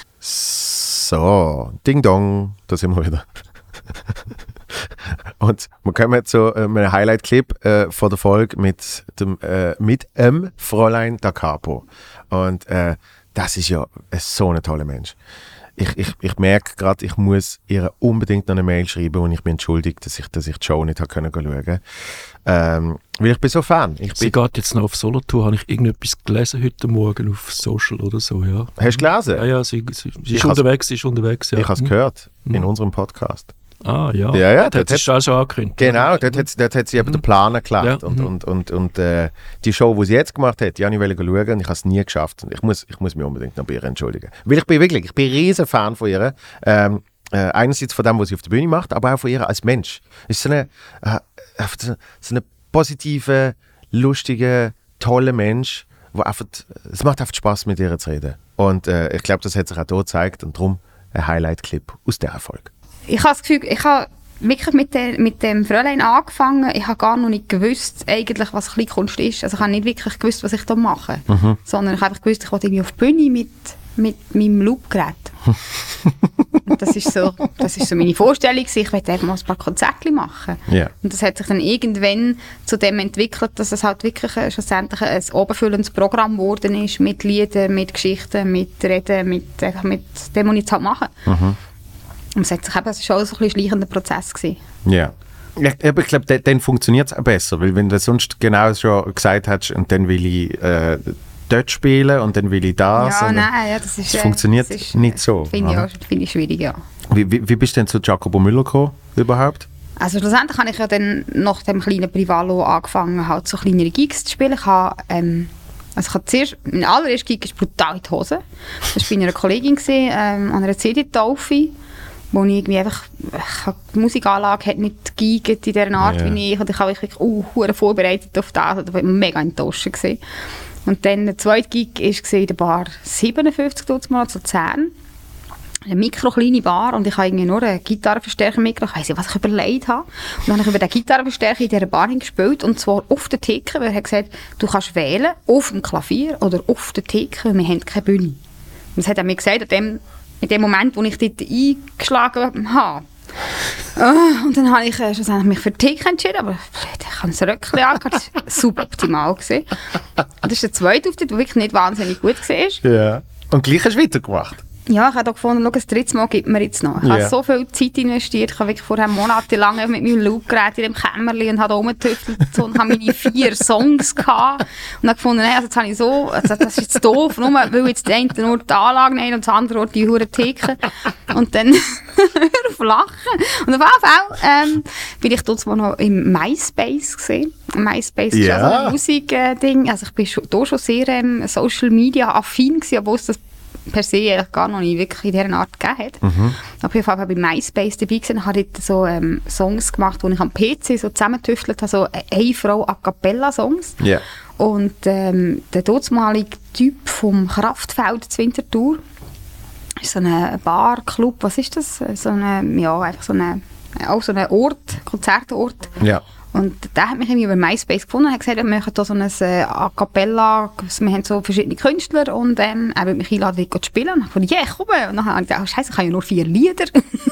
So, Ding Dong, da sind wir wieder. Und wir kommen jetzt zu äh, einem Highlight-Clip äh, von der Folge mit dem äh, mit ähm, Fräulein Da Capo. Und äh, das ist ja ein, so ein toller Mensch. Ich, ich, ich merke gerade, ich muss ihr unbedingt noch eine Mail schreiben und ich bin entschuldigt, dass ich, dass ich die Show nicht habe können schauen. Ähm, weil ich bin so Fan. Ich Sie bin, geht jetzt noch auf Solothur, habe ich irgendetwas gelesen heute Morgen auf Social oder so, ja. Hast du gelesen? Ja, ja, sie, sie, sie Ich ist has- unterwegs, sie ist unterwegs, ja. ich habe es Mhm. gehört in Mhm. unserem Podcast. Ah, ja. Ja, ja, das dort hat sie auch schon angekündigt. Genau, dort hat, sie- dort hat sie eben den Plan erklärt. Ja, und mhm. und, und, und äh, die Show, die sie jetzt gemacht hat, die wollte ich schauen und ich habe es nie geschafft. Und Ich muss, ich muss mich unbedingt noch bei ihr entschuldigen. Weil ich bin wirklich, ich bin ein riesen Fan von ihr. Ähm, äh, einerseits von dem, was sie auf der Bühne macht, aber auch von ihr als Mensch. Es ist so eine, äh, einfach so so eine positive, lustige, tolle Mensch, wo einfach, es macht einfach Spaß, mit ihr zu reden. Und äh, ich glaube, das hat sich auch hier gezeigt und darum ein Highlight-Clip aus der Erfolg. Ich habe das Gefühl, ich habe wirklich mit, der, mit dem Fräulein angefangen. Ich habe gar noch nicht gewusst, eigentlich, was Kleinkunst ist. Also ich habe nicht wirklich gewusst, was ich da mache. Mhm. Sondern ich habe einfach gewusst, ich wollte irgendwie auf die Bühne mit, mit meinem Loopgerät. Und das ist so, das ist so meine Vorstellung. Ich wollte einfach mal ein paar Konzerte machen. Yeah. Und das hat sich dann irgendwann zu dem entwickelt, dass es halt wirklich ein, schlussendlich ein oberfüllendes Programm geworden ist, mit Liedern, mit Geschichten, mit Reden, mit, mit dem, was ich jetzt halt mache. Mhm. Und es hat sich eben, das war auch so ein bisschen schleichender Prozess gewesen. Ja. Ich, ich glaube, dann, dann funktioniert es auch besser, weil wenn du sonst genau schon gesagt hast, und dann will ich äh, dort spielen und dann will ich das. Ja, nein, ja, das ist... Das funktioniert das ist, nicht so. Finde ich, auch, find ich schwierig, ja. Wie, wie, wie bist du denn zu Giacomo Müller gekommen, überhaupt? Also schlussendlich habe ich ja dann nach dem kleinen Privalo angefangen, halt so kleinere Gigs zu spielen. Ich habe, ähm, also ich habe zuerst, mein allererster Gig ist brutal in die Hose. Das war bei einer Kollegin, gewesen, ähm, an einer C D-Taufe, wo ich irgendwie einfach, ich, die Musikanlage hat nicht geigert in dieser Art, yeah. wie ich, und ich habe mich wirklich uh, vorbereitet auf das, da war ich mega enttäuscht gewesen. Und dann der zweite Gig war in der Bar siebenundfünfzig, mal zu Luzern. Eine mikrokleine Bar, und ich habe irgendwie nur einen Gitarrenverstärker mitgebracht. Ich weiss nicht, was ich überlegt habe. Und dann habe ich über den Gitarrenverstärker in dieser Bar gespielt, und zwar auf der Theke, weil er hat gesagt, du kannst wählen, auf dem Klavier oder auf der Theke, wir haben keine Bühne. Und das hat er mir gesagt, in dem, in dem Moment, wo ich dort eingeschlagen habe. Uh, und dann habe ich äh, schlussendlich mich für die Theke entschieden, aber ich habe ein Röckchen angehabt, das war suboptimal. Und das ist der zweite Auftritt, der wirklich nicht wahnsinnig gut war. Ja. Und gleich hast du weitergemacht? Ja, ich habe da gefunden, schau, ein drittes Mal gibt mir jetzt noch. Ich yeah. habe so viel Zeit investiert. Ich habe wirklich vorher monatelang mit meinem Loopgerät in dem Kämmerchen und habe da rumgetüftelt und habe meine vier Songs gehabt. Und habe gefunden, nee, also jetzt habe ich so, also das ist jetzt doof, nur weil jetzt der eine nur die Anlage nehmen und das andere Ort die hure Theke. Und dann hör auf lachen. Und auf jeden Fall ähm, bin ich dort mal noch im MySpace gesehen. MySpace ist ja so ein Musik-Ding. Also ich bin schon, da schon sehr ähm, Social Media affin gewesen, obwohl es das per se gar noch nicht wirklich in dieser Art gegeben hat. Mhm. Auf jeden Fall habe ich bei MySpace dabei gewesen und habe dort so ähm, Songs gemacht, die ich am P C so zusammentüftelt habe, so eine Frau A Cappella Songs. Yeah. Und ähm, der damalige Typ vom Kraftfeld zu Winterthur ist so ein Bar, Club, was ist das? So eine, ja, einfach so eine, auch so ein Ort, Konzertort. Yeah. Und der hat mich irgendwie über MySpace gefunden und hat gesagt, wir machen hier so ein äh, A Cappella, wir haben so verschiedene Künstler und ähm, er will mich einladen, zu spielen. Und ich dachte, ja, yeah, komm. Und dann habe ich gedacht, oh, Scheiße, ich habe ja nur vier Lieder.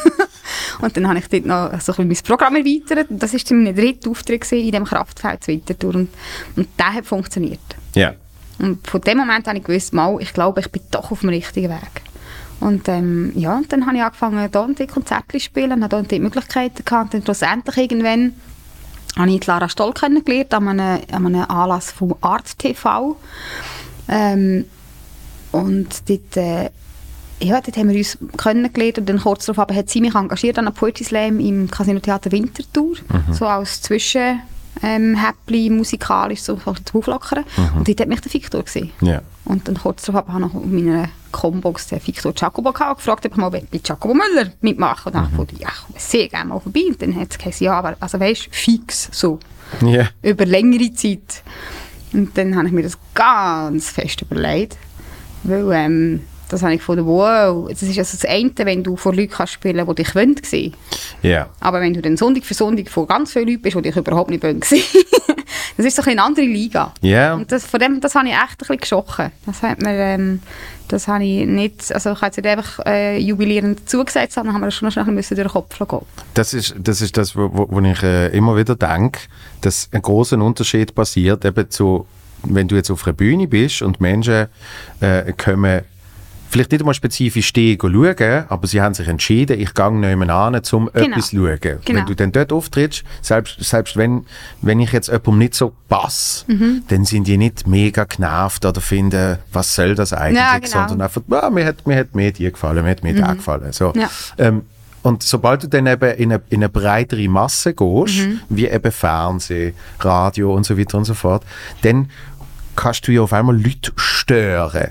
Und dann habe ich dort noch so ein bisschen mein Programm erweitert. Und das war mein dritter Auftritt in diesem Kraftfeld zu Winterthur. Und, und der hat funktioniert. Ja. Yeah. Und von dem Moment habe ich gewusst, mal, ich glaube, ich bin doch auf dem richtigen Weg. Und ähm, ja, und dann habe ich angefangen, hier und die Konzerte zu spielen, habe hier und die Möglichkeiten gehabt. Und dann schlussendlich irgendwann habe ich Clara Stoll kennengelernt an einem, an einem Anlass vom Art T V. Ähm, und dort, äh, ja, dort haben wir uns kennengelernt und dann kurz darauf hat sie mich engagiert an einem Poetry Slam im Casino Theater Winterthur, mhm. so als Zwischen ähm, Häppli musikalisch so zum Auflockern. Mhm. Und dort hat mich der Victor gesehen. Yeah. Und dann kurz darauf habe ich noch in meiner Combox den Victor Giacomo gefragt, ob ich mal bei Giacomo Müller mitmachen. Und dann habe ich gedacht, ja, ich sehr gerne mal vorbei. Und dann hat es gesagt, ja, aber also weißt, fix so. Yeah. Über längere Zeit. Und dann habe ich mir das ganz fest überlegt. Weil ähm, das habe ich gefunden, wow, das ist also das eine, wenn du vor Leuten kannst spielen kannst, die dich wollen sehen. Yeah. Aber wenn du dann Sonntag für Sonntag vor ganz vielen Leuten bist, die dich überhaupt nicht wollen sehen, das ist so ein eine andere Liga. Yeah. Und das, von dem, das habe ich echt ein bisschen geschochen. Das hat mir, ähm, das habe ich nicht, also ich habe jetzt nicht einfach äh, jubilierend zugesagt, sondern haben wir schon noch schnell durch den Kopf gehen. Das ist das, ist das wo, wo ich äh, immer wieder denke, dass ein großer Unterschied passiert, eben zu, wenn du jetzt auf einer Bühne bist und Menschen äh, kommen vielleicht nicht einmal spezifisch stehen schauen, aber sie haben sich entschieden, ich gehe nicht an, um genau. etwas zu schauen. Genau. Wenn du dann dort auftrittst, selbst, selbst wenn, wenn ich jetzt jemandem nicht so passe, mhm. dann sind die nicht mega genervt oder finden, was soll das eigentlich, ja, genau. sondern einfach, ah, mir, hat, mir hat mehr die gefallen, mir hat mir mhm. der gefallen. So. Ja. Ähm, und sobald du dann eben in eine, in eine breitere Masse gehst, mhm. wie eben Fernsehen, Radio und so weiter und so fort, dann kannst du ja auf einmal Leute stören.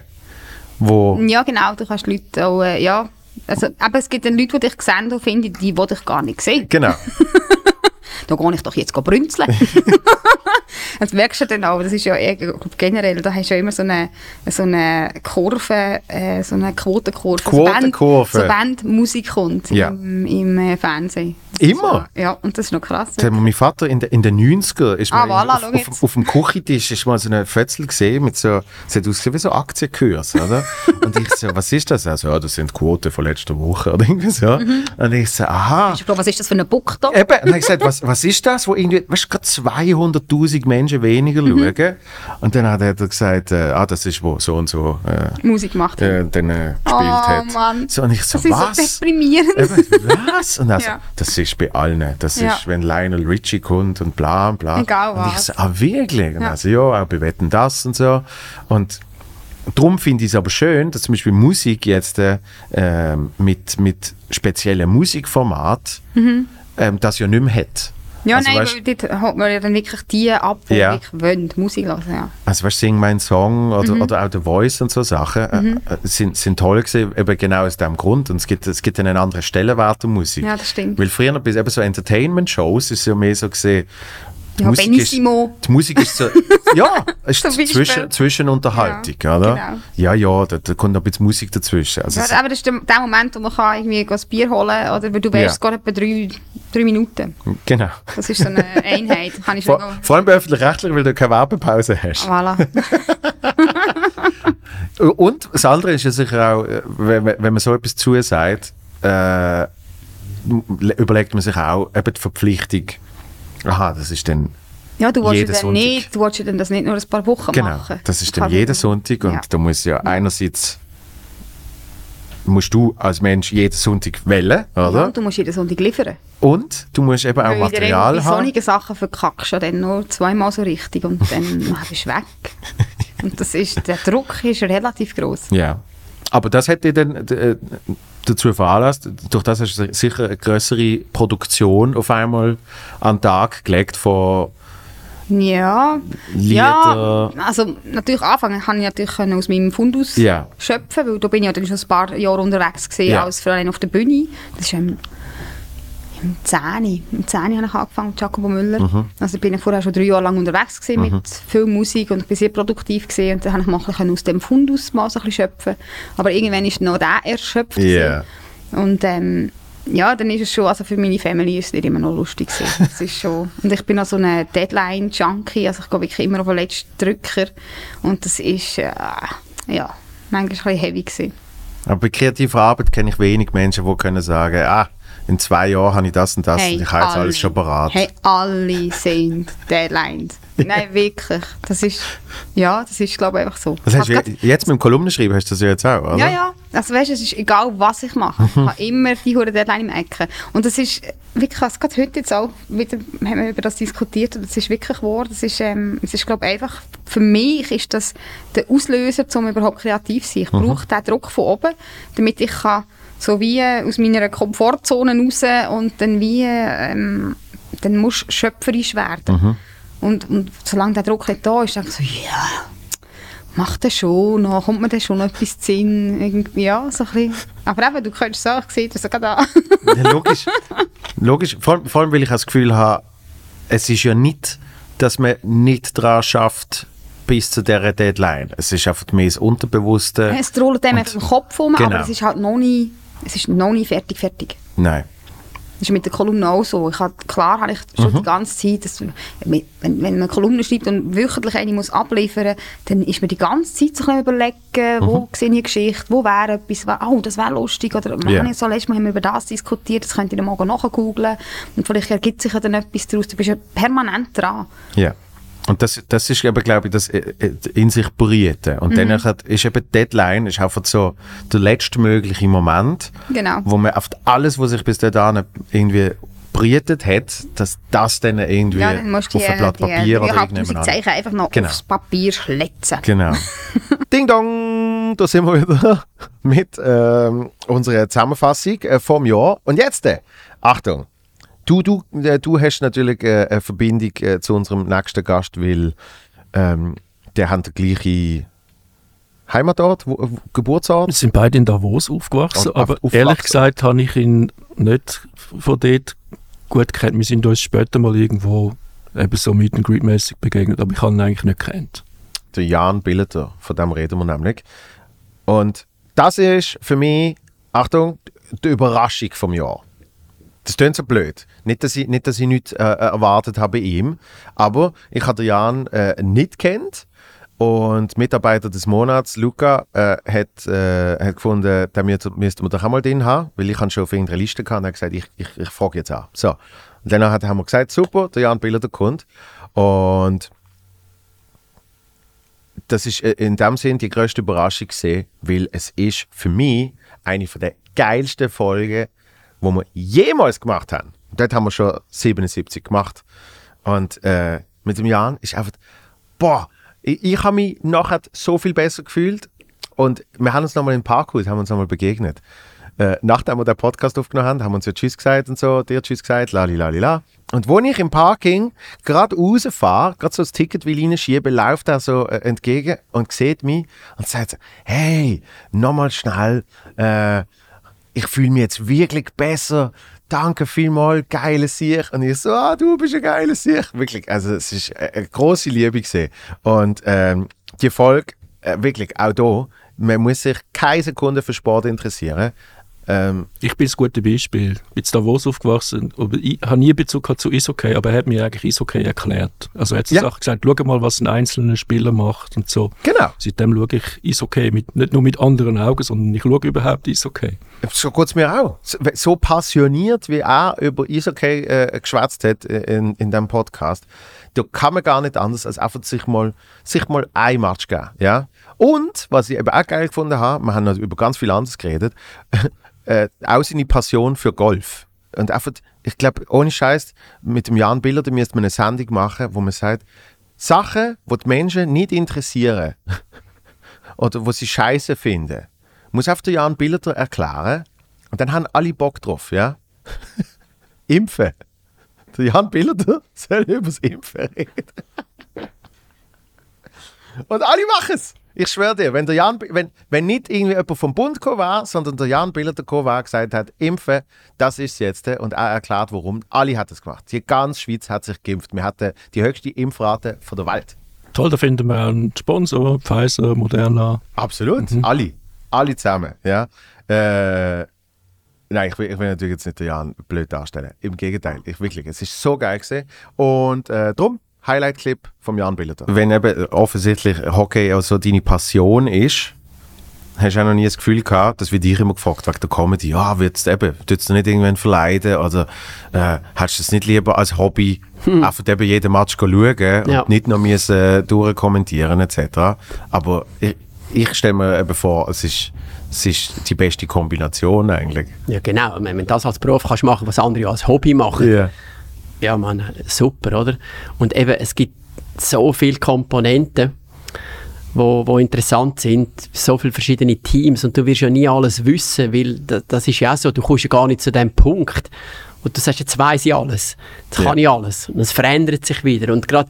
Wo ja, genau, du kannst Leute auch, äh, ja, also, aber es gibt dann Leute, die dich sehen und finden, die, die dich gar nicht sehen. Genau. Da gehe ich doch jetzt brünzeln. Das merkst du dann auch, das ist ja eh, generell, da hast du ja immer so eine, so eine Kurve, äh, so eine Quotenkurve. Quotenkurve. So Band, so Bandmusik kommt ja. im, im äh, Fernsehen. Immer? So, ja, und das ist noch krass. Das hat mein Vater in, de, in den neunziger ist ah, mal voilà, auf, auf, auf dem Küchentisch ist mal so eine Fötzel gesehen mit so, es hat ausgesehen wie so Aktienkurs, oder? Und ich so, was ist das? Also, ja, das sind Quoten von letzter Woche oder irgendwie so. Mhm. Und ich so, aha. Ich glaube, was ist das für ein Book da? Eben, und dann habe ich gesagt, was, was ist das, wo irgendwie, weißt du, gerade zweihunderttausend Menschen weniger mhm. schauen. Und dann hat er gesagt, äh, ah, das ist, wo so und so äh, Musik gemacht äh, dann äh, gespielt oh, hat. Mann. So, und ich so, das was? ist so deprimierend. Eben, was? Und also, ja. das ist bei allen. Das ja. ist, wenn Lionel Richie kommt und bla und bla. Egal und ich was. so, ah, wirklich? Und ja. also, ja, auch bei Wetten, das und so. Und darum finde ich es aber schön, dass zum Beispiel Musik jetzt äh, mit, mit speziellen Musikformat mhm. ähm, das ja nicht mehr hat. Ja, also, nein, weißt, weil dort holt man ja dann wirklich die ab, die ja. wirklich wollen, Musik hören. Ja. Also weißt du, Sing mein Song oder, mhm. oder auch The Voice und so Sachen mhm. äh, sind, sind toll gewesen, eben genau aus dem Grund. Und es gibt, es gibt einen anderen Stellenwert der Musik. Ja, das stimmt. Weil früher bis eben so Entertainment-Shows ist ja mehr so gesehen, die ja, Musik Benissimo. Ist, die Musik ist so, ja, ist zwischen, Zwischenunterhaltung, ja, oder? Genau. Ja, ja, da, da kommt noch ein bisschen Musik dazwischen. Also ja, aber das ist der, der Moment, wo man kann irgendwie ein Bier holen kann, oder weil du weißt, ja. es geht etwa drei, drei Minuten. Genau. Das ist so eine Einheit. Kann ich vor, vor allem bei Öffentlich-Rechtlich, weil du keine Werbepause hast. Voilà. Und das andere ist ja sicher auch, wenn, wenn man so etwas zusagt, äh, überlegt man sich auch eben die Verpflichtung. Aha, das ist dann ja, du willst jeden dann Sonntag. Nicht, du willst dann das nicht nur ein paar Wochen genau, machen. Genau, das ist dann jeden Sonntag und ja. da muss ja, ja einerseits musst du als Mensch jeden Sonntag wählen, oder? Ja, und du musst jeden Sonntag liefern. Und du musst eben auch Weil Material haben. Bei solchen Sachen verkackst du dann nur zweimal so richtig und dann bist du weg. Und das ist, der Druck ist relativ gross. Ja, aber das hätte dann äh, dazu veranlasst, durch das hast du sicher eine größere Produktion auf einmal an den Tag gelegt von ja, Lieder. Ja, also natürlich anfangen kann ich natürlich aus meinem Fundus ja. schöpfen, weil da bin ich ja dann schon ein paar Jahre unterwegs gewesen, ja. als Fräulein auf der Bühne. Das ist im, im zehn. Im zehn habe ich angefangen mit Jacobo Müller. Mhm. Also bin ich vorher schon drei Jahre lang unterwegs gewesen, mhm. mit viel Musik und ich bin sehr produktiv gewesen, und dann habe ich mal ein bisschen aus dem Fundus mal so ein bisschen schöpfen. Aber irgendwann ist noch der erschöpft. Yeah. Und ähm, ja, dann ist es schon, also für meine Family ist es nicht immer noch lustig gewesen. Das ist schon, und ich bin auch so eine Deadline-Junkie, also ich gehe wirklich immer auf den letzten Drücker und das ist, äh, ja, manchmal ein bisschen heavy gewesen. Aber bei kreativer Arbeit kenne ich wenig Menschen, die können sagen, ah, in zwei Jahren habe ich das und das hey, und ich habe jetzt alle, alles schon parat. Hey, alle sind Deadlines. Nein, wirklich. Das ist, ja, das ist, glaube ich, einfach so. Das heißt, jetzt mit dem Kolumnenschreiben hast du das ja jetzt auch, oder? Ja, ja. Also weißt du, es ist egal, was ich mache. Ich habe immer die hure Deadline im Ecken. Und das ist wirklich, also gerade heute jetzt auch wieder, haben wir über das diskutiert, und das ist wirklich wahr. Das ist, ähm, das ist, glaube ich, einfach, für mich ist das der Auslöser, um überhaupt kreativ zu sein. Ich Mhm. brauche den Druck von oben, damit ich kann so wie aus meiner Komfortzone raus und dann wie, ähm, dann musst du schöpferisch werden. Mhm. Und, und solange der Druck nicht da ist, denke ich so, ja, macht das schon noch, kommt mir dann schon noch etwas zu Sinn, irgendwie, ja, so ein bisschen. Aber eben, du könntest sagen, ich sehe das ja gerade an. Ja, logisch, logisch. Vor, vor allem, weil ich das Gefühl habe, es ist ja nicht, dass man nicht daran schafft, bis zu dieser Deadline. Es ist einfach mehr das Unterbewusste. Es rollt dem einfach im Kopf um, genau. aber es ist halt noch nie, es ist noch nie fertig, fertig. Nein. Das ist mit der Kolumne auch so. Ich hab, klar habe ich schon Mhm. die ganze Zeit, dass, wenn, wenn man eine Kolumne schreibt und wöchentlich eine muss abliefern muss, dann ist mir die ganze Zeit so ein bisschen überlegen, wo Mhm. sehe ich eine Geschichte, wo wäre etwas, oh, das wäre lustig, oder Ja. yeah. so, letztes Mal haben wir über das diskutiert, das könnt ihr dann mal nachgoogeln und vielleicht ergibt sich ja dann etwas daraus. Du bist ja permanent dran. Ja. Und das, das ist eben, glaube ich, das äh, äh, in sich Brüten. Und Mhm. dann ist eben die Deadline ist einfach so der letztmögliche Moment, Genau. wo man auf alles, was sich bis dahin irgendwie brütet hat, dass das dann irgendwie Ja, dann musst du auf die, ein Blatt die, Papier die oder dreitausend irgendjemand Zeichen einfach noch Genau. aufs Papier schletzen. Genau. Ding dong, da sind wir wieder mit ähm, unserer Zusammenfassung äh, vom Jahr. Und jetzt, äh, Achtung, du, du, äh, du hast natürlich äh, eine Verbindung äh, zu unserem nächsten Gast, weil ähm, der hat den gleichen Heimatort, wo, wo, Geburtsort. Wir sind beide in Davos aufgewachsen, Und aber aufgewachsen. ehrlich gesagt habe ich ihn nicht von dort gut kennt. Wir sind uns später mal irgendwo eben so Meet and Greet mäßig begegnet, aber ich habe ihn eigentlich nicht gekannt. Der Jan Billeter, von dem reden wir nämlich. Und das ist für mich, Achtung, die Überraschung vom Jahr. Das klingt so blöd. Nicht, dass ich, nicht, dass ich nichts äh, erwartet habe bei ihm, aber ich habe den Jan äh, nicht kennt. Und Mitarbeiter des Monats, Luca, äh, hat, äh, hat gefunden, den müssten wir doch einmal drin haben, weil ich schon auf irgendeiner Liste hatte und hat gesagt, ich, ich, ich frage jetzt an. So. Und dann haben wir gesagt, super, der Jan Billeter kommt. Und das ist in dem Sinn die grösste Überraschung gesehen, weil es ist für mich eine der geilsten Folgen, die wir jemals gemacht haben. Dort haben wir schon siebenundsiebzig gemacht. Und äh, mit dem Jan ist einfach, boah, ich, ich habe mich nachher so viel besser gefühlt. Und wir haben uns nochmal im Parkhaus, haben uns nochmal begegnet. Äh, nachdem wir den Podcast aufgenommen haben, haben wir uns ja Tschüss gesagt und so, dir Tschüss gesagt, lalalala. Und wo ich im Parking gerade rausfahre, gerade so das Ticket will reinschieben, läuft er so äh, entgegen und sieht mich und sagt so, hey, nochmal schnell, äh, ich fühle mich jetzt wirklich besser, danke vielmals, geile Sicht. Und ich so, ah, du bist ein geiler Sicht. Wirklich, also es ist eine grosse Liebe gesehen. Und ähm, die Folge, äh, wirklich auch da, man muss sich keine Sekunde für Sport interessieren. Ähm, ich bin das gute Beispiel. Ich bin in Davos aufgewachsen, aber ich habe nie Bezug gehabt zu Eishockey, aber er hat mir eigentlich Eishockey erklärt. Also er hat ja. auch gesagt, schau mal, was ein einzelner Spieler macht und so. Genau. Seitdem schaue ich Eishockey mit, nicht nur mit anderen Augen, sondern ich schaue überhaupt Eishockey. So geht es mir auch. So passioniert, wie er über Eishockey äh, geschwätzt hat in, in diesem Podcast, da kann man gar nicht anders, als einfach sich mal, sich mal ein Match geben. Ja? Und, was ich eben auch geil gefunden habe, wir haben noch über ganz viel anderes geredet, äh, auch seine Passion für Golf. Und einfach, ich glaube, ohne Scheiß, mit dem Jan Billeter müsste man eine Sendung machen, wo man sagt, Sachen, die die Menschen nicht interessieren oder wo sie scheiße finden, muss einfach der Jan Billeter erklären und dann haben alle Bock drauf, ja? Impfen. Der Jan Billeter soll über das Impfen reden. Und alle machen es. Ich schwöre dir, wenn, der Jan, wenn, wenn nicht irgendwie jemand vom Bund gekommen war, sondern der Jan Billeter gekommen war, gesagt hat, impfen, das ist es jetzt. Und er erklärt, warum. Alle hat es gemacht. Die ganze Schweiz hat sich geimpft. Wir hatten die höchste Impfrate von der Welt. Toll, da finden wir einen Sponsor, Pfizer, Moderna. Absolut, mhm. alle. Alle zusammen. Ja. Äh, nein, ich will, ich will natürlich jetzt nicht den Jan blöd darstellen. Im Gegenteil, ich wirklich, es ist so geil gewesen. Und äh, darum, Highlight-Clip vom Jan Billeter. Wenn eben offensichtlich Hockey also deine Passion ist, hast du auch noch nie das Gefühl gehabt, dass wir dich immer gefragt wegen der Comedy, ja, würdest du eben, würdest du nicht irgendwann verleiden oder äh, hast du es nicht lieber als Hobby, hm. einfach eben jeden Match schauen ja. und nicht noch müssen äh, durchkommentieren et cetera. Aber ich, ich stelle mir eben vor, es ist, es ist die beste Kombination eigentlich. Ja genau, wenn du das als Beruf kannst machen, was andere als Hobby machen, yeah. ja man, super, oder? Und eben, es gibt so viele Komponenten, wo, wo interessant sind, so viele verschiedene Teams und du wirst ja nie alles wissen, weil das, das ist ja auch so, du kommst ja gar nicht zu dem Punkt und du sagst, jetzt weiss ich alles, jetzt kann ja. ich alles und es verändert sich wieder und gerade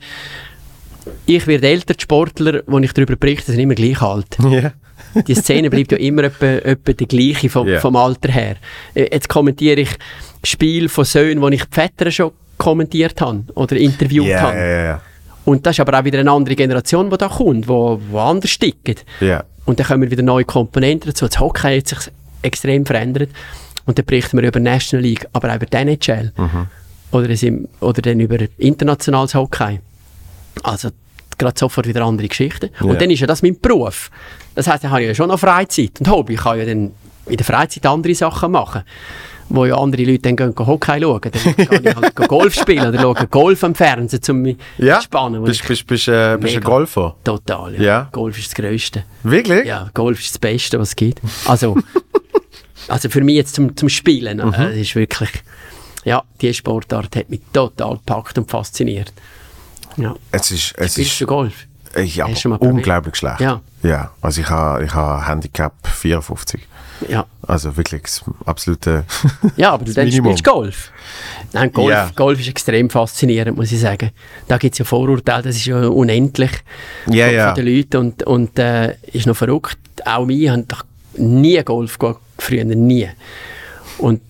ich werde älter, die Sportler, wo ich darüber berichte, sind immer gleich alt. Yeah. Die Szene bleibt ja immer etwa, etwa die gleiche vom, yeah. vom Alter her. Jetzt kommentiere ich Spiele von Söhnen, die ich die Väter schon kommentiert habe oder interviewt yeah, habe. Yeah, yeah. Und das ist aber auch wieder eine andere Generation, die da kommt, die wo, wo anders tickt. Yeah. Und dann kommen wieder neue Komponenten dazu. Das Hockey hat sich extrem verändert. Und dann berichten wir über National League, aber auch über die N H L. Mhm. Oder, im, oder dann über internationales Hockey. Also gerade sofort wieder andere Geschichten. Yeah. Und dann ist ja das mein Beruf. Das heisst, dann habe ich ja schon noch Freizeit und Hobby. Ich kann ja dann in der Freizeit andere Sachen machen, wo ja andere Leute dann gehen, gehen Hockey schauen. Dann kann ich halt Golf spielen oder schauen Golf am Fernsehen, um mich ja? zu spannen. Bist, bist, bist, äh, bist du ein Golfer? Total, ja. ja. Golf ist das Größte. Wirklich? Ja, Golf ist das Beste, was es gibt. Also, also für mich jetzt zum, zum Spielen, mhm. äh, ist wirklich, ja, die Sportart hat mich total gepackt und fasziniert. Ja. Es ist, es Spielst ist, du Golf? Ja, unglaublich schlecht. Ja. Ja, also ich habe ich ha Handicap vierundfünfzig. Ja. Also wirklich das absolute Ja, aber du dann spielst Golf. Nein, Golf, yeah. Golf ist extrem faszinierend, muss ich sagen. Da gibt es ja Vorurteile, das ist ja unendlich yeah, von, yeah. von den Leuten und, und äh, ist noch verrückt. Auch wir haben doch nie Golf gehabt, früher nie. Und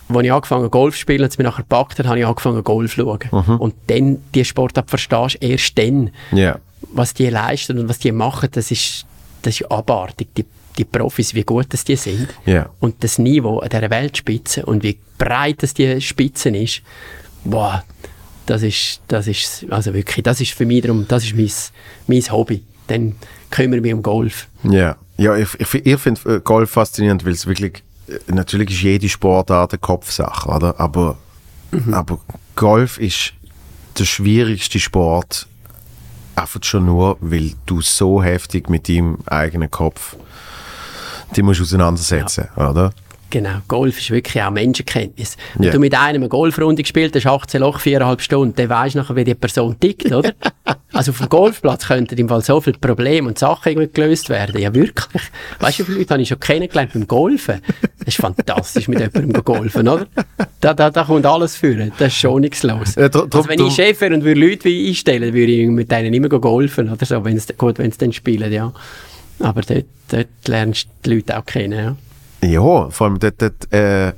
als ich angefangen habe, Golf zu spielen und es mich nachher gepackt hat, habe ich angefangen, Golf zu schauen. Mhm. Und dann, die Sportart verstehst du erst dann, Yeah. was die leisten und was die machen, das ist, das ist abartig. Die, die Profis, wie gut das die sind. Yeah. Und das Niveau an dieser Weltspitze und wie breit das die Spitze ist, boah, das ist, das ist, also wirklich, das ist für mich darum, das ist mein, mein Hobby. Dann kümmere ich mich um Golf. Ja, ja ich, ich, ich finde Golf faszinierend, weil es wirklich, natürlich ist jede Sportart eine Kopfsache, oder? Aber, mhm. aber Golf ist der schwierigste Sport, einfach schon nur, weil du so heftig mit deinem eigenen Kopf die musst auseinandersetzen, ja. oder? Genau, Golf ist wirklich auch Menschenkenntnis. Wenn Yeah. du mit einem eine Golfrunde gespielt hast, achtzehn Loch, viereinhalb Stunden, dann weisst du nachher, wie die Person tickt, oder? Also auf dem Golfplatz könnten im Fall so viele Probleme und Sachen irgendwie gelöst werden. Ja, wirklich. Weißt du, wie viele Leute habe ich schon kennengelernt beim Golfen? Das ist fantastisch, mit jemandem zu golfen, oder? Da, da, da kommt alles führen. Da ist schon nichts los. Äh, dr- also wenn dr- ich Chef wäre und würde Leute wie einstellen, würde ich mit denen immer golfen, oder so, wenn sie gut, wenn sie dann spielen, ja. Aber dort, dort lernst du die Leute auch kennen, ja. Ja, vor allem dort, dort, äh,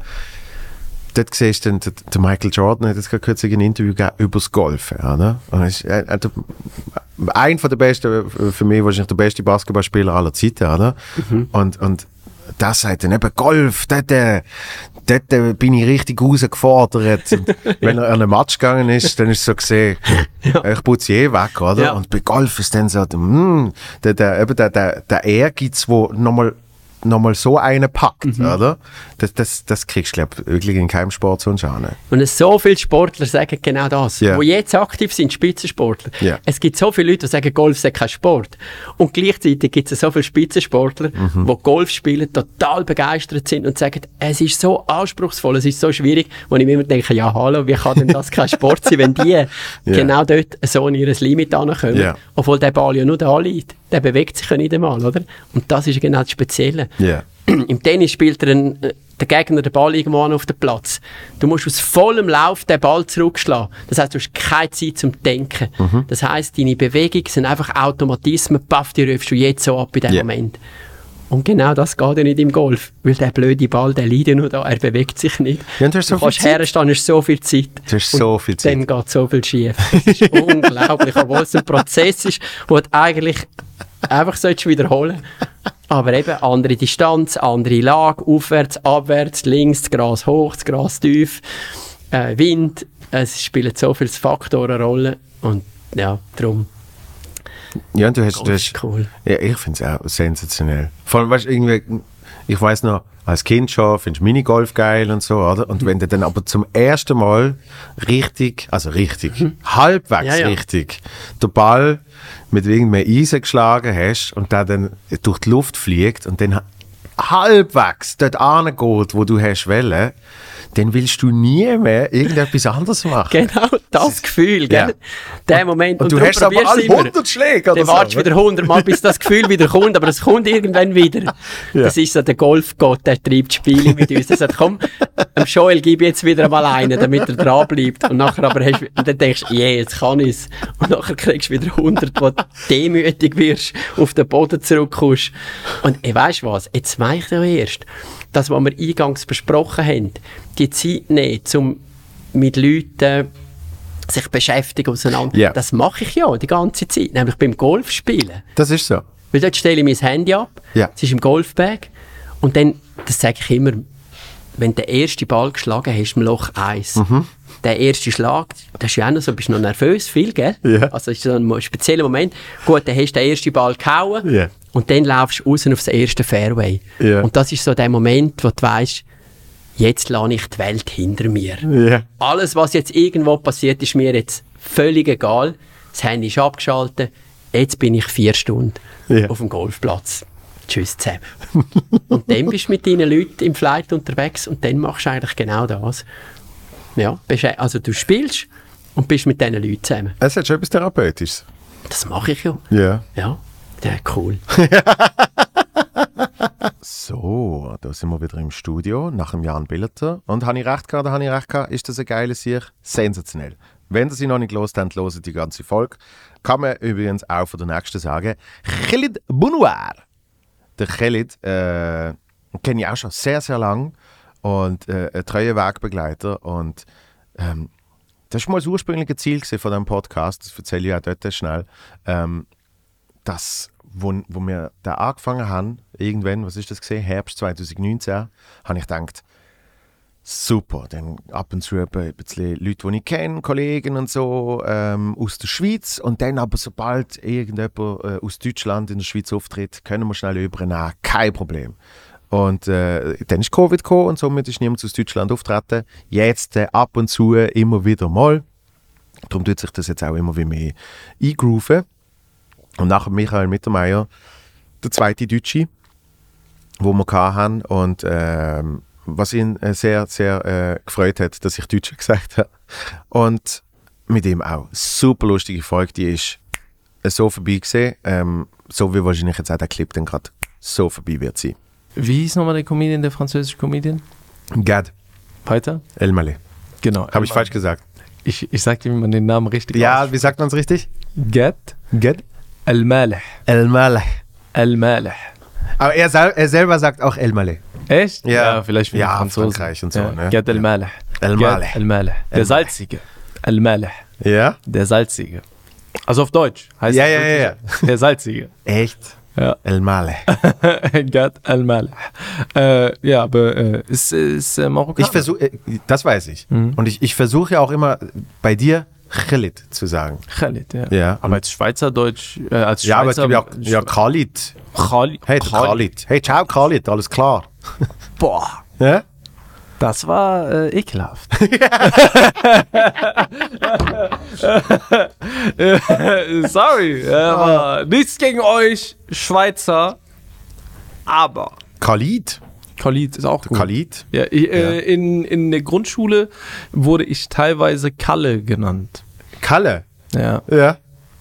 dort siehst du, der, der Michael Jordan hat jetzt gerade kürzlich ein Interview gegeben über das Golfen. Oder? Und ist, äh, äh, der, ein von der besten, für mich wahrscheinlich der beste Basketballspieler aller Zeiten. Oder? Mhm. Und, und das sagt dann eben Golf, dort, äh, dort äh, bin ich richtig rausgefordert. Und wenn er an einen Match gegangen ist, dann ist es so gesehen, ja. ich putze je weg. Oder? Ja. Und bei Golf ist dann so, mh, der, der, eben der, der, der Ehrgeiz, der nochmal nochmal so einen packt, mhm. oder? Das, das, das kriegst du, glaube ich, wirklich in keinem Sport sonst an. Und es so viele Sportler sagen genau das, yeah. die jetzt aktiv sind, Spitzensportler. Yeah. Es gibt so viele Leute, die sagen, Golf sei kein Sport. Und gleichzeitig gibt es so viele Spitzensportler, mhm. die Golf spielen, total begeistert sind und sagen, es ist so anspruchsvoll, es ist so schwierig, wo ich mir immer denke, ja hallo, wie kann denn das kein Sport sein, wenn die yeah. genau dort so an ihr Limit ankommen, yeah. obwohl der Ball ja nur da liegt. Der bewegt sich ja nicht einmal, oder? Und das ist genau das Spezielle. Yeah. Im Tennis spielt er einen, der Gegner den Ball irgendwo auf den Platz. Du musst aus vollem Lauf den Ball zurückschlagen. Das heisst, du hast keine Zeit zum Denken. Mhm. Das heisst, deine Bewegungen sind einfach Automatismen. Paff, die rufst du jetzt so ab in dem yeah. Moment. Und genau das geht ja nicht im Golf. Weil der blöde Ball, der liegt ja nur da, er bewegt sich nicht. Ja, du, hast so du kannst herstehen, du hast so viel Zeit. Du hast so viel Zeit. Dann geht so viel schief. Das ist unglaublich, obwohl es ein Prozess ist, den du eigentlich einfach solltest wiederholen. Aber eben andere Distanz, andere Lage, aufwärts, abwärts, links, das Gras hoch, das Gras tief, äh, Wind. Es spielen so viele Faktoren eine Rolle. Und ja, darum. Ja, du hast, du hast cool. Ja, ich finde es auch sensationell. Vor allem, weißt du, irgendwie, ich weiss noch, als Kind schon findest du Minigolf geil und so, oder? Und mhm. wenn du dann aber zum ersten Mal richtig, also richtig, mhm. halbwegs ja, ja. richtig, den Ball mit irgendeinem Eisen geschlagen hast und der dann durch die Luft fliegt und dann halbwegs dort angeht, wo du hast wollen, dann willst du nie mehr irgendetwas anderes machen. Genau, das Gefühl, gell? Ja. Der Moment. Und, und du hast aber alle hundert Schläge oder dann so. wartest du wieder hundert Mal, bis das Gefühl wieder kommt, aber es kommt irgendwann wieder. Ja. Das ist so der Golfgott, der treibt Spiele mit uns. Der sagt, komm, dem Joel gib jetzt wieder mal einen, damit er dran bleibt. Und nachher aber hast, und dann denkst du, yeah, jetzt kann ich es. Und nachher kriegst du wieder hundert, wo du demütig wirst, auf den Boden zurückkommst. Und ich weiss was, jetzt weiss ich ja erst, das, was wir eingangs besprochen haben, die Zeit nehmen, um mit Leuten sich beschäftigen auseinander, yeah. das mache ich ja die ganze Zeit, nämlich beim Golfspielen. Das ist so. Weil dort stelle ich mein Handy ab, yeah. es ist im Golfbag und dann, das sage ich immer, wenn du den ersten Ball geschlagen hast im Loch eins, mhm. der erste Schlag, das ist ja auch noch so, bist du noch nervös, viel, gell? Yeah. Also das ist so ein spezieller Moment. Gut, dann hast du den ersten Ball gehauen yeah. und dann laufst du raus aufs erste Fairway. Yeah. Und das ist so der Moment, wo du weißt, jetzt lasse ich die Welt hinter mir. Yeah. Alles, was jetzt irgendwo passiert, ist mir jetzt völlig egal. Das Handy ist abgeschaltet. Jetzt bin ich vier Stunden yeah. auf dem Golfplatz. Tschüss zusammen. Und dann bist du mit deinen Leuten im Flight unterwegs und dann machst du eigentlich genau das. Ja, also du spielst und bist mit diesen Leuten zusammen. Es hat schon etwas Therapeutisches. Das mache ich ja. Yeah. Ja. Ja, cool. So, da sind wir wieder im Studio nach dem Jan Billeter. Und habe ich recht gehabt, oder habe ich recht gehabt? Ist das ein geiles Sieg? Sensationell. Wenn ihr sie noch nicht gehört habt, hört die ganze Folge. Kann man übrigens auch von der nächsten sagen. Khalid Bounoir. Der Khalid äh, kenne ich auch schon sehr, sehr lang. und äh, ein treuer Wegbegleiter. Und ähm, das war mal das ursprüngliche Ziel von diesem Podcast, das erzähle ich auch dort schnell, ähm, dass, wo, wo wir da angefangen haben, irgendwann, was ist das gesehen, Herbst zwanzig neunzehn, habe ich gedacht, super, dann ab und zu ein bisschen Leute, die ich kenne, Kollegen und so ähm, aus der Schweiz, und dann aber sobald irgendjemand äh, aus Deutschland in der Schweiz auftritt, können wir schnell übernehmen, kein Problem. Und äh, dann ist Covid gekommen und somit ist niemand aus Deutschland auftreten. Jetzt äh, ab und zu immer wieder mal. Darum tut sich das jetzt auch immer wie mehr eingrooven. Und nachher Michael Mittermeier, der zweite Deutsche, wo wir hatten. Und ähm, was ihn äh, sehr, sehr äh, gefreut hat, dass ich Deutsche gesagt habe. Und mit ihm auch. Super lustige Folge, die ist äh, so vorbei gewesen. Ähm, so wie wahrscheinlich jetzt auch der Clip dann gerade so vorbei wird sein. Wie hieß nochmal der Comedian, der französische Comedian? Gad. Weiter? El Maleh. Genau. Habe ich falsch gesagt? Ich, ich sag dir, wie man den Namen richtig Ja, ausspricht. wie sagt man es richtig? Gad. Gad. El Maleh. El Maleh. El Maleh. Aber er, sel- er selber sagt auch El Maleh. Echt? Ja, ja vielleicht wie ja, Franzosen. Frankreich und so. Ja. Ne? Gad El Maleh. El Gad Maleh. El Maleh. Der El Salzige. El Maleh. Ja? Der Salzige. Also auf Deutsch heißt Ja, es ja, ja, wirklich Der Salzige. Echt? Ja. El Maleh. Gad El Maleh. Äh, ja, aber äh, ist, ist äh, Marokkaner. Ich versuche, das weiß ich. Mhm. Und ich, ich versuche ja auch immer bei dir Khalid zu sagen. Khalid, ja. Ja. Aber als Schweizerdeutsch, äh, als Ja, aber es Schweizer... gibt ja, ja Khalid. Khalid. Hey, der Khalid. Hey, ciao Khalid, alles klar. Boah. Ja? Das war äh, ekelhaft. Sorry, aber nichts gegen euch, Schweizer, aber... Khalid? Khalid ist auch gut. Khalid? Ja, ich, äh, in, in der Grundschule wurde ich teilweise Kalle genannt. Kalle? Ja. Ja.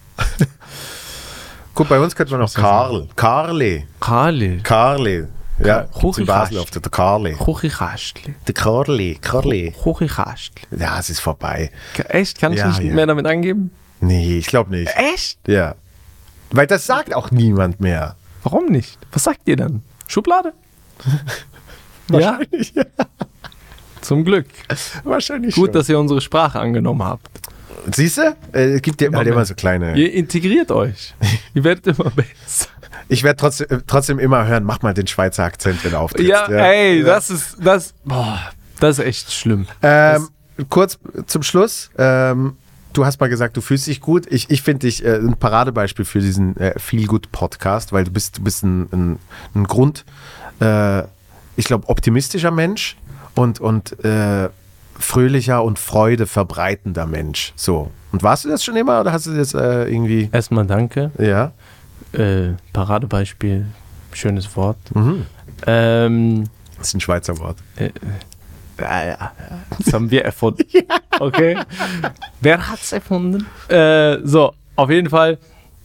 Gut, bei uns könnte man noch Karl. Karli. Karli. Karli. Ja, Hochi in Basel oft, der Karli. Hochikastli. Der Karli. Karli. Hochikastli. Ja, es ist vorbei. Echt? Kann ich Ja, nicht ja. mehr damit angeben? Nee, ich glaube nicht. Echt? Ja. Weil das sagt auch niemand mehr. Warum nicht? Was sagt ihr dann? Schublade? Wahrscheinlich, ja. Zum Glück. Wahrscheinlich Gut, schon. dass ihr unsere Sprache angenommen habt. Siehst du? Äh, Es gibt ja halt immer so kleine... Ihr integriert euch. Ihr werdet immer besser. Ich werde trotzdem, trotzdem immer hören, mach mal den Schweizer Akzent, wenn du auftrittst. Ja, ey, das ist, das, boah, das ist echt schlimm. Ähm, kurz zum Schluss. Ähm, du hast mal gesagt, du fühlst dich gut. Ich, ich finde dich äh, ein Paradebeispiel für diesen äh, Feel-Good-Podcast, weil du bist, du bist ein, ein, ein Grund, äh, ich glaube, optimistischer Mensch und, und äh, fröhlicher und Freude verbreitender Mensch. So. Und warst du das schon immer oder hast du das äh, irgendwie... Erstmal danke. Ja. Äh, Paradebeispiel, schönes Wort. Mhm. Ähm, das ist ein Schweizer Wort. Äh, ja, ja, das haben wir erfunden. Okay. Wer hat's erfunden? Äh, so, auf jeden Fall.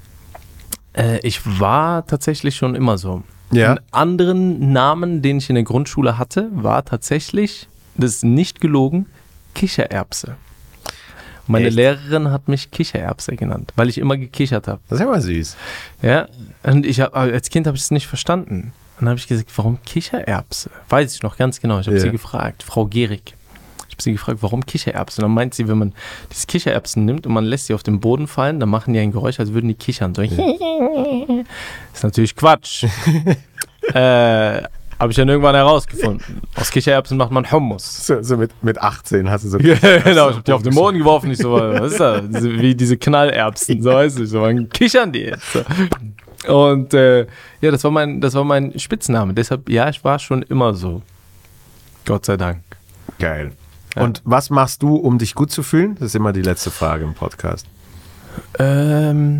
Äh, ich war tatsächlich schon immer so. Ja. Einen anderen Namen, den ich in der Grundschule hatte, war tatsächlich, das ist nicht gelogen, Kichererbse. Meine Echt? Lehrerin hat mich Kichererbse genannt, weil ich immer gekichert habe. Das ist ja mal süß. Ja, und ich hab, als Kind habe ich es nicht verstanden. Dann habe ich gesagt, warum Kichererbse? Weiß ich noch ganz genau. Ich habe Ja. sie gefragt, Frau Gehrig. Ich habe sie gefragt, warum Kichererbsen? Und dann meint sie, wenn man diese Kichererbsen nimmt und man lässt sie auf den Boden fallen, dann machen die ein Geräusch, als würden die kichern. So, ist natürlich Quatsch. äh, habe ich dann irgendwann herausgefunden. Aus Kichererbsen macht man Hummus. So, so mit, mit achtzehn hast du so... Ja, genau, ich hab die auf den Boden geworfen. Ich so, was ist das? Diese- Wie diese Knallerbsen, so heißt es. So, wann kichern die jetzt? So. Und äh, ja, das war, mein, das war mein Spitzname. Deshalb, ja, ich war schon immer so. Gott sei Dank. Geil. Und was machst du, um dich gut zu fühlen? Das ist immer die letzte Frage im Podcast. Ähm,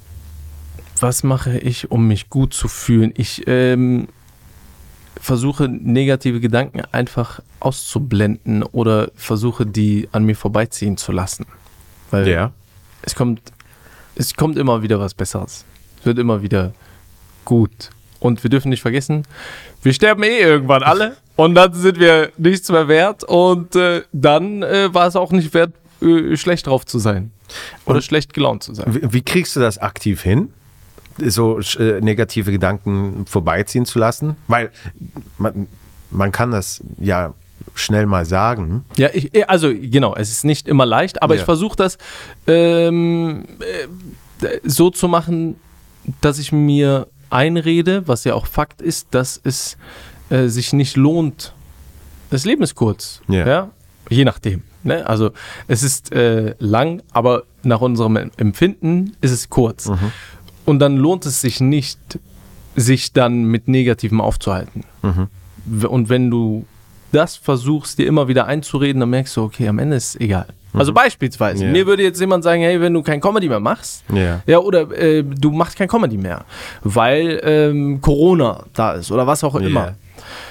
was mache ich, um mich gut zu fühlen? Ich ähm, versuche negative Gedanken einfach auszublenden oder versuche die an mir vorbeiziehen zu lassen. Weil Ja. es kommt, es kommt immer wieder was Besseres. Es wird immer wieder gut. Und wir dürfen nicht vergessen, wir sterben eh irgendwann alle und dann sind wir nichts mehr wert und äh, dann äh, war es auch nicht wert, äh, schlecht drauf zu sein oder Und schlecht gelaunt zu sein. Wie, wie kriegst du das aktiv hin, so äh, negative Gedanken vorbeiziehen zu lassen? Weil man, man kann das ja schnell mal sagen. Ja, ich, also genau, es ist nicht immer leicht, aber Ja. ich versuche das ähm, äh, so zu machen, dass ich mir einrede, was ja auch Fakt ist, dass es äh, sich nicht lohnt. Das Leben ist kurz, Ja. ja? Je nachdem. Ne? Also es ist äh, lang, aber nach unserem Empfinden ist es kurz. Mhm. Und dann lohnt es sich nicht, sich dann mit Negativem aufzuhalten. Mhm. W- Und wenn du das versuchst, dir immer wieder einzureden, dann merkst du, okay, am Ende ist es egal. Also beispielsweise, Ja. mir würde jetzt jemand sagen, hey, wenn du kein Comedy mehr machst, Ja. ja, oder äh, du machst kein Comedy mehr, weil ähm, Corona da ist oder was auch immer. Ja.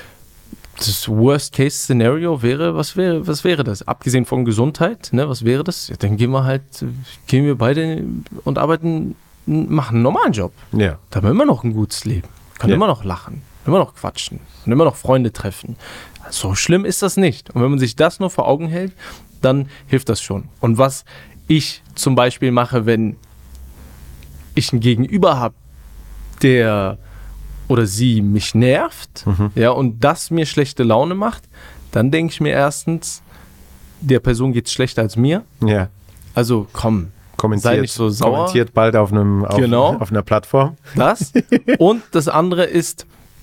Das Worst-Case-Szenario wäre, was wäre, was wäre das? Abgesehen von Gesundheit, ne, was wäre das? Ja, dann gehen wir halt, äh, gehen wir beide und arbeiten, n- machen einen normalen Job. Ja. Da haben wir immer noch ein gutes Leben. Kann Ja. immer noch lachen, immer noch quatschen und immer noch Freunde treffen. So schlimm ist das nicht. Und wenn man sich das nur vor Augen hält, dann hilft das schon. Und was ich zum Beispiel mache, wenn ich einen Gegenüber habe, der oder sie mich nervt, Mhm. ja, und das mir schlechte Laune macht, dann denke ich mir erstens, der Person geht es schlechter als mir. Ja. Also komm, Kommentiert, sei nicht so sauer. kommentiert bald auf, einem, auf, Genau. auf einer Plattform. Das. Und das andere ist,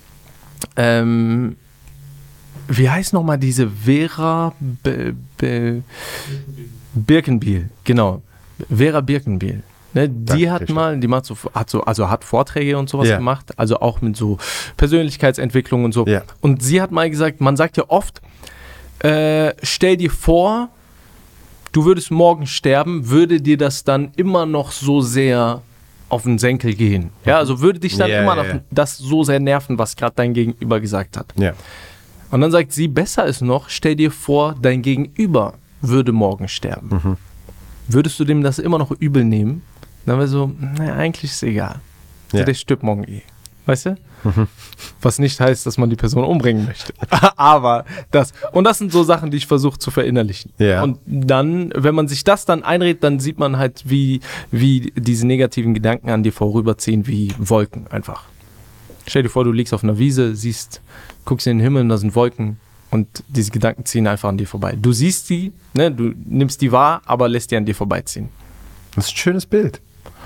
ähm, wie heißt nochmal diese Vera Be, Be, Birkenbiel? Genau. Vera Birkenbiel. Ne, die Danke, hat Christian. mal, die macht so, hat so, also hat Vorträge und sowas Ja. gemacht, also auch mit so Persönlichkeitsentwicklung und so. Ja. Und sie hat mal gesagt, man sagt ja oft, äh, stell dir vor, du würdest morgen sterben, würde dir das dann immer noch so sehr auf den Senkel gehen? Ja, also würde dich dann Ja, immer ja, noch ja. das so sehr nerven, was gerade dein Gegenüber gesagt hat. Ja. Und dann sagt sie, besser ist noch, stell dir vor, dein Gegenüber würde morgen sterben. Mhm. Würdest du dem das immer noch übel nehmen? Dann wäre so, naja, eigentlich ist es egal. Ja. Der stirbt morgen eh. Weißt du? Mhm. Was nicht heißt, dass man die Person umbringen möchte. Aber das. Und das sind so Sachen, die ich versuche zu verinnerlichen. Ja. Und dann, wenn man sich das dann einredet, dann sieht man halt, wie, wie diese negativen Gedanken an dir vorüberziehen, wie Wolken einfach. Stell dir vor, du liegst auf einer Wiese, siehst, guckst in den Himmel und da sind Wolken und diese Gedanken ziehen einfach an dir vorbei. Du siehst die, ne, du nimmst die wahr, aber lässt die an dir vorbeiziehen. Das ist ein schönes Bild.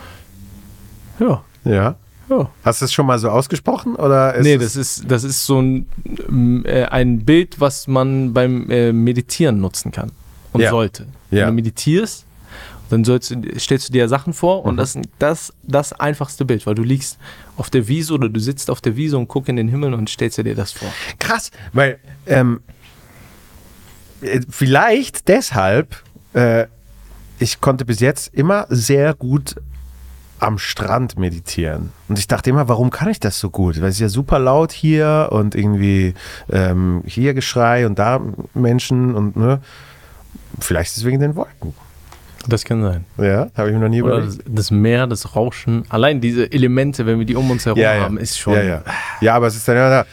Ja. Ja. Ja. Hast du es schon mal so ausgesprochen? Oder ist Nee, es- das ist, das ist so ein, ähm, äh, ein Bild, was man beim äh, Meditieren nutzen kann und Ja. sollte. Ja. Wenn du meditierst, dann sollst du, stellst du dir Sachen vor und Mhm. das ist das, das einfachste Bild, weil du liegst auf der Wiese oder du sitzt auf der Wiese und guckst in den Himmel und stellst dir das vor. Krass, weil ähm, äh, vielleicht deshalb, äh, ich konnte bis jetzt immer sehr gut am Strand meditieren. Und ich dachte immer, warum kann ich das so gut? Weil es ist ja super laut hier und irgendwie ähm, hier Geschrei und da Menschen und ne. Vielleicht ist es wegen den Wolken. Das kann sein. Ja, habe ich mir noch nie Oder überlegt. das, das Meer, das Rauschen, allein diese Elemente, wenn wir die um uns herum Ja, ja. haben, ist schon... Ja, ja. Ja, aber es ist dann immer da.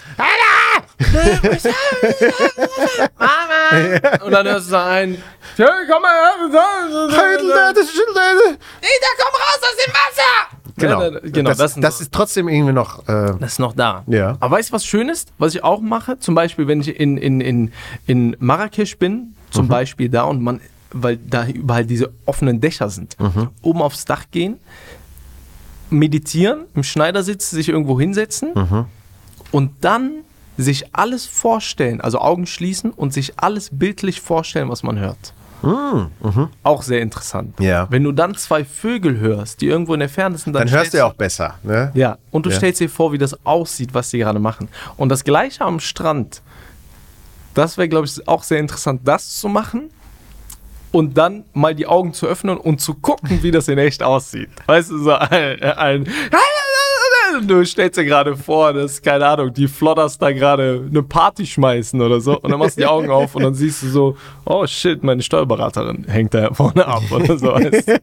Und dann hörst du da ein... Ja, komm mal her! Ida, komm raus aus dem Wasser! Genau, Ja, da- genau, das, das das, sind ist trotzdem irgendwie noch. Äh, Das ist noch da. Ja. Aber weißt du, was schön ist? Was ich auch mache? Zum Beispiel, wenn ich in, in, in, in Marrakesch bin, zum Mhm. Beispiel da und man, weil da überall diese offenen Dächer sind, Mhm. oben aufs Dach gehen, meditieren, im Schneidersitz sich irgendwo hinsetzen Mhm. und dann sich alles vorstellen, also Augen schließen und sich alles bildlich vorstellen, was man hört. Mhm. Mhm. Auch sehr interessant. Ja. Wenn du dann zwei Vögel hörst, die irgendwo in der Ferne sind, dann, Dann hörst stellst du ja auch besser. Ne? ja, und du Ja. stellst dir vor, wie das aussieht, was die gerade machen. Und das Gleiche am Strand, das wäre, glaube ich, auch sehr interessant, das zu machen und dann mal die Augen zu öffnen und zu gucken, wie das in echt aussieht. Weißt du, so ein... ein du stellst dir gerade vor, dass, keine Ahnung, die Flodders da gerade eine Party schmeißen oder so und dann machst du die Augen auf und dann siehst du so, oh shit, meine Steuerberaterin hängt da vorne ab oder so.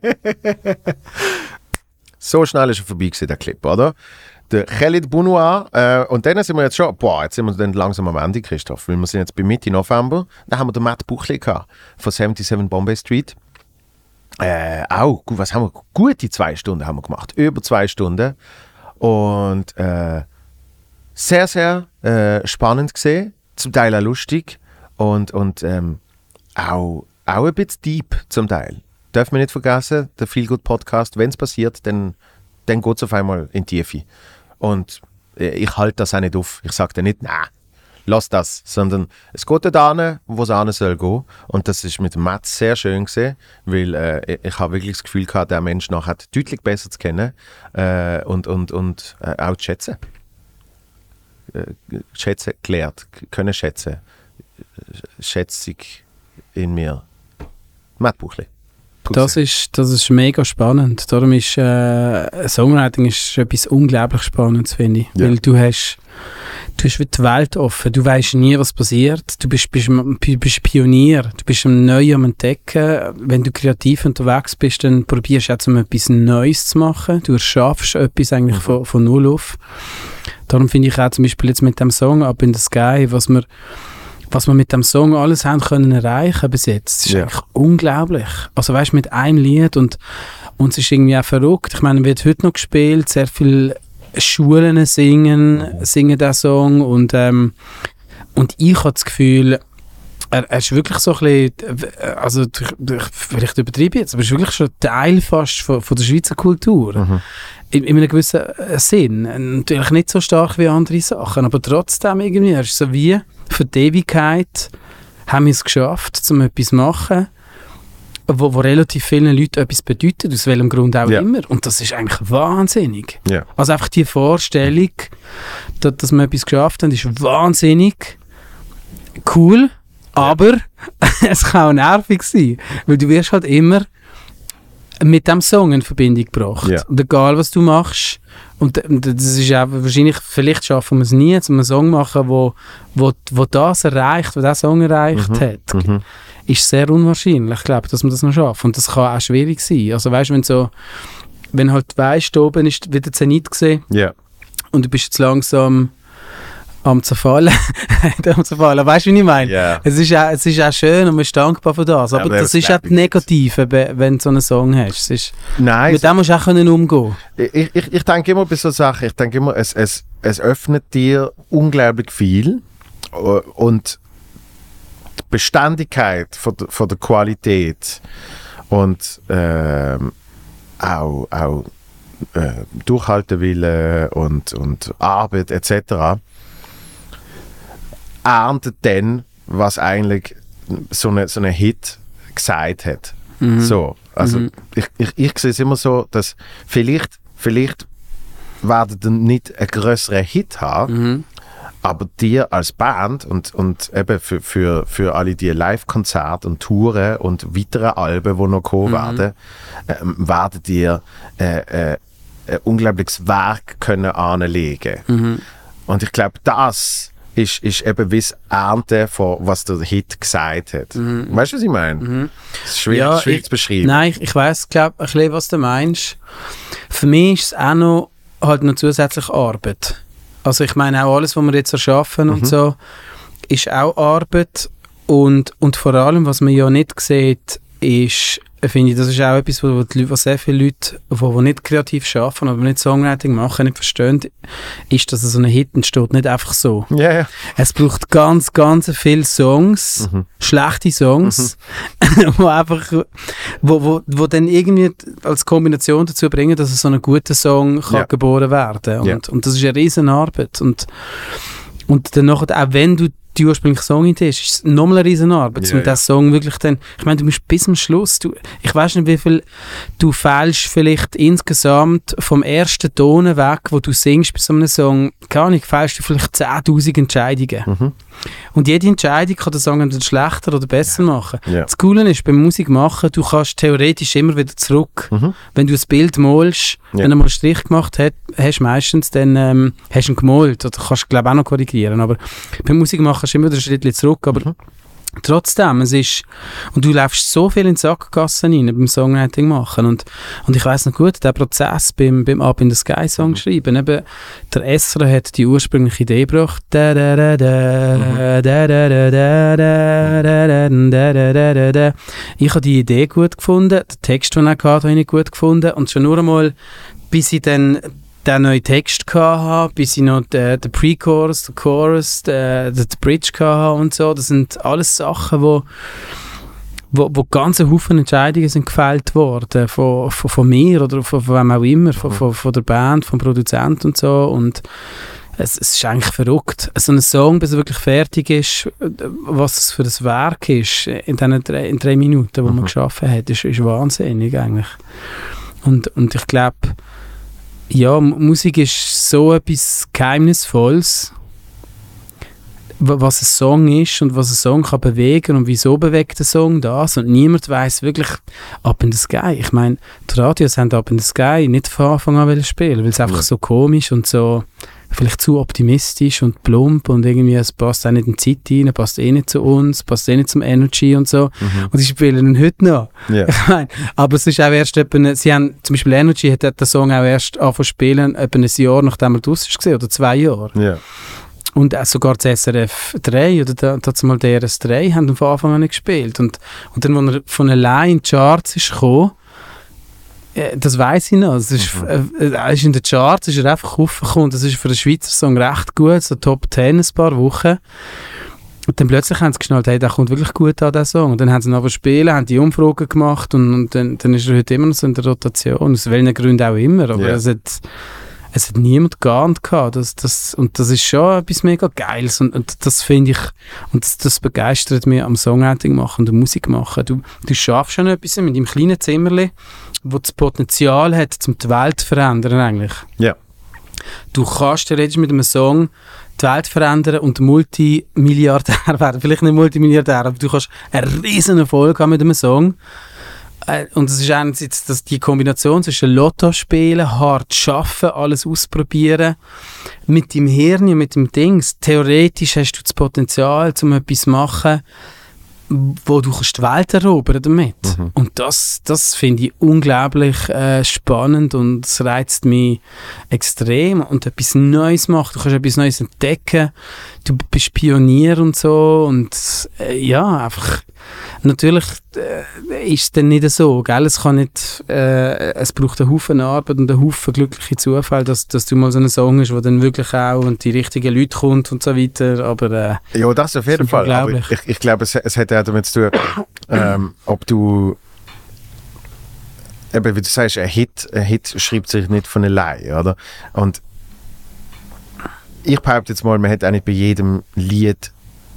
So schnell ist er vorbei gewesen, der Clip, oder? Der Khalid Bounoir, äh, und dann sind wir jetzt schon, boah, jetzt sind wir dann langsam am Ende, Christoph, weil wir sind jetzt bei Mitte November, da haben wir den Matt Buchley gehabt, von siebenundsiebzig Bombay Street. Äh, auch, gut, was haben wir, gute zwei Stunden haben wir gemacht, über zwei Stunden und äh, sehr, sehr äh, spannend gesehen, zum Teil auch lustig und, und ähm, auch, auch ein bisschen deep zum Teil. Darf man nicht vergessen, der Feel Good Podcast, wenn es passiert, dann, dann geht es auf einmal in die Tiefe. Und ich halte das auch nicht auf. Ich sage dann nicht, nein, lass das, sondern es geht dort hin, wo es hin soll gehen. Und das ist mit Matt sehr schön gewesen, weil äh, ich habe wirklich das Gefühl gehabt, der Mensch nachher deutlich besser zu kennen äh, und, und, und äh, auch zu schätzen. Äh, schätzen gelernt, können schätzen. Schätzung in mir. Matt Buchli. Das ist, das ist mega spannend. Darum ist äh, Songwriting ist etwas unglaublich Spannendes, finde ich. Ja. Weil du hast, du hast wie die Welt offen. Du weißt nie, was passiert. Du bist, bist, bist Pionier. Du bist neu am Entdecken. Wenn du kreativ unterwegs bist, dann probierst du auch um etwas Neues zu machen. Du erschaffst etwas eigentlich mhm. von, von Null auf. Darum finde ich auch zum Beispiel jetzt mit dem Song Up in the Sky, was wir was wir mit dem Song alles haben können erreichen bis jetzt, das ist ja. eigentlich unglaublich. Also weißt du, mit einem Lied und, und es ist irgendwie auch verrückt. Ich meine, wird heute noch gespielt, sehr viele Schulen singen, singen diesen Song und, ähm, und ich habe das Gefühl, er, er ist wirklich so ein bisschen, also vielleicht übertreibe ich jetzt, aber er ist wirklich schon Teil fast von, von der Schweizer Kultur. Mhm. In, in einem gewissen Sinn. Natürlich nicht so stark wie andere Sachen, aber trotzdem irgendwie, er ist so wie für die Ewigkeit haben wir es geschafft, um etwas zu machen, wo, wo relativ vielen Leuten etwas bedeutet, aus welchem Grund auch ja. immer. Und das ist eigentlich wahnsinnig. Ja. Also einfach die Vorstellung, dass, dass wir etwas geschafft haben, ist wahnsinnig cool, ja. aber es kann auch nervig sein, weil du wirst halt immer mit dem Song in Verbindung gebracht. Ja. Und egal, was du machst, und das ist auch wahrscheinlich, vielleicht schaffen wir es nie, um einen Song zu machen, wo, wo, wo das erreicht, was der Song erreicht mhm. hat, mhm. ist sehr unwahrscheinlich, glaube ich, dass man das noch schafft. Und das kann auch schwierig sein. Also weißt du, wenn so, wenn halt weisst, oben ist wieder Zenit gesehen yeah. und du bist jetzt langsam am zerfallen. am zerfallen. Weißt du, wie ich meine? Yeah. Es, ist auch, es ist auch schön und man ist dankbar für das. Aber ja, das ist auch das Negative, wenn du so einen Song hast. Es ist, Nein, mit dem musst du auch können umgehen. Ich, ich, ich denke immer bei so Sachen, ich denke immer, es, es, es öffnet dir unglaublich viel und die Beständigkeit von der, von der Qualität und äh, auch, auch äh, Durchhaltewille und, und Arbeit et cetera erntet dann, was eigentlich so eine, so eine Hit gesagt hat. Mhm. So, also mhm. ich, ich, ich sehe es immer so, dass vielleicht, vielleicht werden dann nicht einen grösseren Hit haben, mhm. aber dir als Band und, und eben für, für, für alle die Live-Konzerte und Touren und weitere Alben, die noch kommen mhm. werden, äh, werden dir äh, äh, ein unglaubliches Werk können anlegen. Mhm. Und ich glaube, das ist, ist eben wie das Ernten von was der Hit gesagt hat. Mhm. Weißt du, was ich meine? Mhm. Das ist schwierig, ja, schwierig ich, zu beschreiben. Nein, ich, ich weiss, glaube ein bisschen, was du meinst. Für mich ist es auch noch, halt noch zusätzlich Arbeit. Also ich meine auch alles, was wir jetzt erschaffen mhm. und so, ist auch Arbeit. Und, und vor allem, was man ja nicht sieht, ist, finde ich, das ist auch etwas, was, die Leute, was sehr viele Leute, die, die nicht kreativ arbeiten oder nicht Songwriting machen, nicht verstehen, ist, dass so ein Hit entsteht nicht einfach so. Yeah. Es braucht ganz, ganz viele Songs, mhm. schlechte Songs, mhm. wo einfach, wo, wo, wo dann irgendwie als Kombination dazu bringen, dass so ein guter Song kann yeah. geboren werden kann. Und, yeah. und das ist eine riesen Arbeit. Und, und dann nachher, auch wenn du die ursprüngliche Songidee ist, ist es nochmal eine riesen Arbeit, yeah, um diesen Song wirklich dann, ich meine, du musst bis zum Schluss, du, ich weiß nicht, wie viel du fehlst vielleicht insgesamt vom ersten Ton weg, wo du singst bei so einem Song, gar nicht, fehlst du vielleicht zehntausend Entscheidungen. Mhm. Und jede Entscheidung kann den Song entweder schlechter oder besser yeah. machen. Yeah. Das Coole ist, beim Musik machen, du kannst theoretisch immer wieder zurück. Mhm. Wenn du ein Bild malst, yeah. wenn du mal einen Strich gemacht hast, hast meistens, dann ähm, hast du ihn gemalt. Oder kannst du, glaube ich, auch noch korrigieren. Aber beim Musik machen kannst du immer wieder ein Schritt zurück. Aber mhm. trotzdem, es ist, und du läufst so viel in die Sackgassen rein beim Songwriting machen. Und, und ich weiss noch gut, der Prozess beim, beim Up in the Sky Song mhm. schreiben, eben, der Esra hat die ursprüngliche Idee gebracht. Da, da, da, da, da, da, da, da, da, da, da, da, da. Ich habe die Idee gut gefunden, den Text, den er hatte, habe ich gut gefunden. Und schon nur einmal, bis ich dann den neuen Text hatte, bis ich noch den, den Pre-Chorus, den Chorus, den, den Bridge hatte und so. Das sind alles Sachen, wo wo, wo ganze Haufen Entscheidungen sind gefällt worden, von, von, von mir oder von, von wem auch immer, von, von, von der Band, vom Produzenten und so. Und es, es ist eigentlich verrückt. So ein Song, bis er wirklich fertig ist, was es für ein Werk ist, in diesen drei, in drei Minuten, die mhm. man geschaffen hat, ist, ist wahnsinnig eigentlich. Und, und ich glaube, ja, Musik ist so etwas Geheimnisvolles, was ein Song ist und was ein Song kann bewegen und wieso bewegt der Song das, und niemand weiß wirklich Up in the Sky. Ich meine, die Radios haben Up in the Sky nicht von Anfang an spielen, weil es einfach ja. so komisch und so vielleicht zu optimistisch und plump und irgendwie, es passt auch nicht in die Zeit rein, passt eh nicht zu uns, passt eh nicht zum Energy und so. Mhm. Und sie spielen ihn heute noch. Yeah. Ich meine, aber es ist auch erst etwa, sie haben, zum Beispiel Energy hat den Song auch erst angefangen zu spielen, etwa ein Jahr nachdem er draussen war, oder zwei Jahre. Yeah. Und auch sogar das S R F drei oder da, dazu mal der R S drei haben von Anfang an nicht gespielt. Und, und dann, als er von allein in die Charts ist gekommen, äh, das weiss ich noch, es ist, mhm. äh, er ist in den Charts ist er einfach aufgekommen. Das ist für den Schweizer Song recht gut, so Top Ten ein paar Wochen. Und dann plötzlich haben sie geschnallt, hey, der kommt wirklich gut an, der Song. Und dann haben sie ihn aber spielen, haben die Umfragen gemacht und, und dann, dann ist er heute immer noch so in der Rotation, aus welchen Gründen auch immer. Aber yeah. es hat Es hat niemand geahnt gehabt. Das, das, und das ist schon etwas mega Geiles. Und, und das finde ich, und das, das begeistert mich am Songwriting machen und der Musik machen. Du, du schaffst schon etwas mit deinem kleinen Zimmerli, wo das Potenzial hat, um die Welt zu verändern eigentlich. Ja. Yeah. Du kannst theoretisch mit einem Song die Welt verändern und Multimilliardär werden. Vielleicht nicht Multimilliardär, aber du kannst einen riesen Erfolg haben mit einem Song. Und es ist einerseits dass die Kombination zwischen Lotto spielen, hart arbeiten, alles ausprobieren, mit dem Hirn und mit dem Dings. Theoretisch hast du das Potenzial, um etwas zu machen, wo du die Welt erobern damit. Mhm. Und das, das finde ich unglaublich äh, spannend und es reizt mich extrem. Und etwas Neues machen, du kannst etwas Neues entdecken, du bist Pionier und so. Und äh, ja, einfach natürlich äh, ist es dann nicht so, gell? Es kann nicht, äh, es braucht einen Haufen Arbeit und einen Haufen glückliche Zufall, dass, dass du mal so einen Song hast, der dann wirklich auch und die richtigen Leute kommt und so weiter, aber äh, ja, das auf jeden Fall, aber ich, ich glaube, es, es hat auch damit zu tun, ähm, ob du eben, wie du sagst, ein Hit, ein Hit schreibt sich nicht von allein, oder? Und ich behaupte jetzt mal, man hat auch nicht bei jedem Lied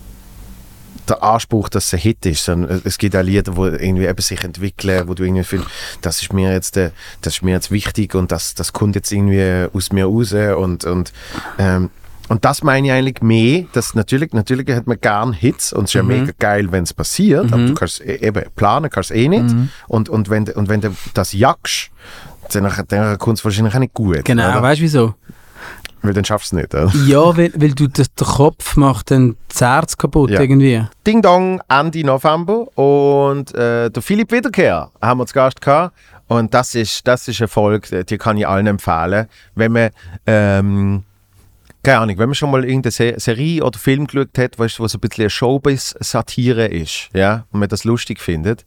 der Anspruch, dass es ein Hit ist, sondern es gibt auch Lieder, die irgendwie eben sich entwickeln, wo du irgendwie findest, das ist mir jetzt, das ist mir jetzt wichtig und das, das kommt jetzt irgendwie aus mir raus und, und, ähm, und das meine ich eigentlich mehr, dass natürlich, natürlich hat man gern Hits und es ist ja Mhm. mega geil, wenn es passiert, Mhm. aber du kannst eben planen, kannst eh nicht Mhm. und, und, wenn, und wenn du das jagst, dann, dann kommt es wahrscheinlich auch nicht gut. Genau, oder? weißt du wieso? Weil dann schaffst du es nicht, oder? Ja, weil, weil du, der, der Kopf macht dann das Herz kaputt Ja. irgendwie. Ding Dong, Ende November und äh, der Philipp Wiederkehr haben wir zu Gast gehabt und das ist, das ist eine Folge, die kann ich allen empfehlen, wenn man ähm, keine Ahnung, wenn man schon mal irgendeine Se- Serie oder Film geschaut hat, weißt du, wo so ein bisschen eine Showbiz-Satire ist, ja, und man das lustig findet,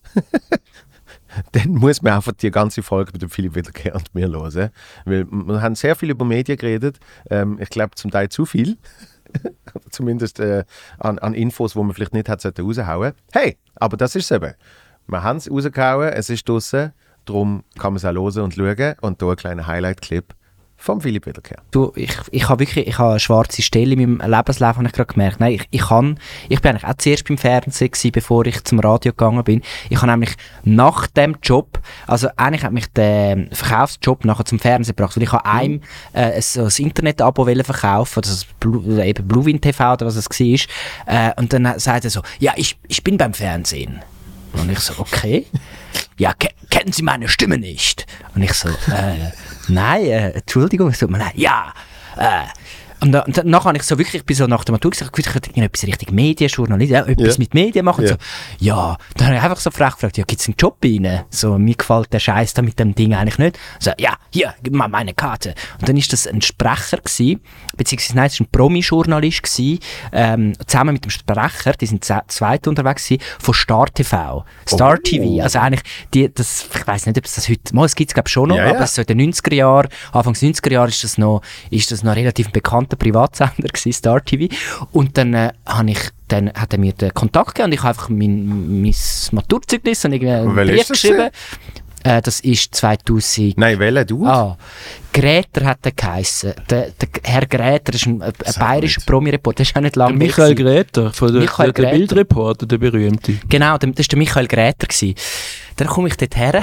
dann muss man einfach die ganze Folge mit dem Philipp Wiederkehr und mir hören. Weil wir haben sehr viel über Medien geredet. Ähm, ich glaube, zum Teil zu viel. Zumindest äh, an, an Infos, die man vielleicht nicht hat raushauen. Hey, aber das ist es eben. Wir haben es rausgehauen, es ist draussen. Darum kann man es auch hören und schauen. Und hier ein kleiner Highlight-Clip vom Philipp Wiederkehr. Du, ich, ich habe wirklich ich habe eine schwarze Stelle in meinem Lebenslauf, habe ich gerade gemerkt. Nein, ich, ich, kann, ich bin eigentlich auch zuerst beim Fernsehen gewesen, bevor ich zum Radio gegangen bin. Ich habe nämlich nach dem Job, also eigentlich hat mich der Verkaufsjob nachher zum Fernsehen gebracht, weil ich habe einem äh, so ein Internet-Abo verkaufen, das Blue, eben Bluewin T V oder was es war. Äh, und dann sagt er so, ja, ich, ich bin beim Fernsehen. Und ich so, okay. Ja, ke- kennen Sie meine Stimme nicht? Und ich so, äh, nein, äh, Entschuldigung, es tut mir leid. Ja, äh, Und, da, und danach habe ich so wirklich, ich bin so nach der Matur gesagt, ich könnte irgendetwas richtig Medienjournalist, ja, etwas Ja. mit Medien machen. Ja. Und so. Ja, dann habe ich einfach so frech gefragt, ja, gibt es einen Job bei Ihnen? So, mir gefällt der Scheiß da mit dem Ding eigentlich nicht. So, ja, hier, gib mal meine Karte. Und dann ist das ein Sprecher gewesen, beziehungsweise nein, es war ein Promi-Journalist gewesen, ähm, zusammen mit dem Sprecher, die sind zu zweit unterwegs gewesen, von Star T V. Star Oh. T V, also eigentlich, die, das, ich weiss nicht, ob es das heute, mal, es gibt es glaube ich schon noch, Ja, ja. aber so in den neunziger Jahren, Anfangs neunziger Jahre ist das noch, ist das noch relativ ein bekannter Privatsender gewesen, Star T V. Und dann äh, habe ich, dann hat er mir den Kontakt gegeben und ich habe einfach mein, mein Maturzeugnis und irgendwie einen Welcher Brief ist das geschrieben. Äh, das ist zweitausend. Nein, welcher du? Ah, Gräter hat er geheissen. Der, der Herr Gräter ist ein, ein bayerischer Promi-Reporter, der ist auch nicht lange Der Michael weg gewesen. Gräter, von der, Michael der, der Gräter. Bildreporter, der berühmte. Genau, der- das war der Michael Gräter gewesen. Dann komme ich dort her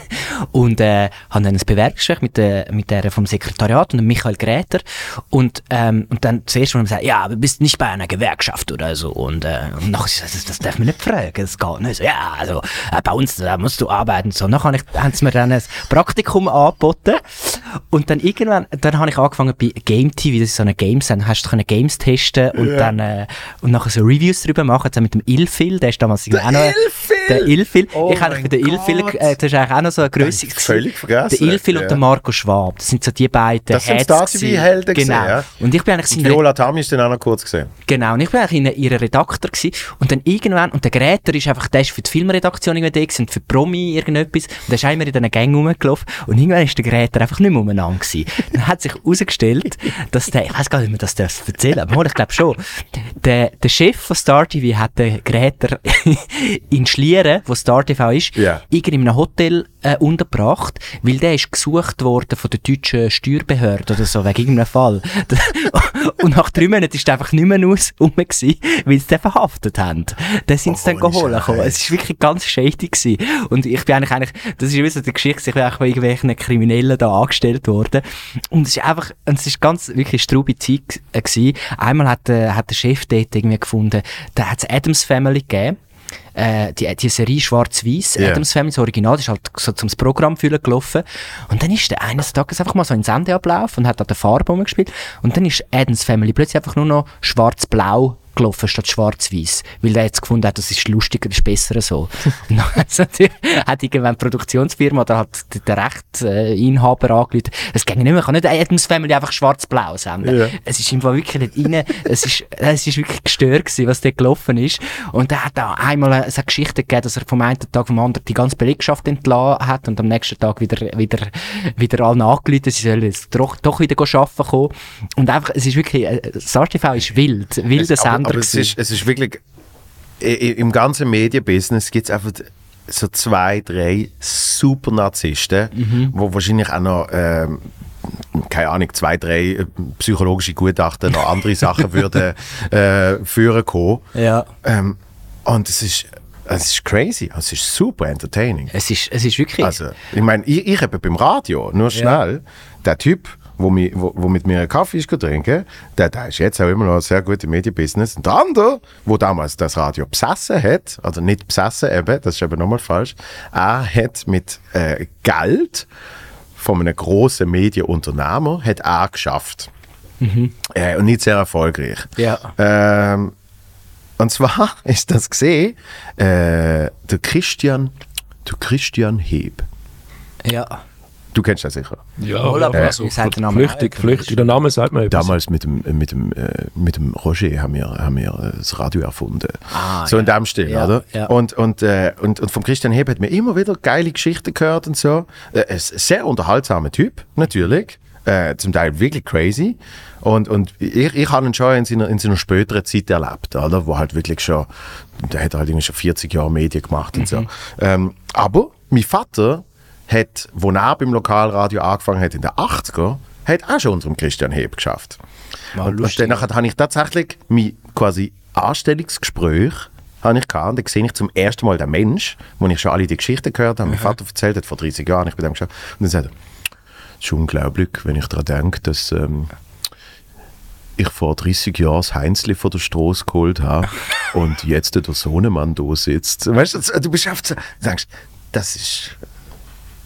und äh, habe dann ein Bewerbungsgespräch mit der, mit der vom Sekretariat und dem Michael Gräter. Und, ähm, und dann zuerst, wenn man sagt, ja, du bist nicht bei einer Gewerkschaft oder so. Und, äh, und nachher so, das, das darf man nicht fragen, das geht nicht. So, ja, also äh, bei uns da musst du arbeiten. So, nachher habe ich- haben sie mir dann ein Praktikum angeboten. Und dann irgendwann, dann habe ich angefangen bei Game T V, das ist so eine Games, dann hast du Games testen und Ja. dann äh, und nachher so Reviews drüber machen, dann mit dem Ilfil, der ist damals irgendwie auch noch... Ilfil! Der Ilfil, Oh ich habe mein für den Ilfil, Gott. äh, das ist eigentlich auch noch so eine Grösse. Das hab ich völlig vergessen. Der Ilfil Ja. und der Marco Schwab, das sind so die beiden Das sind Heads Star T V-Helden gewesen. Genau. gewesen, ja. Und ich bin eigentlich Und sein Viola Tami ist dann auch noch kurz gesehen. Genau, und ich bin eigentlich in ihrer Redakteur gewesen. Und dann irgendwann, und der Gräter ist einfach, der ist für die Filmredaktion irgendwie da gewesen und für Promi irgendetwas. Und der ist immer in diesen Gängen rumgelaufen. Und irgendwann ist der Gräter einfach nicht mehr umeinander gewesen. Dann hat sich herausgestellt, dass der, ich weiß gar nicht, ob man das darf erzählen, aber mal, ich glaube schon, der, der Chef von Star T V hat den Gräter in Schlieren, wo Star T V ist, Ja. irgendwie in einem Hotel äh, untergebracht, weil der ist gesucht worden von der deutschen Steuerbehörde oder so, wegen irgendeinem Fall. Und nach drei Monaten ist er einfach nicht mehr aus rum gewesen, weil sie den verhaftet haben. Dann sind sie dann geholt gekommen. Es war wirklich ganz shady gewesen. Und ich bin eigentlich, eigentlich das ist wie so die Geschichte, ich bin eigentlich von irgendwelchen Kriminellen da angestellt worden. Und es ist einfach, und es ist ganz, wirklich eine strube Zeit äh, gewesen. Einmal hat, äh, hat der Chef dort irgendwie gefunden, da hat es Addams Family gegeben. Äh, die, die Serie Schwarz-Weiß, Yeah. Addams Family, das Original, das ist halt so zum Programm füllen gelaufen. Und dann ist der eines Tages einfach mal so in den Sendeablauf und hat an der Farbe rumgespielt. Und dann ist Addams Family plötzlich einfach nur noch schwarz-blau gelaufen statt schwarz-weiß, weil der jetzt gefunden hat, das ist lustiger, das ist besser so. Und dann hat's natürlich- hat irgendwann die Produktionsfirma oder halt der- der Rechtsinhaber angerufen, es ging nicht mehr, man kann nicht Addams Family einfach schwarz-blau senden. Ja. Es ist im Fall wirklich nicht rein, es ist, es ist wirklich gestört gewesen, was dort gelaufen ist. Und er hat auch einmal eine, eine Geschichte gegeben, dass er vom einen Tag vom anderen die ganze Belegschaft entlassen hat und am nächsten Tag wieder, wieder, wieder allen angerufen, sie sollen jetzt doch, doch wieder arbeiten kommen. Und einfach, es ist wirklich, äh, Star T V ist wild, wilder Es- Sender. Aber, aber es, gewesen. ist, es ist wirklich, i- i- im ganzen Medienbusiness gibt es einfach so zwei, drei super Narzissten, Mhm. wo wahrscheinlich auch noch, ähm, keine Ahnung, zwei, drei äh, psychologische Gutachten noch andere Sachen würden äh, führen kommen. Ja. Ähm, und es ist, es ist crazy, es ist super entertaining. Es ist, es ist wirklich... Also, ich meine, ich, ich habe beim Radio, nur schnell, der Typ, wo, mi, wo, wo mit mir einen Kaffee ist trinken, der, der ist jetzt auch immer noch sehr gut im Medienbusiness. Und der andere, wo damals das Radio besessen hat, also nicht besessen eben, das ist eben nochmal falsch, er hat mit äh, Geld von einem grossen Medienunternehmer hat er geschafft. Mhm. Äh, und nicht sehr erfolgreich. Ja. Ähm, und zwar ist das gesehen, äh, der Christian, der Christian Heb. Ja. Du kennst das sicher. Ja, Wohl, aber also, wie sagt der Name? flüchtig, flüchtig. Der Name sagt mir etwas. Damals mit dem, äh, mit dem, äh, mit dem Roger haben wir, haben wir äh, das Radio erfunden. Ah, so ja. in dem Stil, Ja, oder? ja. Und, und, äh, und, und vom Christian Heb hat mir immer wieder geile Geschichten gehört und so. Äh, ein sehr unterhaltsamer Typ, natürlich. Äh, zum Teil wirklich crazy. Und, und ich, ich habe ihn schon in seiner, in seiner späteren Zeit erlebt, oder? Wo halt wirklich schon, der hat halt irgendwie schon vierzig Jahre Medien gemacht und so. Ähm, aber mein Vater hat, wo er beim Lokalradio angefangen hat in den achtziger, hat auch schon unserem Christian Heb geschafft. Mal und, und lustig. danach habe ich tatsächlich mein quasi Anstellungsgespräch habe ich gehabt. Und da sehe ich zum ersten Mal den Mensch, wo ich schon alle die Geschichten gehört habe. Mein Vater erzählt hat vor dreißig Jahren, ich bin dem geschafft. Und dann sagt er, es ist unglaublich, wenn ich daran denke, dass ähm, ich vor dreißig Jahren das Heinzli von der Straße geholt habe und jetzt der Sohnemann da sitzt. Weißt du, du bist einfach so, du denkst, das ist,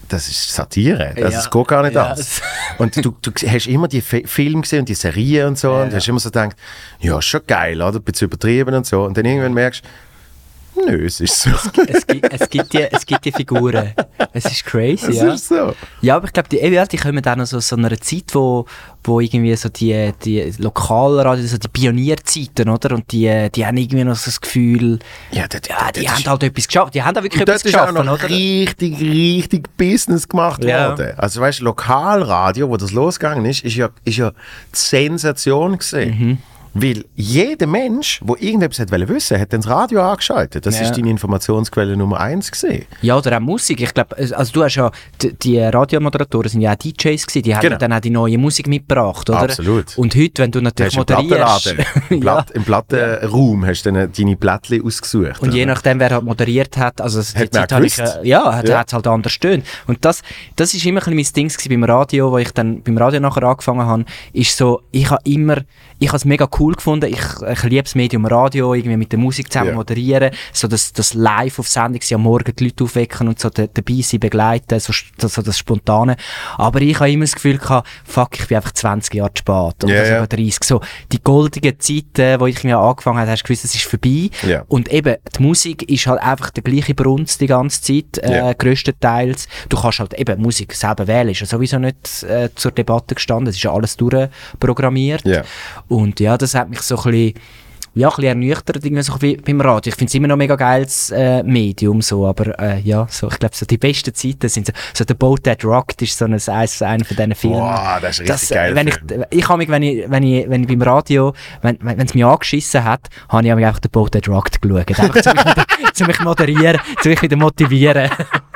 das ist Satire, das Ja. ist geht gar nicht Ja. anders. Und du, du hast immer die Fi- Filme gesehen und die Serien und so Ja, und ja. hast immer so gedacht, ja, ist schon geil, oder? Ein bisschen übertrieben und so. Und dann irgendwann merkst du, nö, es ist so. Es gibt, es gibt, die, es gibt die Figuren. Es ist crazy, Es ja. ist so. Ja, aber ich glaube, die, eben, ja, die kommen dann noch so aus so einer Zeit, wo, wo irgendwie so die, die Lokalradio, so die Pionierzeiten, oder? Und die, die haben irgendwie noch so das Gefühl, ja, das, ja, die haben halt etwas geschafft. Die haben da wirklich Und etwas dort ist auch geschafft, noch oder? richtig, richtig Business gemacht Ja. worden. Also weißt du, Lokalradio, wo das losgegangen ist, ist ja, ist ja die Sensation gesehen. Mhm. Weil jeder Mensch, der irgendetwas hat wollen wissen, hat dann das Radio angeschaltet. Das Ja. ist deine Informationsquelle Nummer eins gesehen. Ja, oder auch Musik. Ich glaube, also du hast ja, die, die Radiomoderatoren sind ja auch D Js gewesen, die haben Genau. dann auch die neue Musik mitgebracht, oder? Absolut. Und heute, wenn du natürlich Hast du im moderierst... Plattenladen, im, Platt, im Plattenraum hast du dann deine Plättchen ausgesucht. Und je oder? nachdem, wer halt moderiert hat, also die Hat man Zeit habe ich, gewusst. äh, ja, hat Ja. es halt anders stöhnt. Und das, das ist immer ein bisschen mein Ding gewesen beim Radio, wo ich dann beim Radio nachher angefangen habe, ist so, ich habe immer, ich habe es mega cool gefunden, ich, ich liebe das Medium Radio, irgendwie mit der Musik zusammen Ja. moderieren, so das, das live auf Sendung sein, am Morgen die Leute aufwecken und so da- dabei sein, begleiten, so, so, so das Spontane. Aber ich habe immer das Gefühl gehabt, fuck, ich bin einfach zwanzig Jahre zu spät, oder Ja, sogar ja. dreißig. So, die goldigen Zeiten, wo ich mir angefangen habe, hast du gewusst, es ist vorbei. Ja. Und eben, die Musik ist halt einfach der gleiche Brunst die ganze Zeit, äh, Ja. grösstenteils. Du kannst halt eben Musik selber wählen, ist ja sowieso nicht äh, zur Debatte gestanden, es ist ja alles durchprogrammiert. Ja. Und ja, das hat mich so ein bisschen, ja, ein bisschen ernüchtert, irgendwie so wie beim Radio. Ich finde es immer noch mega geiles äh, Medium, so, aber äh, ja, so, ich glaube, so die besten Zeiten sind so, so «The Boat That Rocked» ist so ein, eins, einer von diesen Filmen. Boah, das ist ein richtig äh, geiler wenn ich, ich habe mich, wenn ich, wenn ich, wenn ich beim Radio, wenn wenn es mich angeschissen hat, habe ich mich einfach «The Boat That Rocked» geschaut. Einfach zu mich, wieder- zu mich moderieren, zu mich wieder motivieren.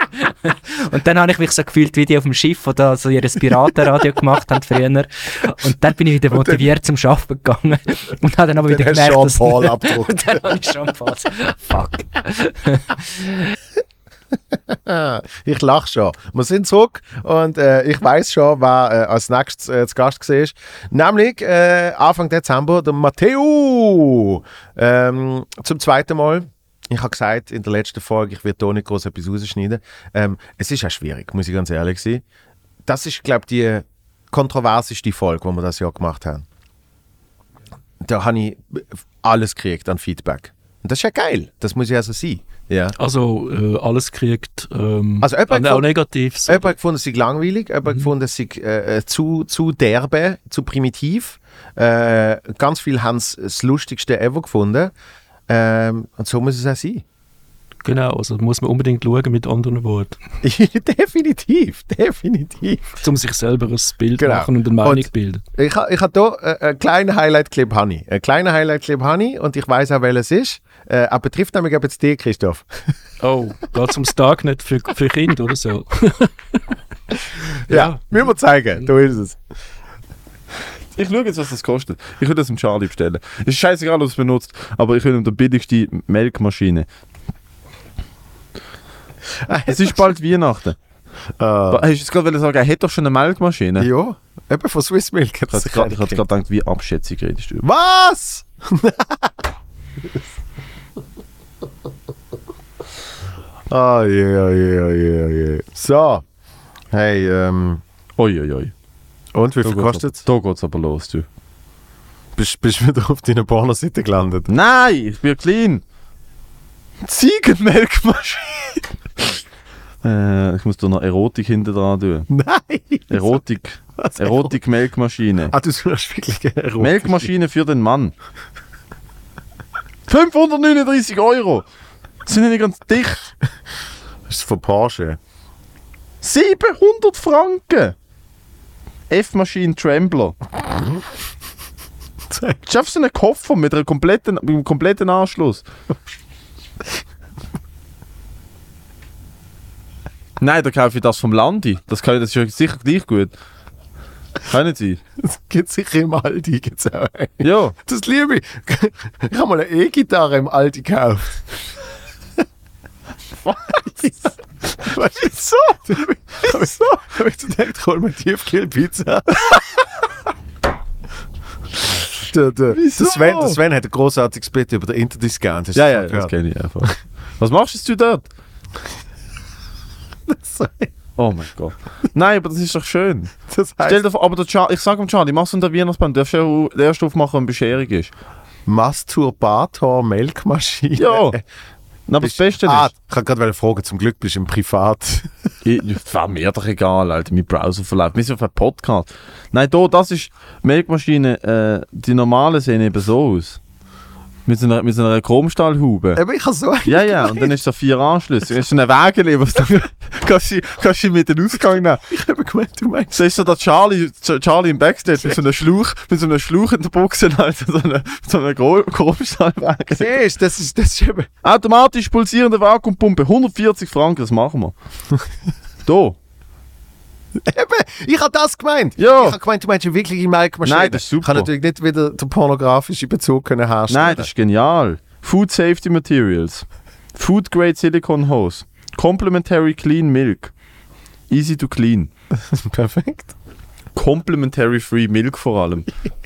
Und dann habe ich mich so gefühlt wie die auf dem Schiff, die da so ihr Piratenradio gemacht haben früher. Und dann bin ich wieder motiviert zum Arbeiten gegangen. Und habe dann aber wieder Dann hast gemerkt, du Jean-Paul abgedruckt. Und dann habe ich Jean-Paul. Fuck. Ich lache schon. Wir sind zurück und äh, ich weiß schon, wer äh, als nächstes äh, zu Gast war. Nämlich äh, Anfang Dezember der Matteo. Ähm, zum zweiten Mal. Ich habe gesagt in der letzten Folge, ich werde hier nicht groß etwas rausschneiden. Ähm, es ist auch schwierig, muss ich ganz ehrlich sein. Das ist, glaube ich, die kontroverseste Folge, die wir das Jahr gemacht haben. Da habe ich alles gekriegt an Feedback. Und das ist ja geil. Das muss ja also sein. Ja. Also äh, alles kriegt ähm, Also jemand auch gefunden- negativ. So. Jemand hat gefunden, es sei langweilig, jemand hat gefunden, es sei äh, zu, zu derbe, zu primitiv. Äh, ganz viele haben es das Lustigste ever gefunden. Ähm, und so muss es auch sein. Genau, also muss man unbedingt schauen mit anderen Worten. definitiv, definitiv. Um sich selber ein Bild Genau. machen und eine Meinung Und bilden. Ich, ha- ich habe hier äh, einen kleinen Highlight-Clip, Hani. Einen kleinen Highlight-Clip, Hani, und ich weiß auch, welches es ist. Äh, aber betrifft nämlich eben dich, Christoph. Oh, geht zum Darknet für, für Kinder oder so? Ja, müssen wir zeigen. Da ist es. Ich schaue jetzt, was das kostet. Ich würde das im Charlie bestellen. Ist scheißegal, was es benutzt, aber ich will ihm die billigste Melkmaschine. Es ist bald Weihnachten. Uh, Hast du jetzt gerade sagen, er hätte doch schon eine Melkmaschine? Ja, eben von Swiss Milk. Ich hatte gerade gedacht, wie abschätzig redest du. Was? Oh je, oh je, oh je, oh je. So. Hey, ähm. Oi, oi, oi. Und wie Da viel geht's kostet es? ab- Da geht es aber los, du. Bist, bist du wieder auf deiner Pornoseite gelandet? Nein, ich bin clean. Ziegenmelkmaschine. äh, ich muss da noch Erotik hinter dran tun. Nein! Erotik. Was? Erotik-Melkmaschine. Ah, du suchst wirklich eine Erotik. Melkmaschine für den Mann. fünfhundertneununddreißig Euro. Das sind ja nicht ganz dicht. Das ist von Porsche. siebenhundert Franken. F-Maschine Trembler. Schaffst du einen Koffer mit, einer kompletten, mit einem kompletten Anschluss? Nein, da kaufe ich das vom Landi. Das, kann, das ist ja sicher gleich gut. Können Sie? Das gibt sicher im Aldi. Gibt's auch. Ja. Das liebe ich. Ich habe mal eine E-Gitarre im Aldi gekauft. Was? Was ist so? Wieso? Habe ich gedacht, hol mir Tiefkühlpizza. der, der, der, Sven, der Sven hat ein großartiges Bit über den Interdiscount. Hast du Ja, das ja, mal das gehört? kenne ich einfach. Was machst du dort? Sorry. Oh mein Gott. Nein, aber das ist doch schön. Das heißt, Stell dir vor, aber der Char- ich sage dem Charlie, machst du in der Weihnachtsbahn, darfst du den ersten aufmachen, wenn Bescherung ist. Masturbator, Melkmaschine. Ja. Na, aber das Beste ah, ist... Ich kann gerade fragen, zum Glück bist du im Privat. Ich, war mir doch egal, Alter. Mein Browser verläuft. Wir sind auf einem Podcast. Nein, da, das ist... Melkmaschine, äh, die normalen sehen eben so aus. Mit so einer, mit so einer Chromstahlhaube. Aber ich habe so Ja, ja, und dann ist da vier Anschlüsse. Das ist so ein Wägeli, was du kannst du kannst du mit den Ausgang nehmen. Ich habe gemeint, du meinst... Da ist so der Charlie, Charlie im Backstage mit so einem Schlauch, mit so einem Schlauch in der Buchse, also so einer so eine Chromstahlwägeli. Siehst du, das ist, das ist eben... Automatisch pulsierende Vakuumpumpe, hundertvierzig Franken, das machen wir. Da. Eben, ich habe das gemeint. Ja. Ich habe gemeint, du meinst eine wirkliche Melkmaschine. Nein, das ist super. Ich kann natürlich nicht wieder den pornografischen Bezug können herstellen. Nein, das ist genial. Food Safety Materials. Food Grade Silicone Hose. Complementary Clean Milk. Easy to clean. Perfekt. Complementary Free Milk vor allem.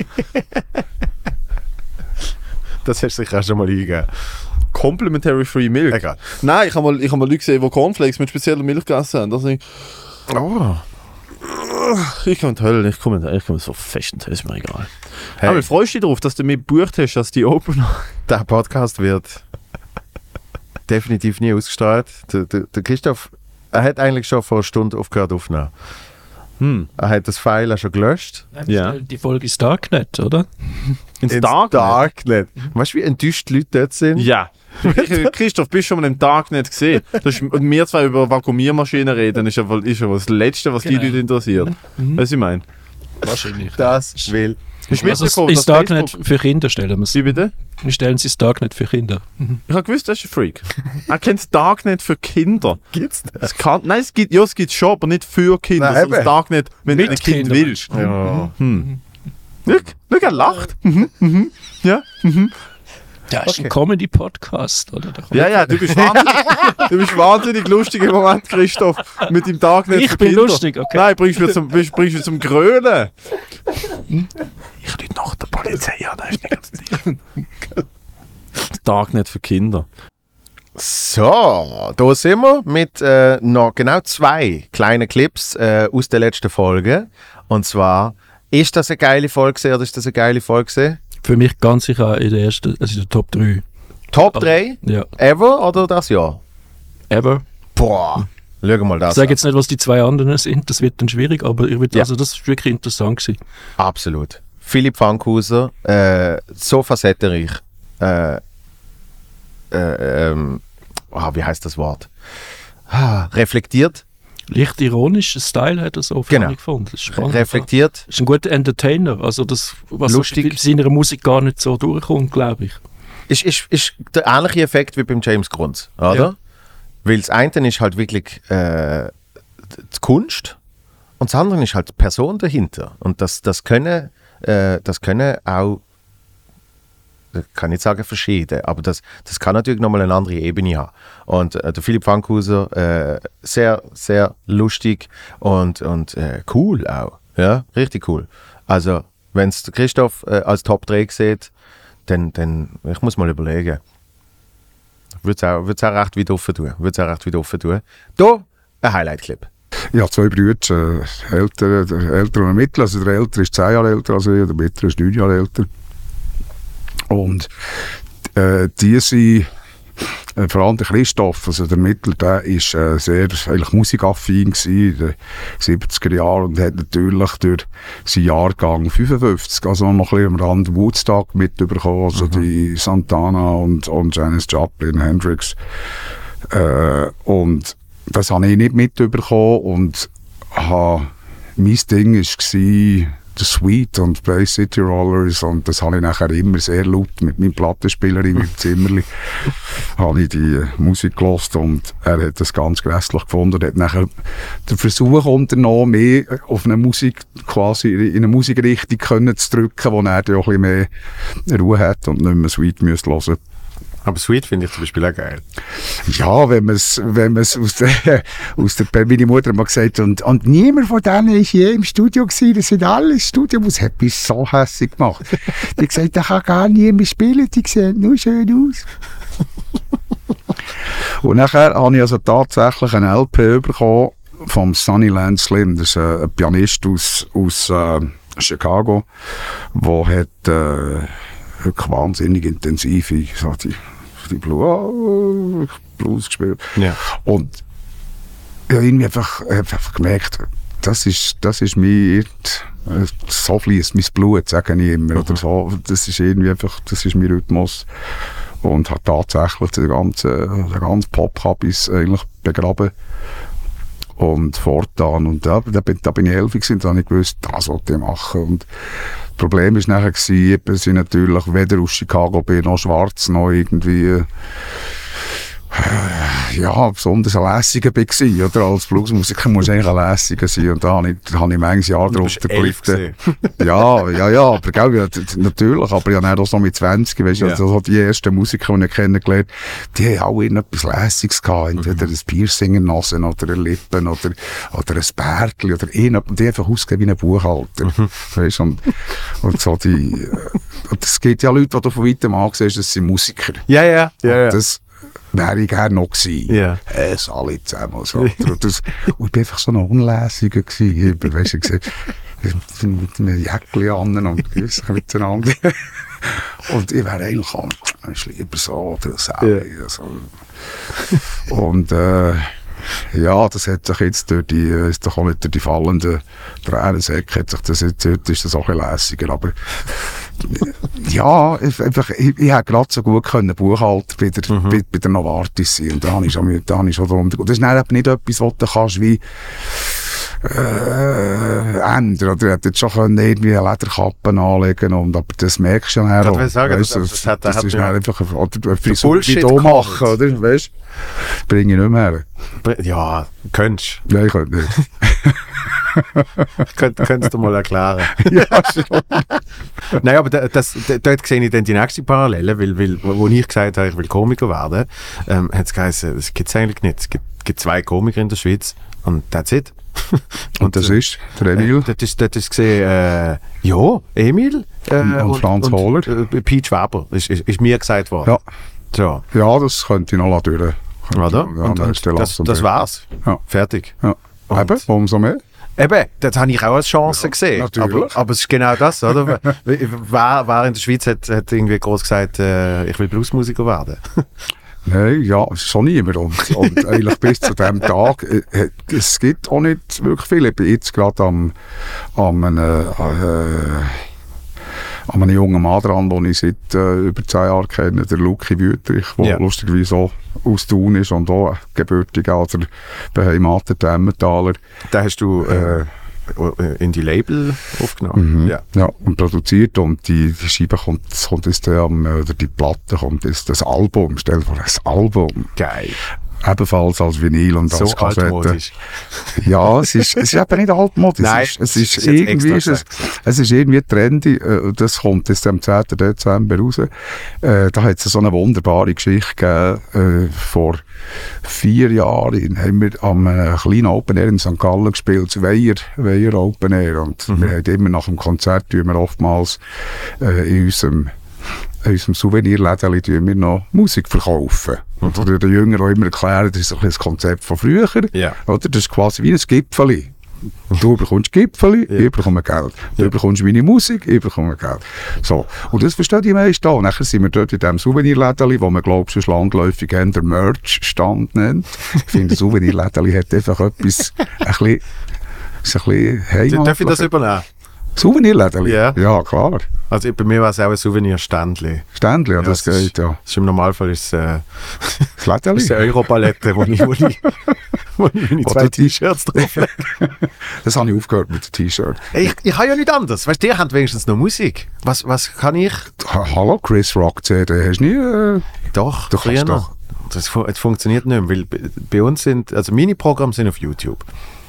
Das hast du sicher auch schon mal eingegeben. Complementary Free Milk? Egal. Nein, ich habe mal, ich hab mal Leute gesehen, die Cornflakes mit spezieller Milch gegessen haben. Das ich, oh. Ich komme in die Hölle, ich komme, ich komme so fest in die Hölle, ist mir egal. Hey. Aber freust du dich darauf, dass du mich gebucht hast als die Opener? Der Podcast wird definitiv nie ausgestrahlt. Der, der, der Christoph, er hat eigentlich schon vor einer Stunde aufgehört aufzunehmen. Hm. Er hat das File auch schon gelöscht. Ja. Die Folge ist Darknet, oder? Ins, Ins Darknet? Darknet. Weißt du, wie enttäuscht die Leute dort sind? Ja. Christoph, bist du schon mal im Darknet gesehen? Das ist, und wir zwei über Vakuumiermaschinen reden, ist ja wohl ist ja wohl das Letzte, was Genau. die Leute interessiert. Mhm. Weißt du, ich meine? Wahrscheinlich. Das will. Hast du Also mitbekommen, ins dass Darknet Facebook- für Kinder stellen wir es. Wie bitte? Wir stellen es ins Darknet für Kinder. Mhm. Ich habe gewusst, das ist ein Freak. Er kennt das Darknet für Kinder. Gibt's das? Es kann, nein, es gibt, ja, es gibt schon, aber nicht für Kinder. Nein, sondern das eben. Darknet, wenn Mit du ein Kind Kindern. willst. Ja. Hm. Schau, schau, er lacht. Mhm, mhm. Ja, mhm. Ja, ist Okay. ein Comedy-Podcast, oder? Da kommt- Ja, ja, du bist wahnsinnig, du bist wahnsinnig lustig im Moment, Christoph, mit dem Darknet Ich für bin Kinder. lustig, okay. Nein, bringst du mich zum, bringst bringst mich zum Grölen. Ich rufe nach der Polizei an, das ist nicht ganz sicher. Das Darknet für Kinder. So, da sind wir mit äh, noch genau zwei kleinen Clips äh, aus der letzten Folge. Und zwar, ist das eine geile Folge gewesen, oder ist das eine geile Folge gewesen? Für mich ganz sicher in der ersten, also in der Top drei. Top drei? Ja. Ever oder das Jahr? Ever. Boah, schau mal Ich das sage an. jetzt nicht, was die zwei anderen sind, das wird dann schwierig, aber ich würd, Ja. also das ist wirklich interessant gewesen. Absolut. Philipp Fankhauser, äh, so facettenreich. Äh, äh, ähm, ah, wie heißt das Wort? Ah, reflektiert. Leicht ironischen Style hat er so Genau. genau. gefunden. Das ist spannend. Reflektiert. Ist ein guter Entertainer, also das, was Lustig. bei seiner Musik gar nicht so durchkommt, glaube ich. Ist, ist, ist der ähnliche Effekt wie beim James Grunz, oder? Ja. Weil das eine ist halt wirklich äh, die Kunst und das andere ist halt die Person dahinter. Und das, das, können, äh, das können auch, ich kann nicht sagen verschieden, aber das, das kann natürlich nochmal eine andere Ebene haben. Und äh, der Philipp Fankhauser, äh, sehr, sehr lustig und, und äh, cool auch. Ja, richtig cool. Also, wenn es Christoph äh, als Top drei sieht, dann, dann, ich muss mal überlegen. Würde es auch, würd's auch recht weit offen tun. Würd's auch recht weit offen tun. Hier, ein Highlight-Clip. Ich habe zwei Brüder, äh, älter, der ältere und mittler. Also der ältere ist zehn Jahre älter als ich, der mittlere ist neun Jahre älter. Und äh, die sind, äh, vor allem der Christoph, also der Mittler, der ist äh, sehr eigentlich musikaffin gewesen in den siebziger Jahren und hat natürlich durch seinen Jahrgang fünfundfünfzig, also noch ein bisschen am Rand Woodstock mitbekommen, also mhm. die Santana und, und Janis Joplin, Hendrix. Äh, und das habe ich nicht mitbekommen und ha, mein Ding war The Sweet und Bay City Rollers und das habe ich nachher immer sehr laut mit meinem Plattenspieler in meinem Zimmerli habe ich die Musik gehört und er hat das ganz grässlich gefunden. Er hat nachher den Versuch unternommen, mehr auf eine Musik, quasi in eine Musikrichtung können zu drücken, wo er dann auch ein bisschen mehr Ruhe hat und nicht mehr Sweet müsste hören. Aber Sweet finde ich zum Beispiel auch geil. Ja, wenn man es wenn aus der, aus der, meine Mutter hat mal gesagt, und, und niemand von denen war je im Studio gewesen, das sind alle Studio, das hat mich so hässlich gemacht. Die hat gesagt, der kann gar niemand spielen, die sehen nur schön aus. Und nachher habe ich also tatsächlich eine L P bekommen vom Sunnyland Slim, das ist ein Pianist aus, aus äh, Chicago, der hat äh, wirklich wahnsinnig intensive so die, die Blues, Blues gespielt. Ja. Und ja, irgendwie einfach, einfach gemerkt, das ist, das ist mein, so fließt mein Blut, sage ich immer. Mhm. Oder so. Das ist irgendwie einfach, das ist mein Rhythmus. Und hat tatsächlich den ganzen, den ganzen Pop-Habis eigentlich begraben. Und fortan. Und ja, da, bin, da bin ich elf gewesen, da habe ich gewusst, das wollte ich machen. Und das Problem war nachher, gewesen, dass ich natürlich weder aus Chicago bin, noch schwarz, noch irgendwie ja, besonders ein Lässiger war. Oder? Als Bluesmusiker muss ich eigentlich ein Lässiger sein. Und da habe ich, da habe ich manches Jahr drunter gelitten. Ja, ja, ja, aber gell, ja, natürlich. Aber ich habe auch so mit zwanzig, weißt du, ja. Also die ersten Musiker, die ich kennengelernt habe, die haben alle etwas Lässiges gehabt. Entweder mhm. ein Piercing in der Nase oder eine Lippen oder, oder ein Bärtchen oder irgendetwas. Und die einfach ausgeben wie ein Buchhalter. Mhm. Weißt, und, und so die, und es gibt ja Leute, die du von weitem ansiehst, das sind Musiker. Ja, ja, ja. ja. Das wäre ich gerne noch gewesen. Ja. Es alle zusammen. So. Und, das, und ich war einfach so ein Unlässiger gewesen. Ich, weißt, ich, ich, mit einem Jäckchen an und grüß miteinander. Und ich wäre eigentlich auch, ich lieber so oder so. Ja. So. Und äh, ja, das hat sich jetzt durch die, ist doch auch nicht durch die fallenden Tränensäcke, hat sich das jetzt, heute ist das auch ein bisschen lässiger, aber ja, ich, einfach, ich, ich hätte gerade so gut können Buchhalter bei der, mhm. bei, bei der Novartis sein, und da habe ich schon, da habe ich schon drunter. Und das ist dann eben nicht etwas, was du kannst wie äh, ändern, oder du hättest schon können irgendwie eine Lederkappe anlegen, und, aber das merkst du ja nachher. Ich sagen, weißt, das, das, das, hat, das hat ist ja einfach ein, oder eine Frisur wie du machen, oder, weißt, bringe ich nicht mehr her. Ja, könntest du. Nein, ich könnte nicht. Könnt, könntest du mal erklären. Ja, schon. Nein, aber das, das, dort sehe ich dann die nächste Parallele, weil, weil wo ich gesagt habe, ich will Komiker werden, ähm, hat es geheißen, das gibt es eigentlich nicht. Es gibt, gibt zwei Komiker in der Schweiz und that's it. und, und das ist der Emil? Äh, das ist, das ist gesehen, äh, ja, Emil äh, und, und Franz und, Hohler. Äh, Pete Schweber, ist, ist, ist mir gesagt worden. Ja, so. Ja, das könnte ich noch durch. Oder? Ja, und, und das, das war's. Ja. Fertig. Ja. Eben, umso mehr. Eben, das habe ich auch als Chance ja, gesehen. Natürlich. Aber, aber es ist genau das, oder? wer, wer in der Schweiz hat, hat irgendwie groß gesagt, äh, ich will Bluesmusiker werden? Nein, ja, schon niemand. Und, und eigentlich bis zu diesem Tag, äh, es gibt auch nicht wirklich viel. Ich bin jetzt gerade am, am äh, äh, an einem jungen Mann dran, den ich seit äh, über zehn Jahren kenne, der Luki Wüterich, der ja. lustigerweise auch aus Thun ist und auch gebürtig, also beheimatet Emmentaler. Den hast du äh, in die Label aufgenommen? Mhm. Ja. Ja, und produziert, und die, die Scheibe kommt, kommt jetzt dann, oder die Platte kommt jetzt, das Album, stell dir vor, das Album. Geil. Ebenfalls als Vinyl und so als Kassette. Altmodisch. Ja, es ist, es ist eben nicht altmodisch. Nein, es ist, es ist irgendwie, ist es, es ist irgendwie trendy. Das kommt jetzt am zehnten Dezember raus. Äh, da hat es so eine wunderbare Geschichte gegeben. Äh, vor vier Jahren haben wir am äh, kleinen Open Air in Sankt Gallen gespielt, das Weiher, Weiher Open Air. Und mhm. wir haben immer nach dem Konzert, tun wir oftmals äh, in unserem in unserem Souvenirläden tun wir noch Musik verkaufen. Mhm. Und der Jünger auch immer erklären, das ist ein das Konzept von früher. Ja. Oder? Das ist quasi wie ein Gipfeli. Du bekommst Gipfeli, ja. ich bekomme Geld. Du ja. bekommst meine Musik, ich bekomme Geld. So. Und das verstehen die meisten auch. Nachher sind wir dort in diesem Souvenirläden, wo man, glaube ich, landläufig der Merch-Stand nennt. Ich finde, das Souvenirläden hat einfach etwas, ein bisschen, ein bisschen heimatlich. Darf ich das übernehmen? Souvenirläden? Ja. Ja, klar. Also bei mir war es auch ein Souvenir-Ständchen. Ständchen, ja, das, das geht, ja. Das ist, im Normalfall ist es äh, das Lädeli? Ist eine Europalette, wo ich, wo ich, wo ich meine zwei T-Shirts drauflege. Das habe ich aufgehört mit dem T-Shirt. Ich, ich habe ja nicht anders. Weißt du, ihr habt wenigstens noch Musik. Was, was kann ich? Ha, hallo, Chris Rock C D, hast du nie? Äh, doch, du kannst doch. Das, das funktioniert nicht mehr, weil bei uns sind, also meine Programme sind auf YouTube.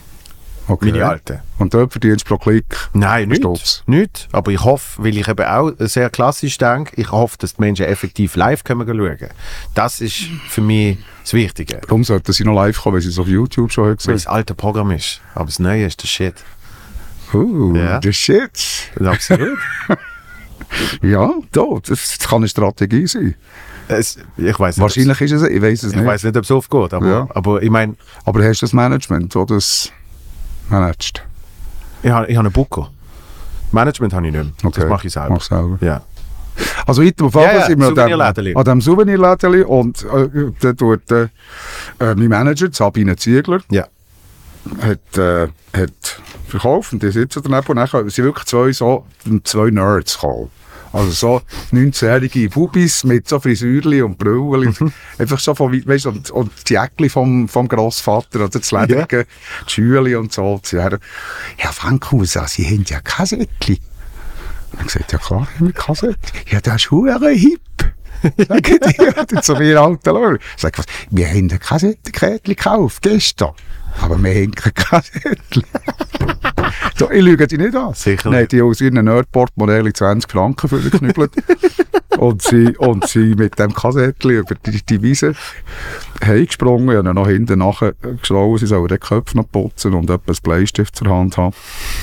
Okay. Meine alten. Und dort verdienst du pro Klick? Nein, nichts. Nicht. Aber ich hoffe, weil ich eben auch sehr klassisch denke, ich hoffe, dass die Menschen effektiv live können schauen. Das ist für mich das Wichtige. Warum sollten sie noch live kommen, wenn sie es auf YouTube schon gesehen haben? Weil es alte Programm ist. Aber das Neue ist der Shit. Uh, ja. der Shit. Absolut. Ja, da, das, das kann eine Strategie sein. Es, ich weiss nicht, Wahrscheinlich ist es, ich weiß es ich nicht. weiss nicht, ob es aufgeht, aber, Ja. aber ich meine... Aber hast du das Management, das das managt? Ich habe ich hab einen Booker. Management habe ich nicht mehr. Das mache ich selber. Mach selber. Ja. Also weiter auf Ja, Fall ja, sind wir an dem, Souvenirlädeli. an dem Souvenirlädeli und äh, da tut äh, äh, mein Manager, Sabine Ziegler, ja. hat, äh, hat verkauft und die sitzen daneben und dann sind wirklich zwei, so, zwei Nerds gekommen. Also so neunzehnjährige Bubis mit so Frisürli und Brülli. Einfach so von weit, weißt du, und, und die Jäckli vom, vom Grossvater oder das Lederige, ja. Die Schüle und so. Und sie haben, Herr Frankhauser, Sie haben ja Kassettli. Und er gesagt, ja klar, haben wir Kassettli. Ja, das ist hure hip. Sagen die zu mir alten Leuten. Sag was, wir haben ein Kassettenkästchen gekauft, gestern. Aber wir haben kein Kassettli. So, ich lüge die nicht an. Sicher. Nein, die aus ihren Nerdportemonnaie zwanzig Franken für geknüppelt. und, sie, und sie mit dem Kassettchen über die, die Wiese heimgesprungen und dann noch hinten nachher geschlagen, sie sollen den Köpf noch putzen und etwas Bleistift zur Hand haben.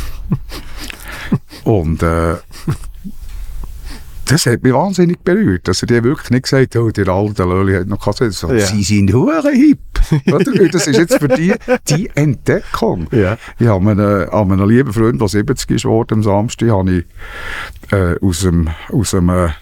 Und äh, das hat mich wahnsinnig berührt, dass er die wirklich nicht gesagt hat, oh, der alte Löli hat noch Kassettchen. So, Ja. Sie sind hure hip. Oder? Das ist jetzt für die die Entdeckung. Ja. Ich habe einen, an einen lieben Freund, der siebzig ist geworden am Samstag, habe ich äh, aus dem, aus dem äh,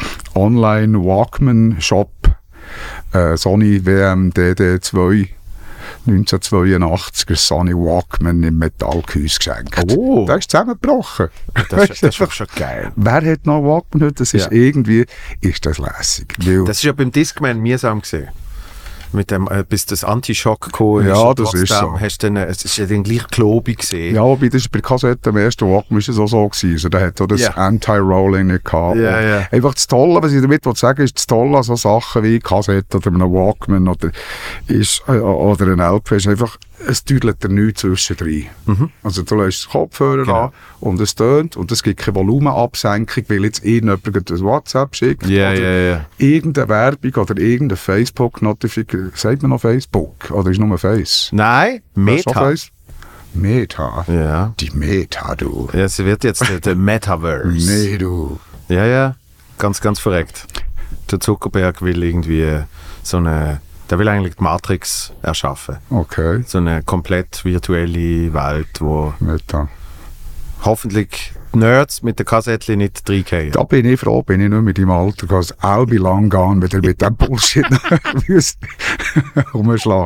Online-Walkman-Shop äh, Sony W M D D zwei neunzehnhundertzweiundachtzig ein Sony Walkman im Metallgehäuse geschenkt. Oh. Der ist zusammengebrochen. Das, ist- das ist doch schon geil. Wer hat noch Walkman heute? Das ist Ja. irgendwie, ist das lässig. Weil- Das ist ja beim Discman mühsam gesehen. Mit dem, äh, bis das Anti-Shock gekommen Ja, und das ist trotzdem so. Hast du dann, es ist ja dann gleich klobig gesehen. Ja, wobei das ist bei Kassetten am ersten Walkman ist es auch so gewesen. Also, der hat auch das Ja. Anti-Rolling nicht gehabt. Ja, Und ja. Einfach das Tolle, was ich damit will sagen ist das Tolle an so Sachen wie Kassette oder einem Walkman oder, ist, äh, oder ein L P ist einfach, es düdelt dir nichts zwischendrin. Mhm. Also du lässt den Kopfhörer Genau. an und es tönt und es gibt keine Volumenabsenkung, weil jetzt irgendjemand ein WhatsApp schickt Ja, oder ja, ja. irgendeine Werbung oder irgendeine Facebook-Notification. Sagt man noch Facebook? Oder ist nur Face? Nein, Ja, schon Meta. Face? Meta? Ja. Die Meta, du. Ja, sie wird jetzt der, der Metaverse. Nee, du. Ja, ja, ganz, ganz verreckt. Der Zuckerberg will irgendwie so eine, der will eigentlich die Matrix erschaffen. Okay. So eine komplett virtuelle Welt, wo Meta. hoffentlich die Nerds mit der Kassettchen nicht reingehen. Da bin ich froh, bin ich nicht mit deinem Alter, because I'll be long gone, wenn ihr mit dem Bullshit rumschlagen.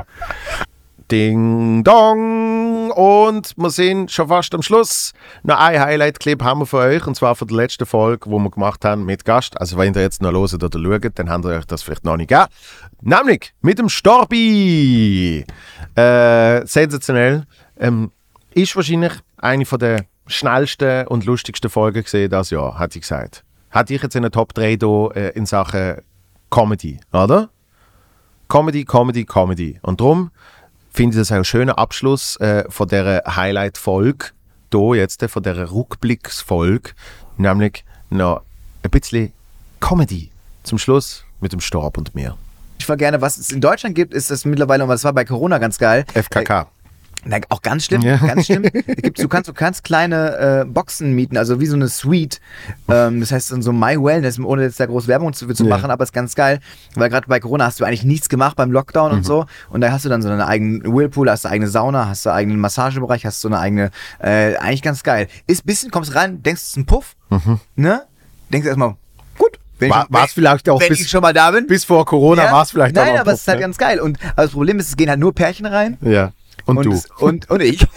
Ding Dong! Und wir sind schon fast am Schluss. Noch ein Highlight-Clip haben wir für euch, und zwar von der letzten Folge, die wir gemacht haben mit Gast. Also wenn ihr jetzt noch hört oder schaut, dann habt ihr euch das vielleicht noch nicht gegeben. Nämlich mit dem Storbi! Äh, sensationell. Ähm, ist wahrscheinlich eine von der schnellsten und lustigsten Folgen gesehen dieses Jahr, hat sie gesagt. Hatte ich jetzt in den Top drei hier äh, in Sachen Comedy, oder? Comedy, Comedy, Comedy. Und darum finde ich das auch einen schönen Abschluss äh, von dieser Highlight-Folge, hier jetzt, äh, von dieser Rückblicksfolge, nämlich noch ein bisschen Comedy zum Schluss mit dem Storb und mir. Ich war gerne, was es in Deutschland gibt, ist das mittlerweile, und das war bei Corona ganz geil. F K K. Na, auch ganz schlimm, Ja. ganz schlimm. Es gibt, du kannst so ganz kleine äh, Boxen mieten, also wie so eine Suite. Ähm, das heißt dann so My Wellness, ohne jetzt da groß Werbung zu, zu Ja. machen, aber ist ganz geil, weil gerade bei Corona hast du eigentlich nichts gemacht beim Lockdown Mhm. und so. Und da hast du dann so einen eigenen Whirlpool, hast du eine eigene Sauna, hast du einen eigenen Massagebereich, hast du eine eigene, äh, eigentlich ganz geil. Ist ein bisschen, kommst rein, denkst, es ist ein Puff, Mhm. ne? Denkst erstmal, gut. Wenn War- ich, war's vielleicht auch wenn bis- ich schon mal da bin. Bis vor Corona Ja. war es vielleicht auch Nein, noch aber ein es ist halt Puff, ganz geil. Und aber das Problem ist, es gehen halt nur Pärchen rein. Ja. Und, du. es- Und, und ich.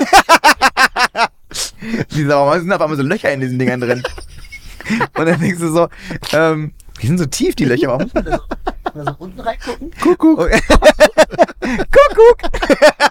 Die sind aber sind auf einmal so Löcher in diesen Dingern drin. Und dann denkst du so, ähm, die sind so tief, die Löcher. Warum muss man da so, da so unten reingucken? Kuckuck. Kuckuck.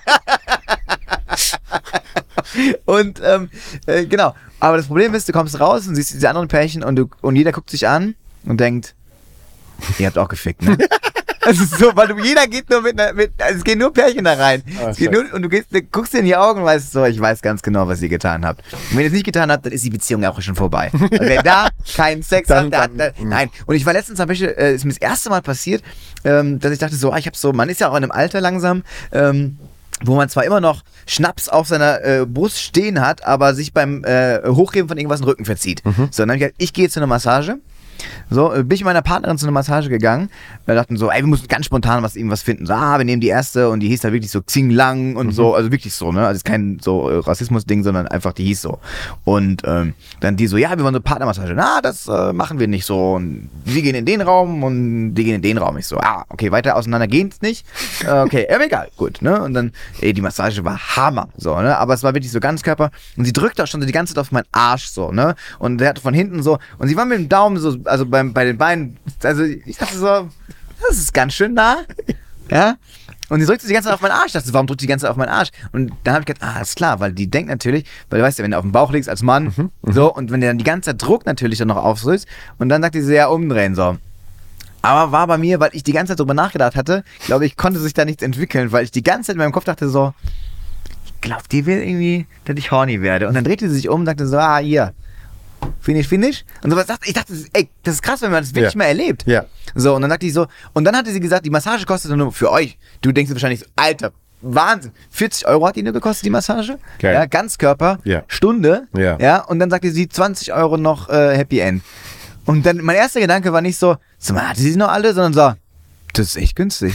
Und ähm, äh, genau. Aber das Problem ist, du kommst raus und siehst diese anderen Pärchen und, du, und jeder guckt sich an und denkt, ihr habt auch gefickt, ne? Das ist so, weil du, jeder geht nur mit, einer, mit also es gehen nur Pärchen da rein. Oh, es geht nur, und du, gehst, du guckst dir in die Augen und weißt so, ich weiß ganz genau, was ihr getan habt. Und wenn ihr es nicht getan habt, dann ist die Beziehung auch schon vorbei. Also wer da keinen Sex Dann- hat, der hat, dann- der, nein. Und ich war letztens zum Beispiel, äh, ist mir das erste Mal passiert, ähm, dass ich dachte so, ah, ich habe so, man ist ja auch in einem Alter langsam, ähm, wo man zwar immer noch Schnaps auf seiner äh, Brust stehen hat, aber sich beim äh, Hochheben von irgendwas den Rücken verzieht. Mhm. So, dann habe ich gesagt, ich gehe jetzt zu einer Massage. So, bin ich mit meiner Partnerin zu einer Massage gegangen. Wir dachten so, ey, wir müssen ganz spontan was irgendwas finden. So, ah, wir nehmen die erste und die hieß da wirklich so Xing Lang und mhm. so, also wirklich so, ne? Also ist kein so äh, Rassismus-Ding, sondern einfach die hieß so. Und ähm, dann die so, ja, wir wollen so Partnermassage. Na, das äh, machen wir nicht so. Und sie gehen in den Raum und die gehen in den Raum. Ich so, ah, okay, weiter auseinander geht's nicht. Äh, okay, aber egal, gut, ne? Und dann, ey, die Massage war Hammer, so, ne? Aber es war wirklich so Ganzkörper und sie drückte auch schon so die ganze Zeit auf meinen Arsch, so, ne? Und der hatte von hinten so, und sie war mit dem Daumen so, also beim, bei den Beinen, also ich dachte so, das ist ganz schön nah, ja, und sie drückte die ganze Zeit auf meinen Arsch. Ich dachte, warum drückt die die ganze Zeit auf meinen Arsch? Und dann habe ich gedacht, ah, alles klar, weil die denkt natürlich, weil du weißt ja, wenn du auf dem Bauch liegst als Mann, mhm, so, und wenn der dann die ganze Zeit Druck natürlich dann noch aufrüst, und dann sagt die so, ja, umdrehen, so. Aber war bei mir, weil ich die ganze Zeit drüber nachgedacht hatte, glaube ich, konnte sich da nichts entwickeln, weil ich die ganze Zeit in meinem Kopf dachte so, ich glaube, die will irgendwie, dass ich horny werde. Und dann drehte sie sich um und sagte so, ah, hier, Finish, Finish. Und sowas dachte ich, dachte, ey, das ist krass, wenn man das wirklich Ja. mal erlebt. Ja. So, und dann dachte ich so, und dann hatte sie gesagt, die Massage kostet nur für euch. Du denkst dir wahrscheinlich so, Alter, Wahnsinn. vierzig Euro hat die nur gekostet, die Massage. Geil. Ja, Ganzkörper, Ja. Stunde. Ja. Ja, und dann sagte sie zwanzig Euro noch äh, Happy End. Und dann, mein erster Gedanke war nicht so, sag mal, hatte sie noch alle, sondern so, das ist echt günstig.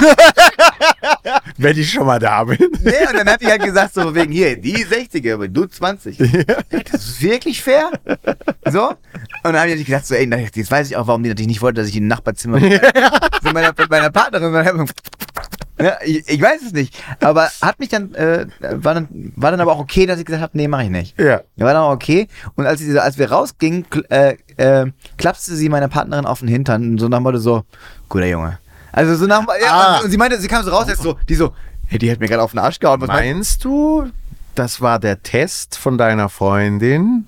Wenn ich schon mal da bin. Nee, und dann hat die halt gesagt, so wegen hier, die sechziger, aber du zwanzig. Hey, das ist wirklich fair. So. Und dann habe ich gedacht, so, ey, jetzt weiß ich auch, warum die natürlich nicht wollte, dass ich in ein Nachbarzimmer mit meiner, mit meiner Partnerin. Ja, ich, ich weiß es nicht. Aber hat mich dann, äh, war dann, war dann aber auch okay, dass ich gesagt habe, nee, mach ich nicht. Ja. War dann auch okay. Und als, sie, als wir rausgingen, kl- äh, äh, klapste sie meiner Partnerin auf den Hintern, so nach dem Motto so, guter Junge. Also so nach, ja, Ah. und, und sie meinte, sie kam so raus, jetzt so, die so, hey, die hat mir gerade auf den Arsch gehauen. Was Meinst du, das war der Test von deiner Freundin?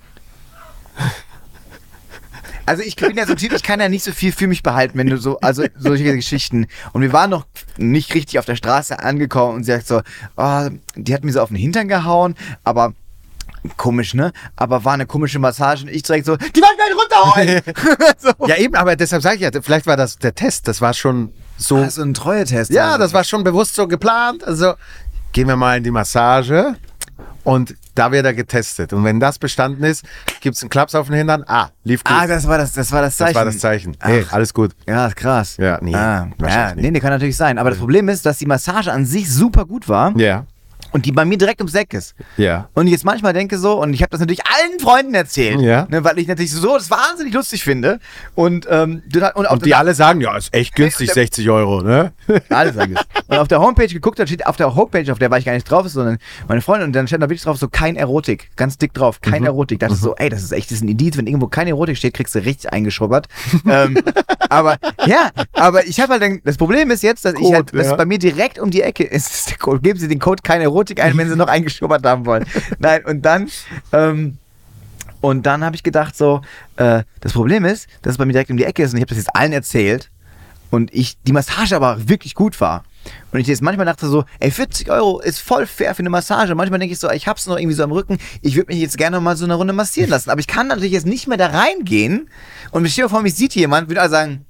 Also ich bin ja so ein Typ, ich kann ja nicht so viel für mich behalten, wenn du so, also solche Geschichten. Und wir waren noch nicht richtig auf der Straße angekommen und sie sagt so, oh, die hat mir so auf den Hintern gehauen, aber komisch, ne? Aber war eine komische Massage und ich direkt so, die wollen gleich runterhauen! So. Ja eben, aber deshalb sage ich ja, vielleicht war das der Test, das war schon so... Ah, so ein Treue-Test. Ja, also. das war schon bewusst so geplant. Also gehen wir mal in die Massage und da wird er getestet. Und wenn das bestanden ist, gibt es einen Klaps auf den Hintern. Ah, lief gut. Ah, das war das, das war das Zeichen. Das war das Zeichen. Hey, Ach. alles gut. Ja, ist krass. Ja, nee. Ah, ja, wahrscheinlich nee, nee, kann natürlich sein. Aber das Problem ist, dass die Massage an sich super gut war. Ja. Und die bei mir direkt ums Eck ist. Ja. Und ich jetzt manchmal denke so, und ich habe das natürlich allen Freunden erzählt, Ja. ne, weil ich natürlich so das wahnsinnig lustig finde. Und, ähm, und, Und die alle sagen, ja, ist echt günstig, sechzig Euro, ne? Alle sagen es. Und auf der Homepage geguckt, da steht auf der Homepage, auf der war ich gar nicht drauf, sondern meine Freundin, und dann stand da wirklich drauf, so kein Erotik. Ganz dick drauf, kein Mhm. Erotik. Da dachte ich so, ey, das ist echt, das ist ein Indiz, wenn irgendwo keine Erotik steht, kriegst du richtig eingeschubbert. ähm, aber, ja, aber ich habe halt dann, das Problem ist jetzt, dass ich Code, halt, dass ja. bei mir direkt um die Ecke ist, ist der Code. Geben Sie den Code keine Erotik ein, wenn Sie noch eingeschubbert haben wollen. Nein, und dann, ähm, und dann habe ich gedacht so, äh, das Problem ist, dass es bei mir direkt um die Ecke ist und ich habe das jetzt allen erzählt und ich, die Massage aber wirklich gut war. Und ich jetzt manchmal dachte so, ey, vierzig Euro ist voll fair für eine Massage. Manchmal denke ich so, ich hab's noch irgendwie so am Rücken, ich würde mich jetzt gerne mal so eine Runde massieren lassen. Aber ich kann natürlich jetzt nicht mehr da reingehen und stell dir vor, mich sieht jemand, würde also sagen,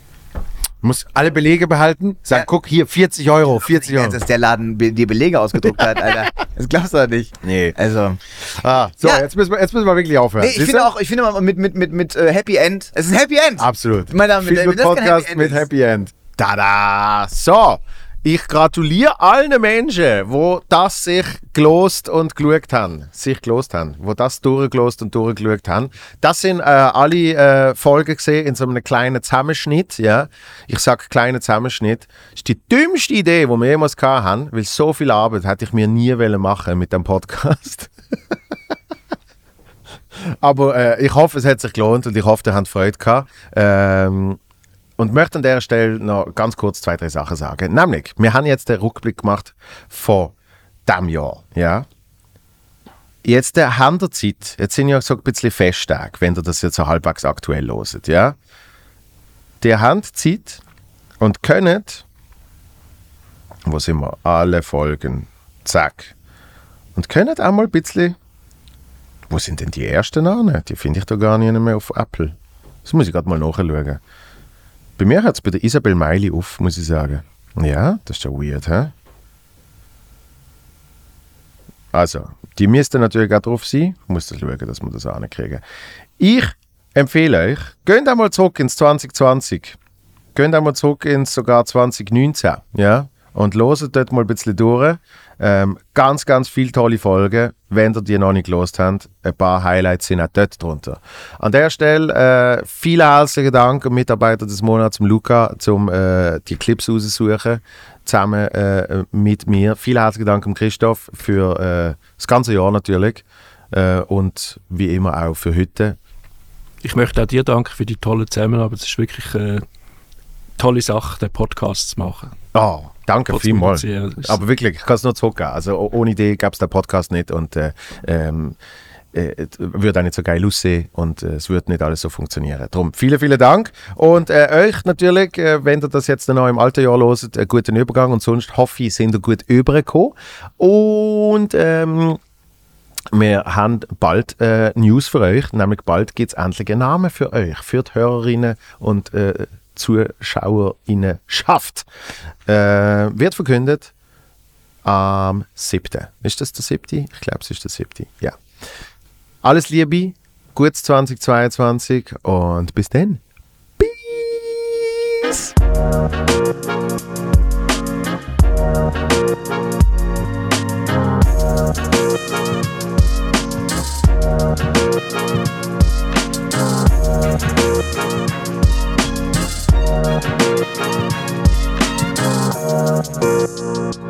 Muss alle Belege behalten, sag, guck hier, vierzig Euro, vierzig Euro. dass der Laden be- dir Belege ausgedruckt hat, Alter. Das glaubst du doch nicht. Nee. Also. Ah, so, Ja. jetzt, müssen wir, jetzt müssen wir wirklich aufhören. Nee, ich Siehst finde du? auch, ich finde mal mit, mit, mit, mit äh, Happy End. Es ist ein Happy End. Absolut. Meine Damen und Viel Herren, gut wenn das kein Podcast Happy End mit ist. Happy End. Tada! So, ich gratuliere allen Menschen, wo das sich gelost und geschaut haben. Sich gelost haben. Wo das durchgelost und durchgeschaut haben. Das sind äh, alle äh, Folgen gesehen in so einem kleinen Zusammenschnitt. Ja. Ich sage kleinen Zusammenschnitt. Das ist die dümmste Idee, die wir jemals gehabt haben, weil so viel Arbeit hätte ich mir nie wollen machen mit dem Podcast. Aber äh, ich hoffe, es hat sich gelohnt und ich hoffe, ihr habt Freude gehabt. Ähm, und möchte an der Stelle noch ganz kurz zwei, drei Sachen sagen. Nämlich, wir haben jetzt den Rückblick gemacht von diesem Jahr. Ja? Jetzt äh, haben wir Zeit, jetzt sind ja so ein bisschen Festtage, wenn ihr das jetzt so halbwegs aktuell hört. Ja? Die haben Zeit und können, wo sind wir, alle Folgen, zack, und können auch mal ein bisschen, wo sind denn die ersten an? Die finde ich da gar nicht mehr auf Apple. Das muss ich gerade mal nachschauen. Bei mir hat es bei der Isabel Meili auf, muss ich sagen. Ja, das ist ja weird, hä? Also, die müssten natürlich auch drauf sein. Ich muss das schauen, dass wir das hinkriegen. Ich empfehle euch, geht einmal zurück ins zwanzig zwanzig. Geht einmal zurück ins sogar zwanzig neunzehn. Ja? Und hört dort mal ein bisschen durch. Ähm, ganz, ganz viele tolle Folgen. Wenn ihr die noch nicht gehört habt, ein paar Highlights sind auch dort drunter. An der Stelle äh, vielen herzlichen Dank an Mitarbeiter des Monats, zum Luca, um äh, die Clips rauszusuchen, zusammen äh, mit mir. Vielen herzlichen Dank an Christoph für äh, das ganze Jahr natürlich äh, und wie immer auch für heute. Ich möchte auch dir danken für die tolle Zusammenarbeit. Es ist wirklich eine tolle Sache, den Podcast zu machen. Oh, danke vielmals. Ja, Aber wirklich, ich kann es nur zurückgeben. Also ohne Idee gab es den Podcast nicht und äh, ähm, äh, würde auch nicht so geil aussehen und äh, es würde nicht alles so funktionieren. Darum vielen, vielen Dank. Und äh, euch natürlich, äh, wenn ihr das jetzt noch im alten Jahr hört, einen guten Übergang und sonst hoffe ich, sind ihr gut übergekommen. Und ähm, wir haben bald äh, News für euch, nämlich bald gibt es endlich einen Namen für euch, für die Hörerinnen und äh, ZuschauerInnen schafft. Äh, wird verkündet am siebten Ist das der siebte? Ich glaube, es ist der siebte Ja. Alles Liebe, gutes zwanzig zweiundzwanzig und bis dann. Peace! Thank you.